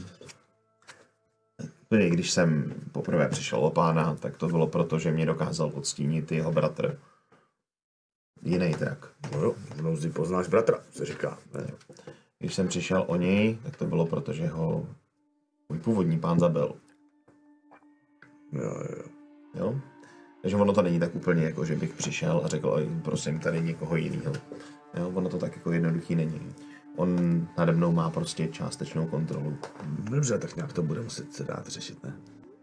když jsem poprvé přišel o pána, tak to bylo proto, že mě dokázal odstínit jeho bratr. Jiný drak. No jo, mnozí poznáš bratra, se říká. Ne? Když jsem přišel o něj, tak to bylo proto, že ho můj původní pán zabil. Jo, jo. Jo? Takže ono to není tak úplně jako, že bych přišel a řekl, oj, prosím, tady někoho jiného. Jo? Ono to tak jako jednoduchý není. On nade mnou má prostě částečnou kontrolu. Dobře, tak nějak to bude muset se dát řešit, ne?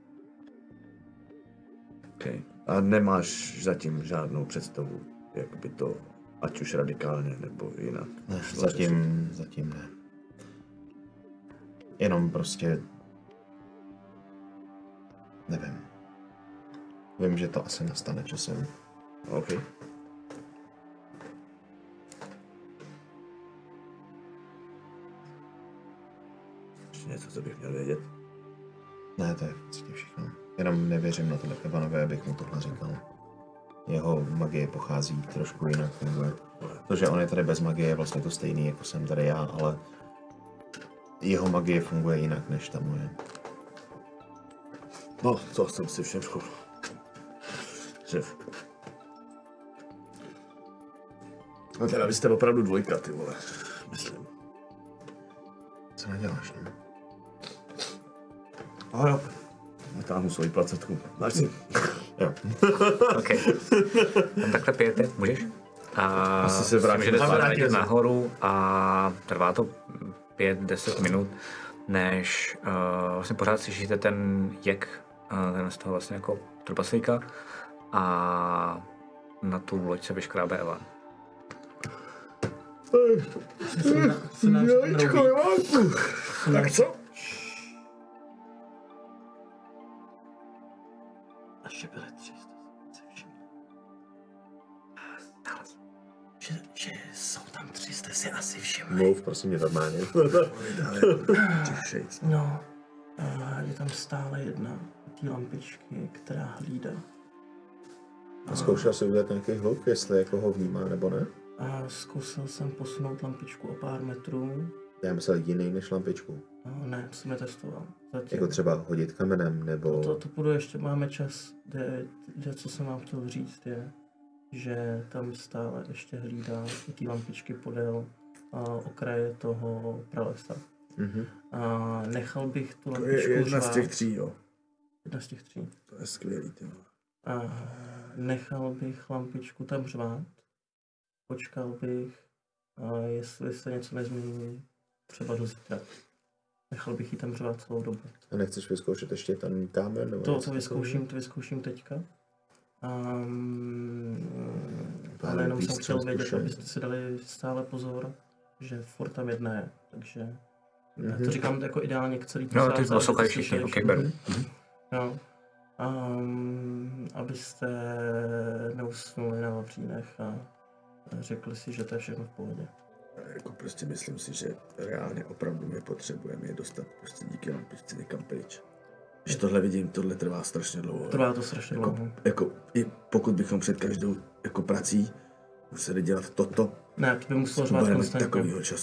Okay. A nemáš zatím žádnou představu, jak by to, ať už radikálně nebo jinak? Ne, šlo zatím, zatím ne. Jenom prostě... Nevím. Vím, že to asi nastane časem. OK. Ještě něco, co bych měl vědět? Ne, to je v podstatě všechno. Jenom nevěřím na to Evanovi, abych mu tohle říkal. Jeho magie pochází trošku jinak funguje. To, že on je tady bez magie, je vlastně to stejný, jako jsem tady já, ale jeho magie funguje jinak než ta moje. No, to jsem si všiml. Šef. No teda vy jste opravdu dvojka, ty vole. Myslím. Co neděláš, ne? A jo. Natáhnu svoji placetku. Máš si? Jo. OK. Tam takhle pijete, můžeš? A Asi se vrátím. můžete A vrátím zvládnout se. nahoru a trvá to pět deset minut, než uh, vlastně pořád slyšíte ten jek, uh, ten z toho vlastně jako trpaslíka a na tu loď se vyškrábe Evan. Tak co? Ještě byly tři sta se všiml. Že, že jsou tam tři sta si asi všimli. Mluv, prosím mě normálně. No, a je tam stále jedna té lampičky, která hlídá. A zkoušel jsi udělat nějaký hluk, jestli jako ho vnímá nebo ne? A zkusil jsem posunout lampičku o pár metrů. Já myslel jiný než lampičku. No, ne, to jsem netestoval. Zatím. Jako třeba hodit kamenem, nebo... To, to půjdu ještě, máme čas, kde, kde, co jsem vám chtěl říct je, že tam stále ještě hlídá i ty lampičky podél a okraje toho pralesa. Mhm. A nechal bych tu To lampičku je jedna z řvát. těch tří, jo. Jedna z těch tří. To je skvělý, ty vole. A nechal bych lampičku tam řvát, počkal bych, a jestli se něco nezmění, třeba do zítra. Nechal bych ji tam řvát celou dobu. A nechceš vyzkoušet ještě ten kámen? Nebo To, něco to vyzkouším, takového? to vyzkouším teďka. Um, To ale je jenom jsem výstřel chtěl vědět, zkušený. abyste si dali stále pozor, že furt tam jedna je, takže Mhm. to říkám jako ideálně k celý No, ty posádce, poslouchají abyste všichni, slyšeli OK, beru. všichni. No. Um, abyste neusnuli na vavřínech a řekli si, že to je všechno v pohodě. Jako prostě myslím si, že reálně opravdu my potřebujeme je dostat prostě díky lampičce někam pryč. Když tohle vidím, tohle trvá strašně dlouho. Trvá to strašně jako, dlouho. jako, i pokud bychom před každou jako prací museli dělat toto, Ne, to by muselo řvát budeme mít konstantně. takovýho času. To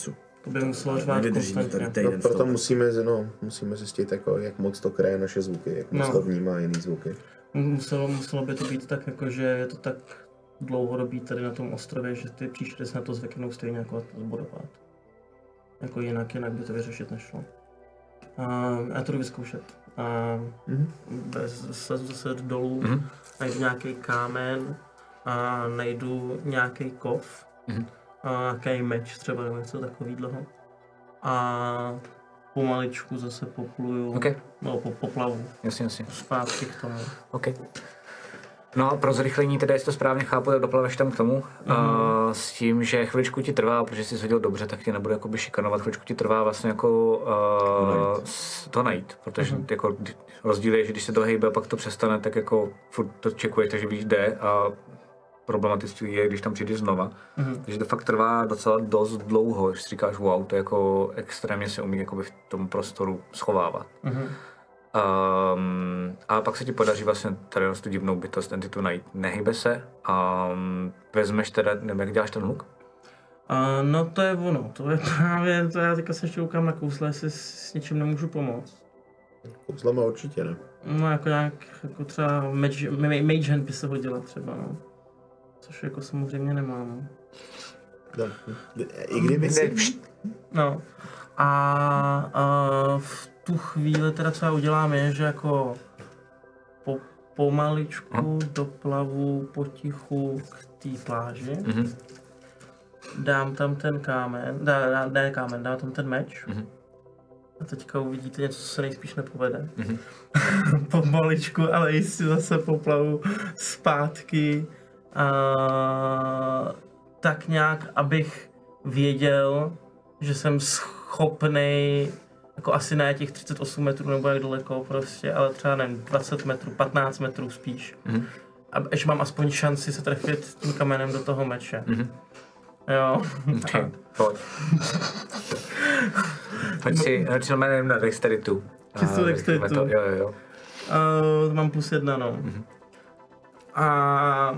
by muselo řvát Nevydržíme tady konstantně. týden No, v proto tom. musíme, no, musíme zjistit, jako, jak moc to kraje naše zvuky, jak moc No. to vnímá jiný zvuky. Muselo, muselo by to být tak, jako, že je to tak dlouhodobý tady na tom ostrově, že ty příšery se na to zvyknou stejně jako zbudovat. Jako jinak, jinak by to vyřešit nešlo. A já to jdu vyzkoušet. A Mhm. bez, slezu zase dolů, Mhm. najdu nějaký kámen a najdu nějaký kov Mhm. a nějaký meč třeba nebo něco takového. A pomaličku zase popluju, OK, no po, poplavu jasně, jasně. zpátky k tomu. OK. No a pro zrychlení, teda jestli to správně chápu, tak doplaveš tam k tomu, mm-hmm. uh, s tím, že chviličku ti trvá, protože jsi hodil dobře, tak tě nebude jakoby šikanovat, chviličku ti trvá vlastně jako uh, s- to najít, protože mm-hmm. jako rozdíl je, že když se to hejbe a pak to přestane, tak jako furt to čekuješ, takže víš jde a problematický je, když tam přijdeš znova. Mm-hmm. Takže to fakt trvá docela dost dlouho, že si říkáš wow, to jako extrémně se umí jakoby v tom prostoru schovávat. Mm-hmm. Um, a pak se ti podaří vlastně tady tu divnou bytost entitu najít. Nehybe se a um, vezmeš teda, nevím, jak děláš ten hluk? A no to je ono, to je právě, to já teďka se ještě koukám na kousle, jestli s něčím nemůžu pomoct. Kouzlama určitě ne. No jako nějak, jako třeba mage, ma- mage hand by se hodila třeba, no. Což jako samozřejmě nemám. No. I kdyby si... No. A, a v tu chvíli teda co já udělám je, že jako po, pomaličku doplavu potichu k té pláži. Mhm. Dám tam ten kámen, dá, dá, ne kámen, dám tam ten meč. Mhm. A teďka uvidíte něco, co se nejspíš nepovede. Mhm. Pomaličku, ale jistě zase poplavu zpátky. A, tak nějak, abych věděl, že jsem schopnej, jako asi ne těch třicet osm metrů nebo jak daleko prostě, ale třeba nevím, dvacet metrů, patnáct metrů spíš. Mhm. A že mám aspoň šanci se trefit tím kamenem do toho meče. Mhm. Jo. Okay. Pojď. Pojď si, radši jmenujem na dexteritu. Čistou A, dexteritu. to, jo, jo, jo. Uh, mám plus jedna, no. Mhm. A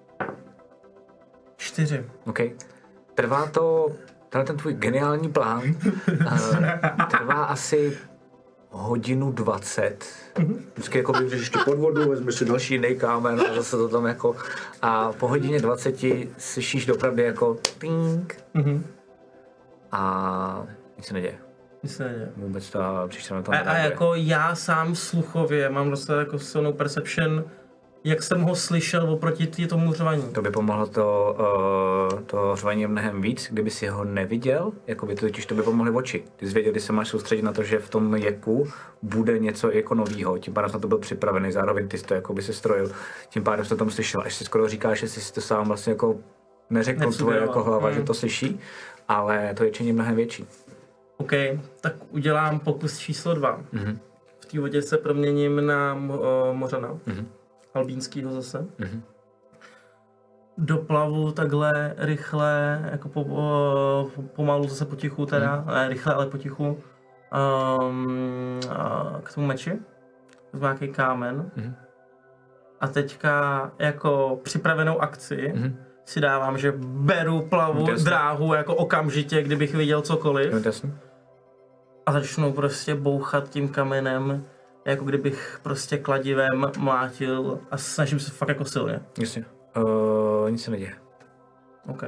čtyři. OK. Trvá to, tenhle ten tvůj geniální plán, uh, trvá asi hodinu dvacet. Vždycky jako vybřeš ještě pod vodu, vezmeš si další jiný kámen a zase to tam jako... A po hodině dvaceti slyšíš dopravdy jako ting Mhm. a nic se neděje. Nic se neděje. Vůbec ta příštěna tam A, a nereaguje. jako já sám sluchově mám dostat jako silnou perception, jak jsem ho slyšel oproti tý- tomu řvaní. To by pomohlo to, uh, to řvaní mnohem víc, kdyby si ho neviděl, jako by to, totiž to by pomohly oči. Ty jsi věděl, kdy se máš soustředit na to, že v tom jeku bude něco jako novýho, tím pádem jsi na to byl připravený, zároveň ty jsi to jako by se strojil, tím pádem jsi to tam slyšel. Až si skoro říkáš, že jsi si to sám vlastně jako neřekl tvoje Nesugeroval. jako hlava, Mm. že to slyší, ale to ječení je mnohem větší. OK, tak udělám pokus číslo dva. Mhm. V té vodě se proměním na mo- o, mořana. Mhm. Albínskýho zase. Mhm. Doplavu takhle rychle, jako po, po, pomalu zase potichu teda, Mhm. ne rychle, ale potichu, um, a k tomu meči. Vezmu nějaký kámen. Mhm. A teďka jako připravenou akci Mhm. si dávám, že beru plavu, Jasně. dráhu jako okamžitě, kdybych viděl cokoliv. Jo, jasný. A začnu prostě bouchat tím kamenem, jako kdybych prostě kladivem mlátil a snažím se fakt jako silně. Jasně. Uh, nic se neděje. OK.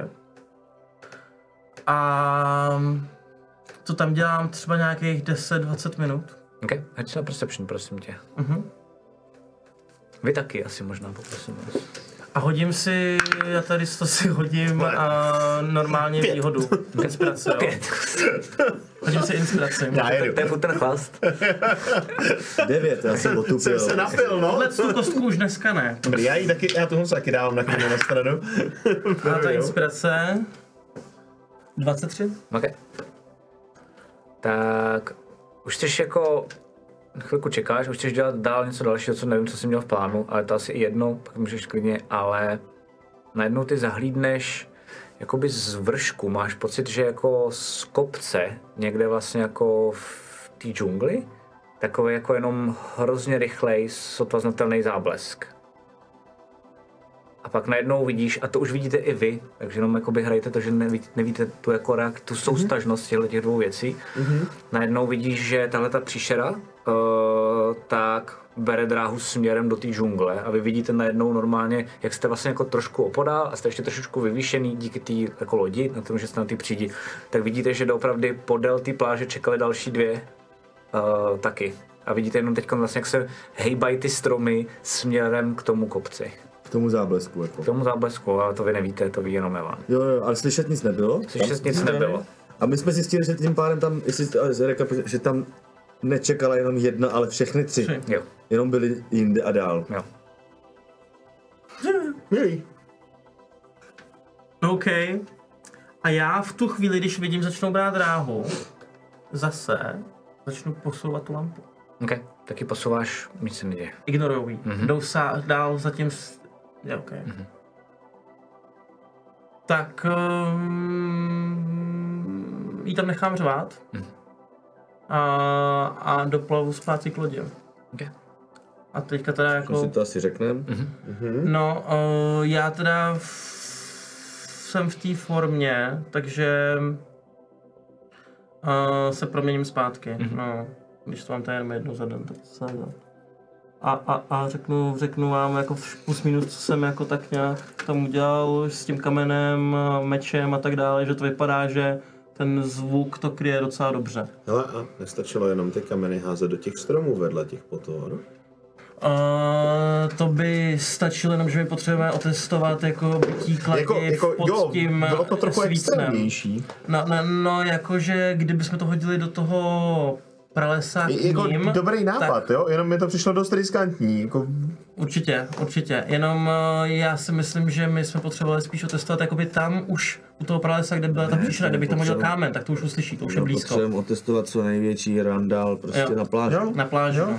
A to tam dělám třeba nějakých deset dvacet minut. OK, hoď si na perception, prosím tě. Mhm. Vy taky asi možná, poprosím vás. A hodím si, já tady to si hodím a normálně výhodu. Inspirace, jo? Pět. Hodím si inspiraci. Já jedu. To je furt ten chlast. Devět, já jsem otupil. Jsem se napil, no. Tohle tu kostku už dneska ne. Dobrý, já, ji taky, já tomu taky dávám na chvíli na stranu. A ta inspirace... dvacet tři? OK. Tak už chceš jako chvilku čekáš, už chceš dělat dál něco dalšího, co nevím, co jsi měl v plánu, ale to asi jedno, pak můžeš klidně, ale najednou ty zahlídneš jakoby z vršku, máš pocit, že jako z kopce, někde vlastně jako v té džungli, takový jako jenom hrozně rychlej, sotva znatelný záblesk. A pak najednou vidíš, a to už vidíte i vy, takže jenom jakoby hrajete to, že nevíte, nevíte tu, jako reak, tu soustažnost těchto těch dvou věcí. Mm-hmm. Najednou vidíš, že tahle ta příšera uh, tak bere dráhu směrem do té džungle a vy vidíte najednou normálně, jak jste vlastně jako trošku opodál a jste ještě trošičku vyvýšený díky té jako lodi, na tom, že jste na té přídi, tak vidíte, že doopravdy podél té pláže čekaly další dvě uh, taky. A vidíte jenom teď vlastně, jak se hejbají ty stromy směrem k tomu kopci. K tomu záblesku jako. K tomu záblesku, ale to vy nevíte, to ví jenom Evan. Jo, jo, ale slyšet nic nebylo? Slyšet nic nebylo. A my jsme zjistili, že tím pádem tam, jestli, že tam nečekala jenom jedna, ale všechny tři. tři. Jo. Jenom byli jinde a dál. Jo. Jej. OK. A já v tu chvíli, když vidím, začnou brát dráhu, zase začnu posouvat tu lampu. OK, taky posouváš, nic se neděje. Ignorujou ji. Mhm. Jdou sa, dál zatím... S... Je, OK. Mhm. Tak... Um, jí tam nechám řvát. Mhm. A, a doplavu zpátky k lodi. OK. A teďka teda jako... Jako si to asi řekneme. Mhm. No, uh, já teda v, jsem v té formě, takže uh, se proměním zpátky. Mm-hmm. No, když to mám tady jenom jednou za den, tak to se nedá. A, a, a řeknu, řeknu vám jako plus minus, co jsem jako tak nějak tam udělal s tím kamenem, mečem a tak dále, že to vypadá, že ten zvuk to kryje docela dobře. Hele, a nestačilo jenom ty kameny házet do těch stromů vedle těch potor? Uh, to by stačilo jenom, že my potřebujeme otestovat jako bytí kladiv Jako, jako, pod jo, tím bylo to trochu svícnem. extrémnější. No, no, no, jakože kdybychom to hodili do toho pralesa k Jako ním, dobrý nápad, tak jo? Jenom mi to přišlo dost riskantní. Jako... určitě, určitě. Jenom uh, já si myslím, že my jsme potřebovali spíš otestovat jakoby tam už u toho pralesa, kde byla ta příčina, kdybych tam hodil kámen, tak to už uslyší, to už je blízko. Potřebujeme otestovat co největší randál prostě Jo. na pláži. Na pláži, no.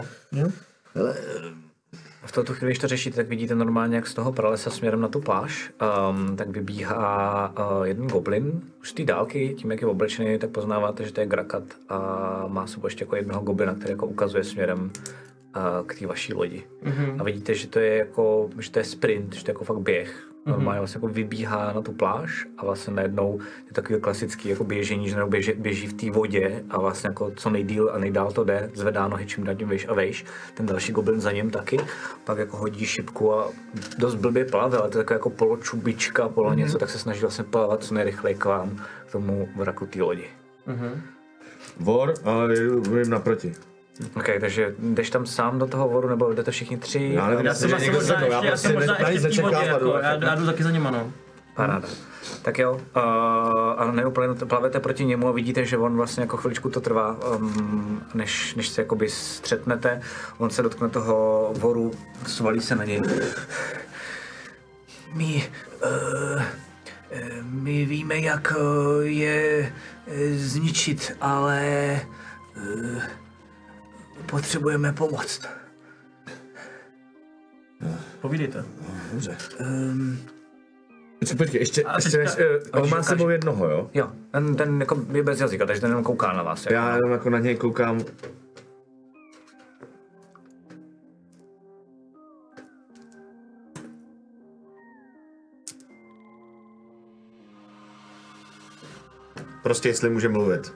V tuto chvíli, když to řešíte, tak vidíte normálně, jak z toho pralesa směrem na tu pláž, um, tak vybíhá uh, jeden goblin. Už z té dálky, tím jak je oblečený, tak poznáváte, že to je Grakat a má sebou ještě jako jednoho goblina, který jako ukazuje směrem uh, k té vaší lodi. Mm-hmm. A vidíte, že to je jako, že to je sprint, že to je jako fakt běh. Normálně vlastně jako vybíhá na tu pláž a vlastně najednou je takový klasický jako běžení, že najednou běží, běží v té vodě a vlastně jako co nejdýl a nejdál to jde, zvedá nohy čím dál tím vejš a vejš. Ten další goblin za ním taky, pak jako hodí šipku a dost blbě plave, ale to je taková jako poločubička, polo mm-hmm. něco, tak se snaží vlastně plavat co nejrychleji k vám, k tomu vraku té lodi. Mm-hmm. Vor, ale jdu naproti. OK, takže jdeš tam sám do toho vodu, nebo jdete všichni tři? Já nevím, Já jsem asi možná ještě, já jsem možná ještě v té vodě, jako, já, já jdu taky za nima, no. Paráda. Tak jo, uh, ale neúplně plavete proti němu a vidíte, že on vlastně jako chviličku to trvá, um, než, než se jakoby střetnete. On se dotkne toho voru, svalí se na něj. My, uh, my víme, jak je zničit, ale uh, potřebujeme pomoc. Povídejte. Dobře. Um, Počkej, počkej, ještě, A ještě než, teďka- uh, on má s sebou jednoho, jo? jo, ten, ten jako je bez jazyka, takže ten jenom kouká na vás. Já jenom jako na něj koukám. Prostě jestli může mluvit.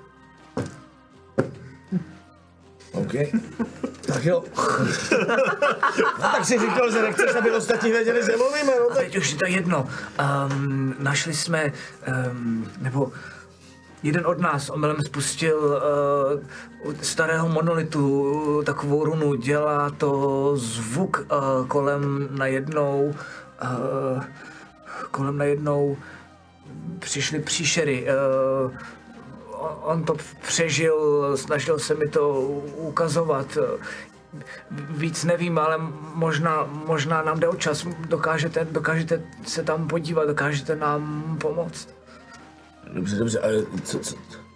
OK. Tak jo. No, tak si říkal, že nechceš, aby ostatní věděli, že mluvíme, no A teď už je to jedno. Um, našli jsme, um, nebo jeden od nás omylem spustil uh, starého monolitu takovou runu. Dělá to zvuk uh, kolem najednou, uh, kolem najednou přišly příšery. Uh, on to přežil, snažil se mi to ukazovat. Víc nevím, ale možná, možná nám jde o čas. Dokážete, dokážete se tam podívat, dokážete nám pomoct. Dobře, dobře, ale co, co?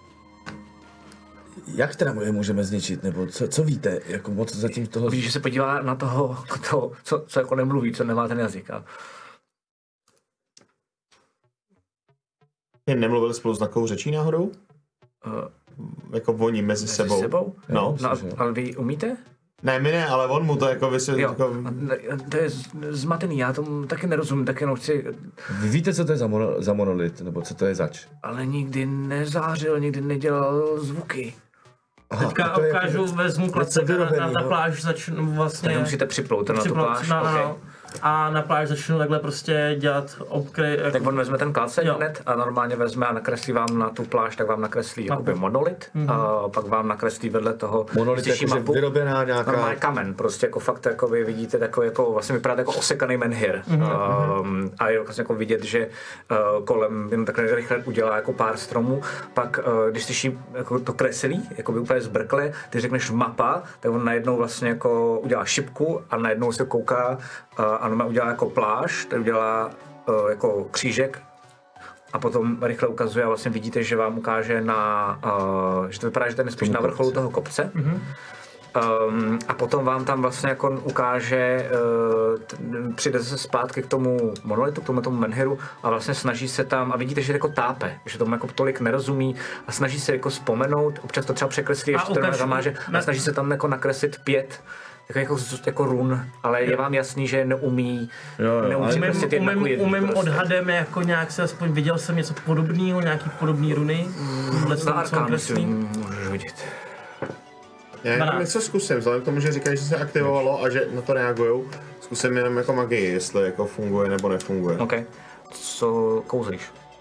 Jak teda je můžeme zničit, nebo co, co víte, jako moc zatím toho... Víš, že se podívá na toho, toho co, co jako nemluví, co nemá ten jazyk. A... Jen nemluvili spolu s takovou řečí náhodou? Uh, Jako oni mezi, mezi sebou? sebou? No. No, ale vy umíte? Ne, my ne, ale on mu to jako vysvětlil. Jo, Jako... to je z- zmatený, já tomu taky nerozumím, tak jenom chci, Vy víte, co to je za, mono, za monolit, nebo co to je zač? ale nikdy nezářil, nikdy nedělal zvuky. Aha, Teďka to je ukážu, jako vezmu něco klacek a na, vyrobený, na jo. pláž začnu vlastně... Tak musíte připlout na tu připlout, pláž, no, no, okay. no. A na pláž začnu takhle prostě dělat obkry... Jako... Tak on vezme ten klacek Jo. hned a normálně vezme a nakreslí vám na tu pláž, tak vám nakreslí jakoby monolit Mhm. a pak vám nakreslí vedle toho Monolit stěží jakože vyrobená nějaká... Normálně kamen, prostě jako fakt jako vy vidíte takový jako, vlastně vypadá jako osekaný menhir. Mm-hmm. Um, a je vlastně jako vidět, že uh, kolem jen takhle rychle udělá jako pár stromů, pak uh, když slyší jako to kreslí, jako by úplně zbrkle, ty řekneš mapa, tak on najednou vlastně jako udělá šipku a najednou se kouká uh, a on udělá jako pláž, tak udělá uh, jako křížek a potom rychle ukazuje a vlastně vidíte, že vám ukáže na, uh, že to vypadá, že ten je spíš na vrcholu toho kopce. Mm-hmm. Um, a potom vám tam vlastně jako ukáže, uh, t- přijde se zpátky k tomu monolitu, k tomu, tomu menhiru a vlastně snaží se tam, a vidíte, že jako tápe, že tomu jako tolik nerozumí a snaží se jako vzpomenout, občas to třeba překreslí, ještě to ukaž- zamáže, ne- a snaží se tam jako nakreslit pět jako, jako, jako run, ale je vám jasný, že neumí, Jo, jo, neumí ale Umím, překreslit jedna ku umím, jedný umím prostě. odhadem jako nějak se aspoň viděl jsem něco podobného, nějaký podobný runy. Vůbec Na nevím, co on Arkánu si kreslí. můžeš vidět. Já jenom dvanáct. něco zkusím, vzhledem k tomu, že říkají, že se aktivovalo a že na to reagujou, zkusím jenom jako magii, jestli jako funguje nebo nefunguje. OK. Co kouzlíš?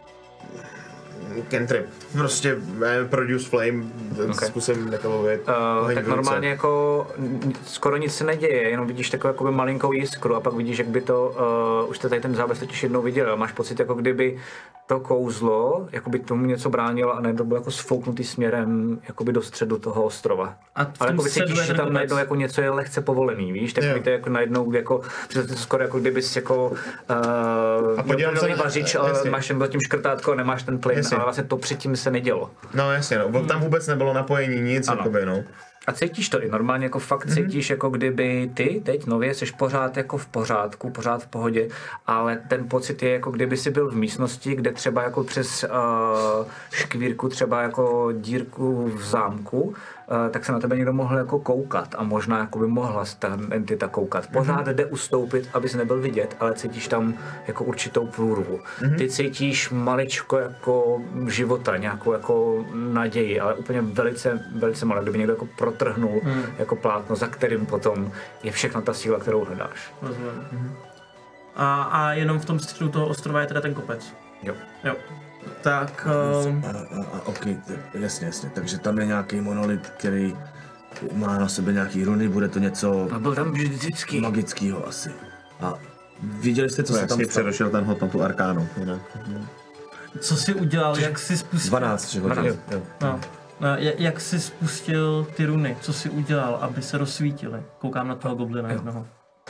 Cantrip. Prostě eh, produce flame, Okay. zkusím jako mluvit. Uh, tak normálně jako n- skoro nic se neděje, jenom vidíš takovou jakoby malinkou jiskru a pak vidíš, jak by to, uh, už jste tady ten záběr totiž jednou viděl, máš pocit, jako kdyby to kouzlo, jako by tomu něco bránilo a najednou bylo jako sfouknutý směrem jakoby do středu toho ostrova. A v Ale tom jako středu cítíš, je že ten tam kopec. najednou jako něco je lehce povolený, víš, tak Jo. víte, jako najednou jako, představte to skoro jako kdybys jako uh, A podívám se na- vařič, ale jasně. máš ten tím škrtátko a nemáš ten plyn, Jasně. ale vlastně to předtím se nedělo. No jasně, no, tam vůbec nebylo napojení, nic, Ano. jakoby, no. A cítíš to i normálně, jako fakt cítíš, jako kdyby ty teď nově jsi pořád jako v pořádku, pořád v pohodě, ale ten pocit je, jako kdyby si byl v místnosti, kde třeba jako přes uh, škvírku, třeba jako dírku v zámku, uh, tak se na tebe někdo mohl jako koukat a možná jako by mohla ta entita koukat. Pořád jde ustoupit, abys nebyl vidět, ale cítíš tam jako určitou průrvu. Ty cítíš maličko jako života, nějakou jako naději, ale úplně velice, velice malé, kdyby někdo jako protrhnul jako plátno, za kterým potom je všechna ta síla, kterou hledáš. Rozumím. A, a jenom v tom středu toho ostrova je teda ten kopec. Jo. Jo. Tak, um, A, a, a ok, t- jasně, jasně, takže tam je nějaký monolit, který má na sebe nějaký runy, bude to něco A byl tam vždycky. magického asi. A viděli jste, co To se jak tam si stalo? přerušil ten hod na tu arkánu, jinak. co jsi udělal, jak jsi spustil... dvanáct, že hodil. Jo, jo. No. No, jak, jak jsi spustil ty runy, co jsi udělal, aby se rozsvítily? Koukám na toho goblina jednoho.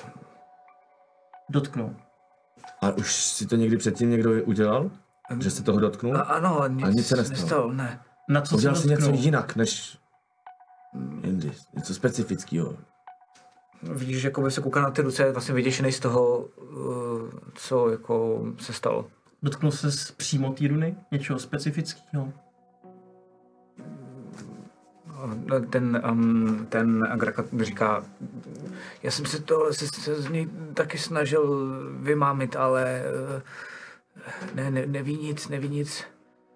Dotknul. A už si to někdy předtím někdo udělal? Že se toho dotknul? A, ano, nic, A nic se nestalo. nestalo, ne. Na co Udělal jsi si něco dotknul? jinak než jindy, něco specifického. Vidíš, jako by se kouká na ty ruce, vlastně vyděšený z toho, uh, co jako se stalo. Dotknul ses přímo té runy? Něčeho specifického? Ten, um, ten Agraka říká, já jsem se to se, se z něj taky snažil vymámit, ale uh, ne, ne, neví nic, neví nic.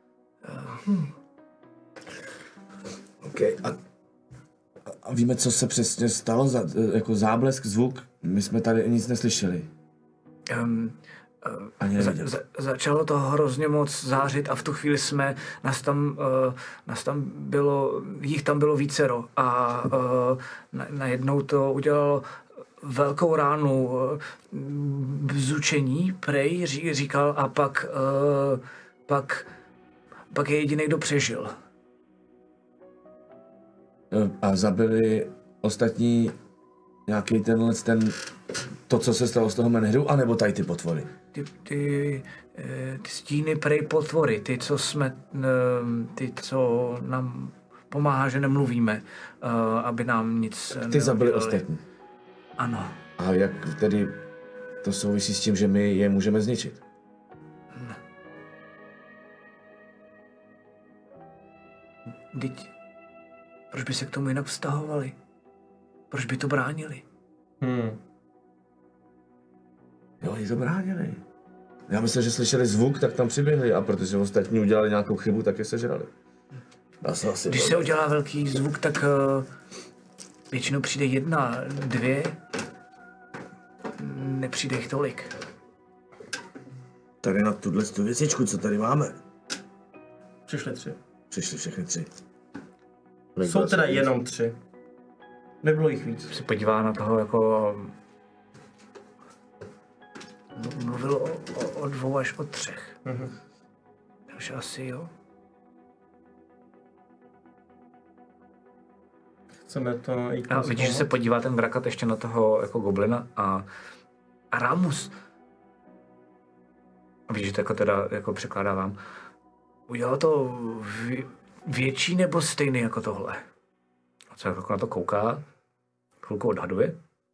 OK, a, a víme, co se přesně stalo, za, jako záblesk, zvuk? My jsme tady nic neslyšeli. Um, Ani Za, neviděli. za, začalo to hrozně moc zářit a v tu chvíli jsme, nás tam, uh, nás tam bylo, jich tam bylo vícero a uh, na, najednou to udělalo velkou ránu, uh, bzučení, prej, ří, říkal a pak, uh, pak, pak je jediný, kdo přežil. A zabili ostatní nějaký tenhle ten, to, co se stalo z toho menhru, anebo tady ty potvory? Ty, ty, eh, ty stíny prej potvory, ty, co jsme, eh, ty, co nám pomáhá, že nemluvíme, eh, aby nám nic Ty zabili neudělali. ostatní. Ano. A jak tedy to souvisí s tím, že my je můžeme zničit? Vždyť, proč by se k tomu jinak vztahovali? Proč by to bránili? Hmm. Jo, oni to bránili. Já myslím, že slyšeli zvuk, tak tam přiběhli a protože ostatní udělali nějakou chybu, tak je sežrali. Já jsem asi Když se udělá velký zvuk, tak uh, většinou přijde jedna, dvě. Nepřijde jich tolik. Tady na tuhle tu věcičku, co tady máme. Přišli tři. Přišli všechny tři. Jsou teda jenom tři. Nebylo jich víc. Se podívá na toho jako... Mluvil o, o, o dvou až o třech. Mhm. Takže asi jo. Chceme to jít A vidíš, že se podívá ten Grakat ještě na toho jako goblina a, a Ramus. A vidíš, že to jako teda jako překládávám. Udělal to vě, větší nebo stejný jako tohle? A co jako na to kouká, chvilku odhaduje.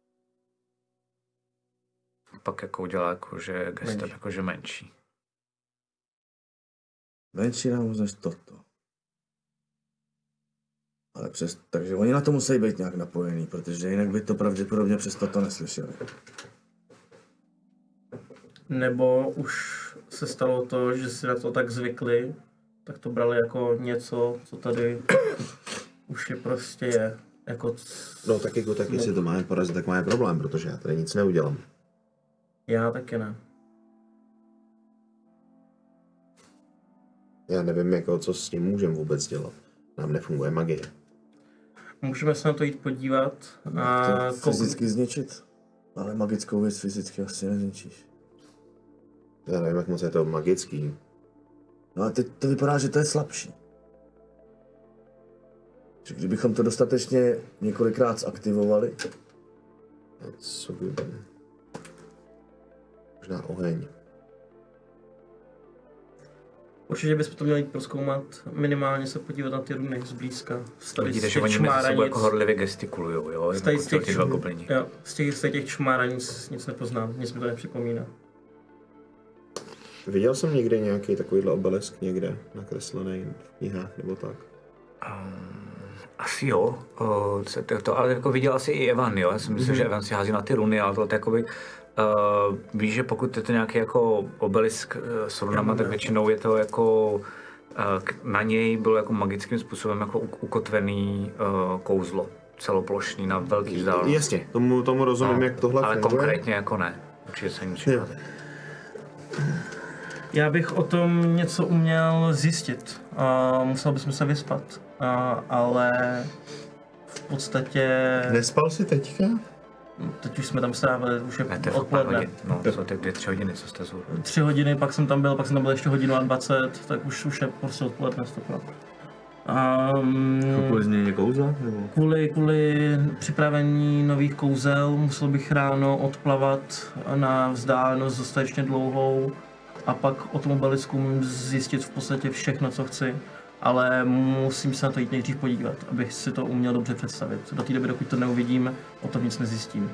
A pak jako udělá jakože gestem jakože menší. Menší Ramus než toto. Ale přes, takže oni na to musí být nějak napojený, protože jinak by to pravděpodobně přes toto neslyšeli. Nebo už se stalo to, že si na to tak zvykli, tak to brali jako něco, co tady už je prostě je. Jako c... No tak jako tak, jestli to máme porazit, tak máme problém, protože já tady nic neudělám. Já taky ne. Já nevím, jako, co s tím můžeme vůbec dělat. Nám nefunguje magie. Můžeme se na to jít podívat a To fyzicky zničit, ale magickou věc fyzicky asi nezničíš. Já nevím, jak moc je to magický. No a teď to vypadá, že to je slabší. Že kdybychom to dostatečně několikrát zaktivovali. A co by... Možná oheň. Určitě bychom to měli jít prozkoumat, minimálně se podívat na ty runy zblízka. Vidíte, že oni mezi sebou jako horlivě gestikulujou, jo? Z těch, Jako ty dva goblini. Jo, z těch, z těch čmáranic nic nepoznám, nic mi to nepřipomíná. Viděl jsem někde nějaký takovýhle obelisk někde nakreslený v knihách nebo tak? Um, asi jo, o, to, to, to, ale jako viděl asi i Evan, jo? Já si myslím, mm-hmm. že Evan si hází na ty runy, ale to jakoby, uh, víš, že pokud je to nějaký jako obelisk uh, s runama, tak většinou je to jako uh, na něj bylo jako magickým způsobem jako ukotvený uh, kouzlo celoplošný na velký vzdálenost. Jasně, tomu, tomu rozumím, no, jak tohle ale funguje. Ale konkrétně jako ne, určitě se nic říkáte. Já bych o tom něco uměl zjistit. Uh, musel bychom se vyspat, uh, ale v podstatě... Nespal jsi teďka? Teď už jsme tam strávili, už je ne, to je odpoledne. No, to jsou ty dvě, tři hodiny, co jste zůl. Tři hodiny, pak jsem tam byl, pak jsem tam byl ještě hodinu a dvacet, tak už, už je prostě odpoledne stopno. Um, Kvůli změně kouzla? Kvůli, kvůli připravení nových kouzel musel bych ráno odplavat na vzdálenost dostatečně dlouhou a pak o tom obelisku zjistit v podstatě všechno, co chci. Ale musím se na to jít nejdřív podívat, abych si to uměl dobře představit. Do té doby, dokud to neuvidím, o tom nic nezjistím.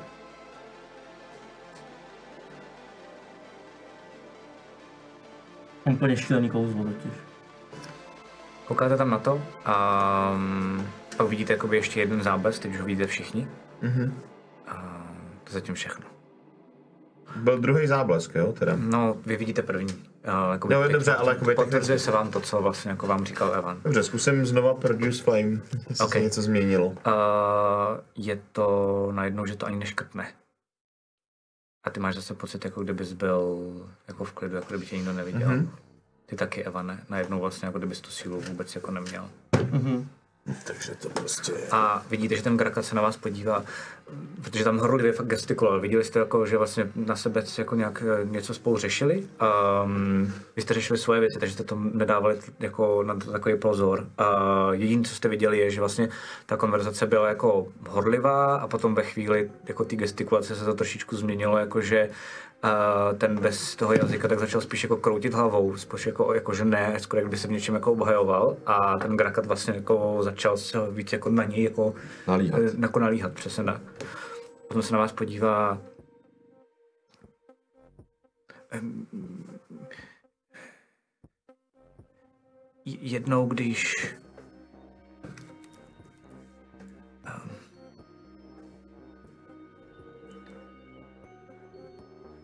Úplně šílený kouzlo totiž. Koukáte tam na to a um, pak vidíte jakoby ještě jeden záblesk, teď už ho vidíte všichni. Mhm. A to je zatím všechno. Byl druhý záblesk, jo, teda? No, vy vidíte první. Uh, jakoby No, teď, dobře, ale jakoby... potvrzuje se vám to, co vlastně jako vám říkal Evan. Dobře, zkusím znova Produce Flame, jestli okay. se něco změnilo. Uh, je to najednou, že to ani neškrtne. A ty máš zase pocit, jako kdybys byl jako v klidu, jako kdyby tě nikdo neviděl. Mm-hmm. Ty taky, Evane, najednou vlastně, jako kdybys tu sílu vůbec jako neměl. Mm-hmm. Takže to prostě je. A vidíte, že ten Grakat se na vás podívá, protože tam horlivě fakt gestikuloval. Viděli jste, jako, že vlastně na sebe jako nějak něco spolu řešili. Um, vy jste řešili svoje věci, takže jste to nedávali jako na to takový pozor. Uh, jediné, co jste viděli, je, že vlastně ta konverzace byla jako horlivá a potom ve chvíli jako ty gestikulace se to trošičku změnilo, jakože Uh, ten bez toho jazyka tak začal spíš jako kroutit hlavou, spíš jako, jako že ne, skoro jak by se v něčem jako obhajoval a ten Grakat vlastně jako začal se víc jako na něj jako nalíhat, jako nalíhat přesně tak. Potom se na vás podívá um, jednou, když um,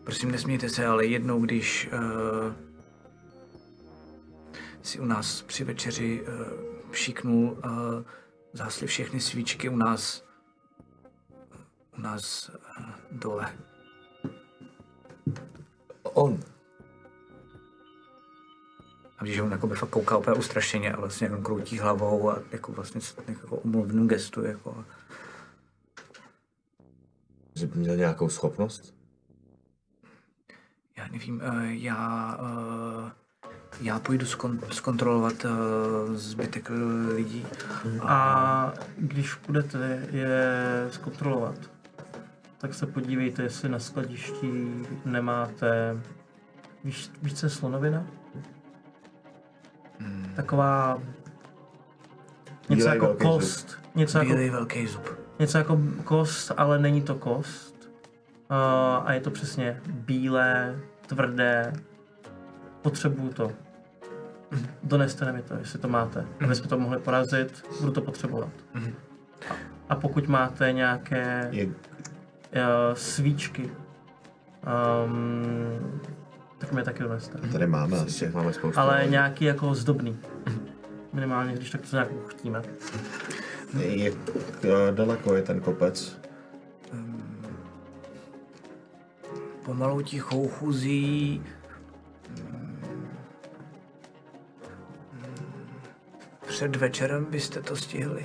Prosím, nesmějte se, ale jednou, když uh, si u nás při večeři uh, šiknul, uh, zhasli všechny svíčky u nás, u nás uh, dole. On. A když on jako by fakt kouká úplně ustrašeně a vlastně jenom kroutí hlavou a jako vlastně jako omluvným gestu, jako. Že by měl nějakou schopnost? Já nevím, uh, já, uh, já půjdu zkon, zkontrolovat uh, zbytek lidí. A když budete je zkontrolovat, tak se podívejte, jestli na skladišti nemáte, víš, víš co je slonovina? Hmm. Taková něco Bílej jako velký kost, zub. něco jako, Bílej velký zub. něco jako kost, ale není to kost. Uh, a je to přesně bílé, tvrdé. Potřebuju to. Doneste mi to, jestli to máte, aby jsme to mohli porazit, budu to potřebovat. A, a pokud máte nějaké Je, uh, svíčky, um, tak mi je taky doneste. tady máme asi. Těch máme spoustu. Ale nějaký jako zdobný. Minimálně, když tak to nějak uchtíme. Jak eh, daleko je ten kopec? Pomalu tichou chůzí. Před večerem byste to stihli.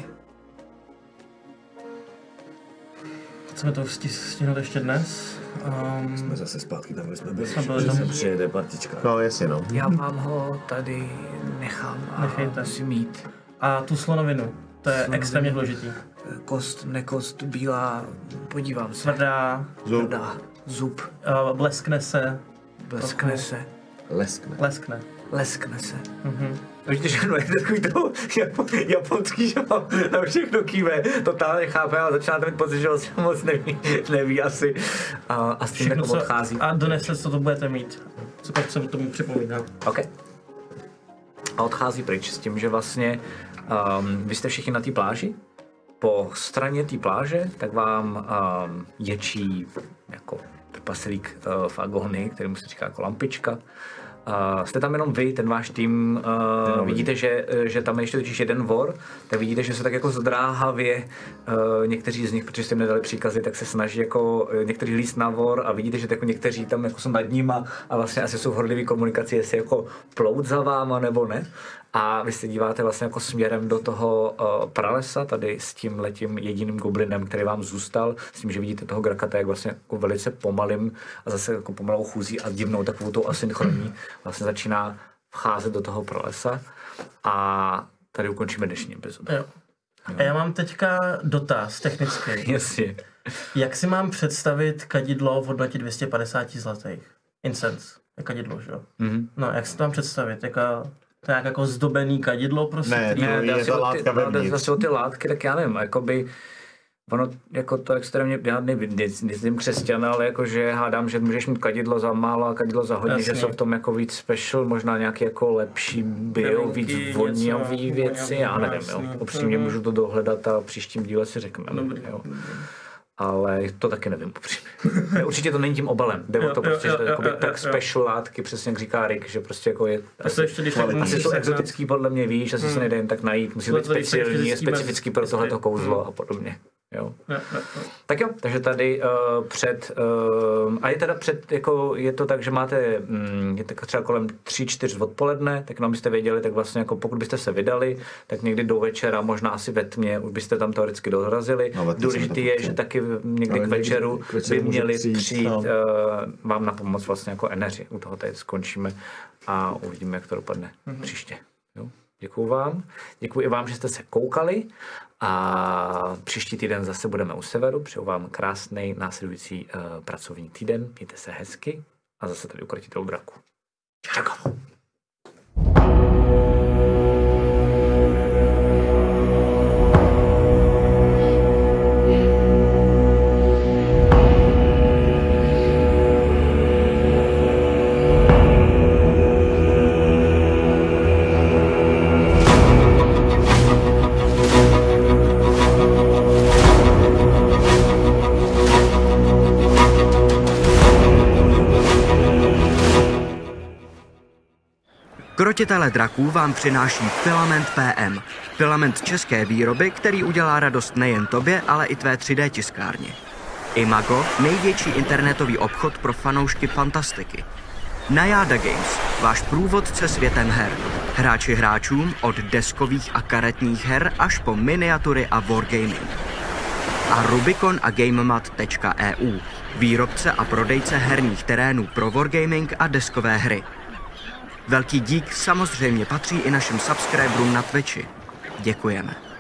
Chceme to sti- stihnout ještě dnes. Um, Jsme zase zpátky tam, kde jsme byli. Jsme byli Že tam. sem přijede partička. No jasně no. Já vám ho tady nechám a Nechejte. musím mít. a tu slonovinu, to je Slonovinu. extrémně důležitý. Kost, nekost, bílá, podívám se. Tvrdá, Tvrdá. Zub, uh, bleskne se, bleskne se, Leskne. leskne. leskne se. Mhm. Víte, že no, je takový to japo- japonský, že mám na všechno kýve, totálně chápe, ale začíná mít pocit, že ho moc neví, neví asi. A, a s tím Všechno, jako co- odchází. A doneste, co to budete mít. Cokoliv se tomu připomíná. OK. A odchází pryč s tím, že vlastně um, vy jste všichni na té pláži. Po straně té pláže tak vám um, ječí jako trpaslík uh, v agónii, kterému se říká jako lampička. Uh, jste tam jenom vy, ten váš tým, uh, vidíte, že, že tam je ještě totiž jeden vor, tak vidíte, že se tak jako zdráhavě uh, někteří z nich, protože jste jim nedali příkazy, tak se snaží jako uh, někteří líst na vor a vidíte, že jako někteří tam jako jsou nad nima a vlastně asi jsou v horlivý komunikaci, jestli jako plout za váma nebo ne. A vy se díváte vlastně jako směrem do toho uh, pralesa, tady s tím letím jediným goblinem, který vám zůstal, s tím, že vidíte toho Grakata, jak vlastně jako velice pomalým a zase jako pomalou chůzí a divnou takovou tou asynchronní vlastně začíná vcházet do toho pralesa. A tady ukončíme dnešní epizodu. Jo. A já mám teďka dotaz technický. Jasně. Jak si mám představit kadidlo v hodnotě dvě stě padesát zlatých? Incense. Je kadidlo, že jo? Mhm. No, jak si to mám představit? Jaká, to je jak jako zdobený kadidlo prostě? Ne, který- to Ne, je jde ta asi o ty, látka no, jde vevnitř. zase o ty látky, tak já nevím, jakoby ono, jako to extrémně, já nevím, nejsem křesťan, ale jakože hádám, že můžeš mít kadidlo za málo a kadidlo za hodně, Jasně. že jsou v tom jako víc special, možná nějaký jako lepší bio, víc Bylinky, voňavý něco, věci, já voňavý, nevím, jo. jasně. Upřímně Mhm. můžu to dohledat a v příštím díle si řekneme, Dobrý, jo. dobrý. Ale to taky nevím, upřímně. Určitě to není tím obalem, jde o Jo, to jo, prostě, jo, že to je jo, jakoby jo, tak jo. special látky, přesně jak říká Rick, že prostě jako je A to ještě, když tak asi musíš jsou sehnat- exotický podle mě, víš, asi se nejde jen tak najít, musí To být tady se ještě speciální, je zjistíme, specifický pro jestli- tohleto kouzlo Hmm. a podobně. Jo. Jo, jo, jo. Tak jo, takže tady uh, před, uh, a je teda před, jako je to tak, že máte, mm, je tak třeba kolem tři čtyři odpoledne, tak jenom byste věděli, tak vlastně jako pokud byste se vydali, tak někdy do večera, možná asi ve tmě, už byste tam teoreticky dorazili. No, ve tmě Důležitý jsem je, to že taky v- někdy Ale k někdy večeru k večeru by může měli přijít, přijít no. uh, vám na pomoc vlastně jako eneři. U toho tady skončíme a uvidíme, jak to dopadne příště. Jo. Děkuju vám, děkuji i vám, že jste se koukali a příští týden zase budeme u severu. Přeju vám krásný následující uh, pracovní týden, mějte se hezky a zase tady u Krotitelů draků. Čau. Krotitele draků vám přináší Filament P M. Filament české výroby, který udělá radost nejen tobě, ale i tvé tři dé tiskárně. Imago, největší internetový obchod pro fanoušky fantastiky. Najada Games, váš průvodce světem her. Hráči hráčům od deskových a karetních her až po miniatury a wargaming. A Rubicon a GameMat tečka E U, výrobce a prodejce herních terénů pro wargaming a deskové hry. Velký dík samozřejmě patří i našim subscriberům na Twitchi. Děkujeme.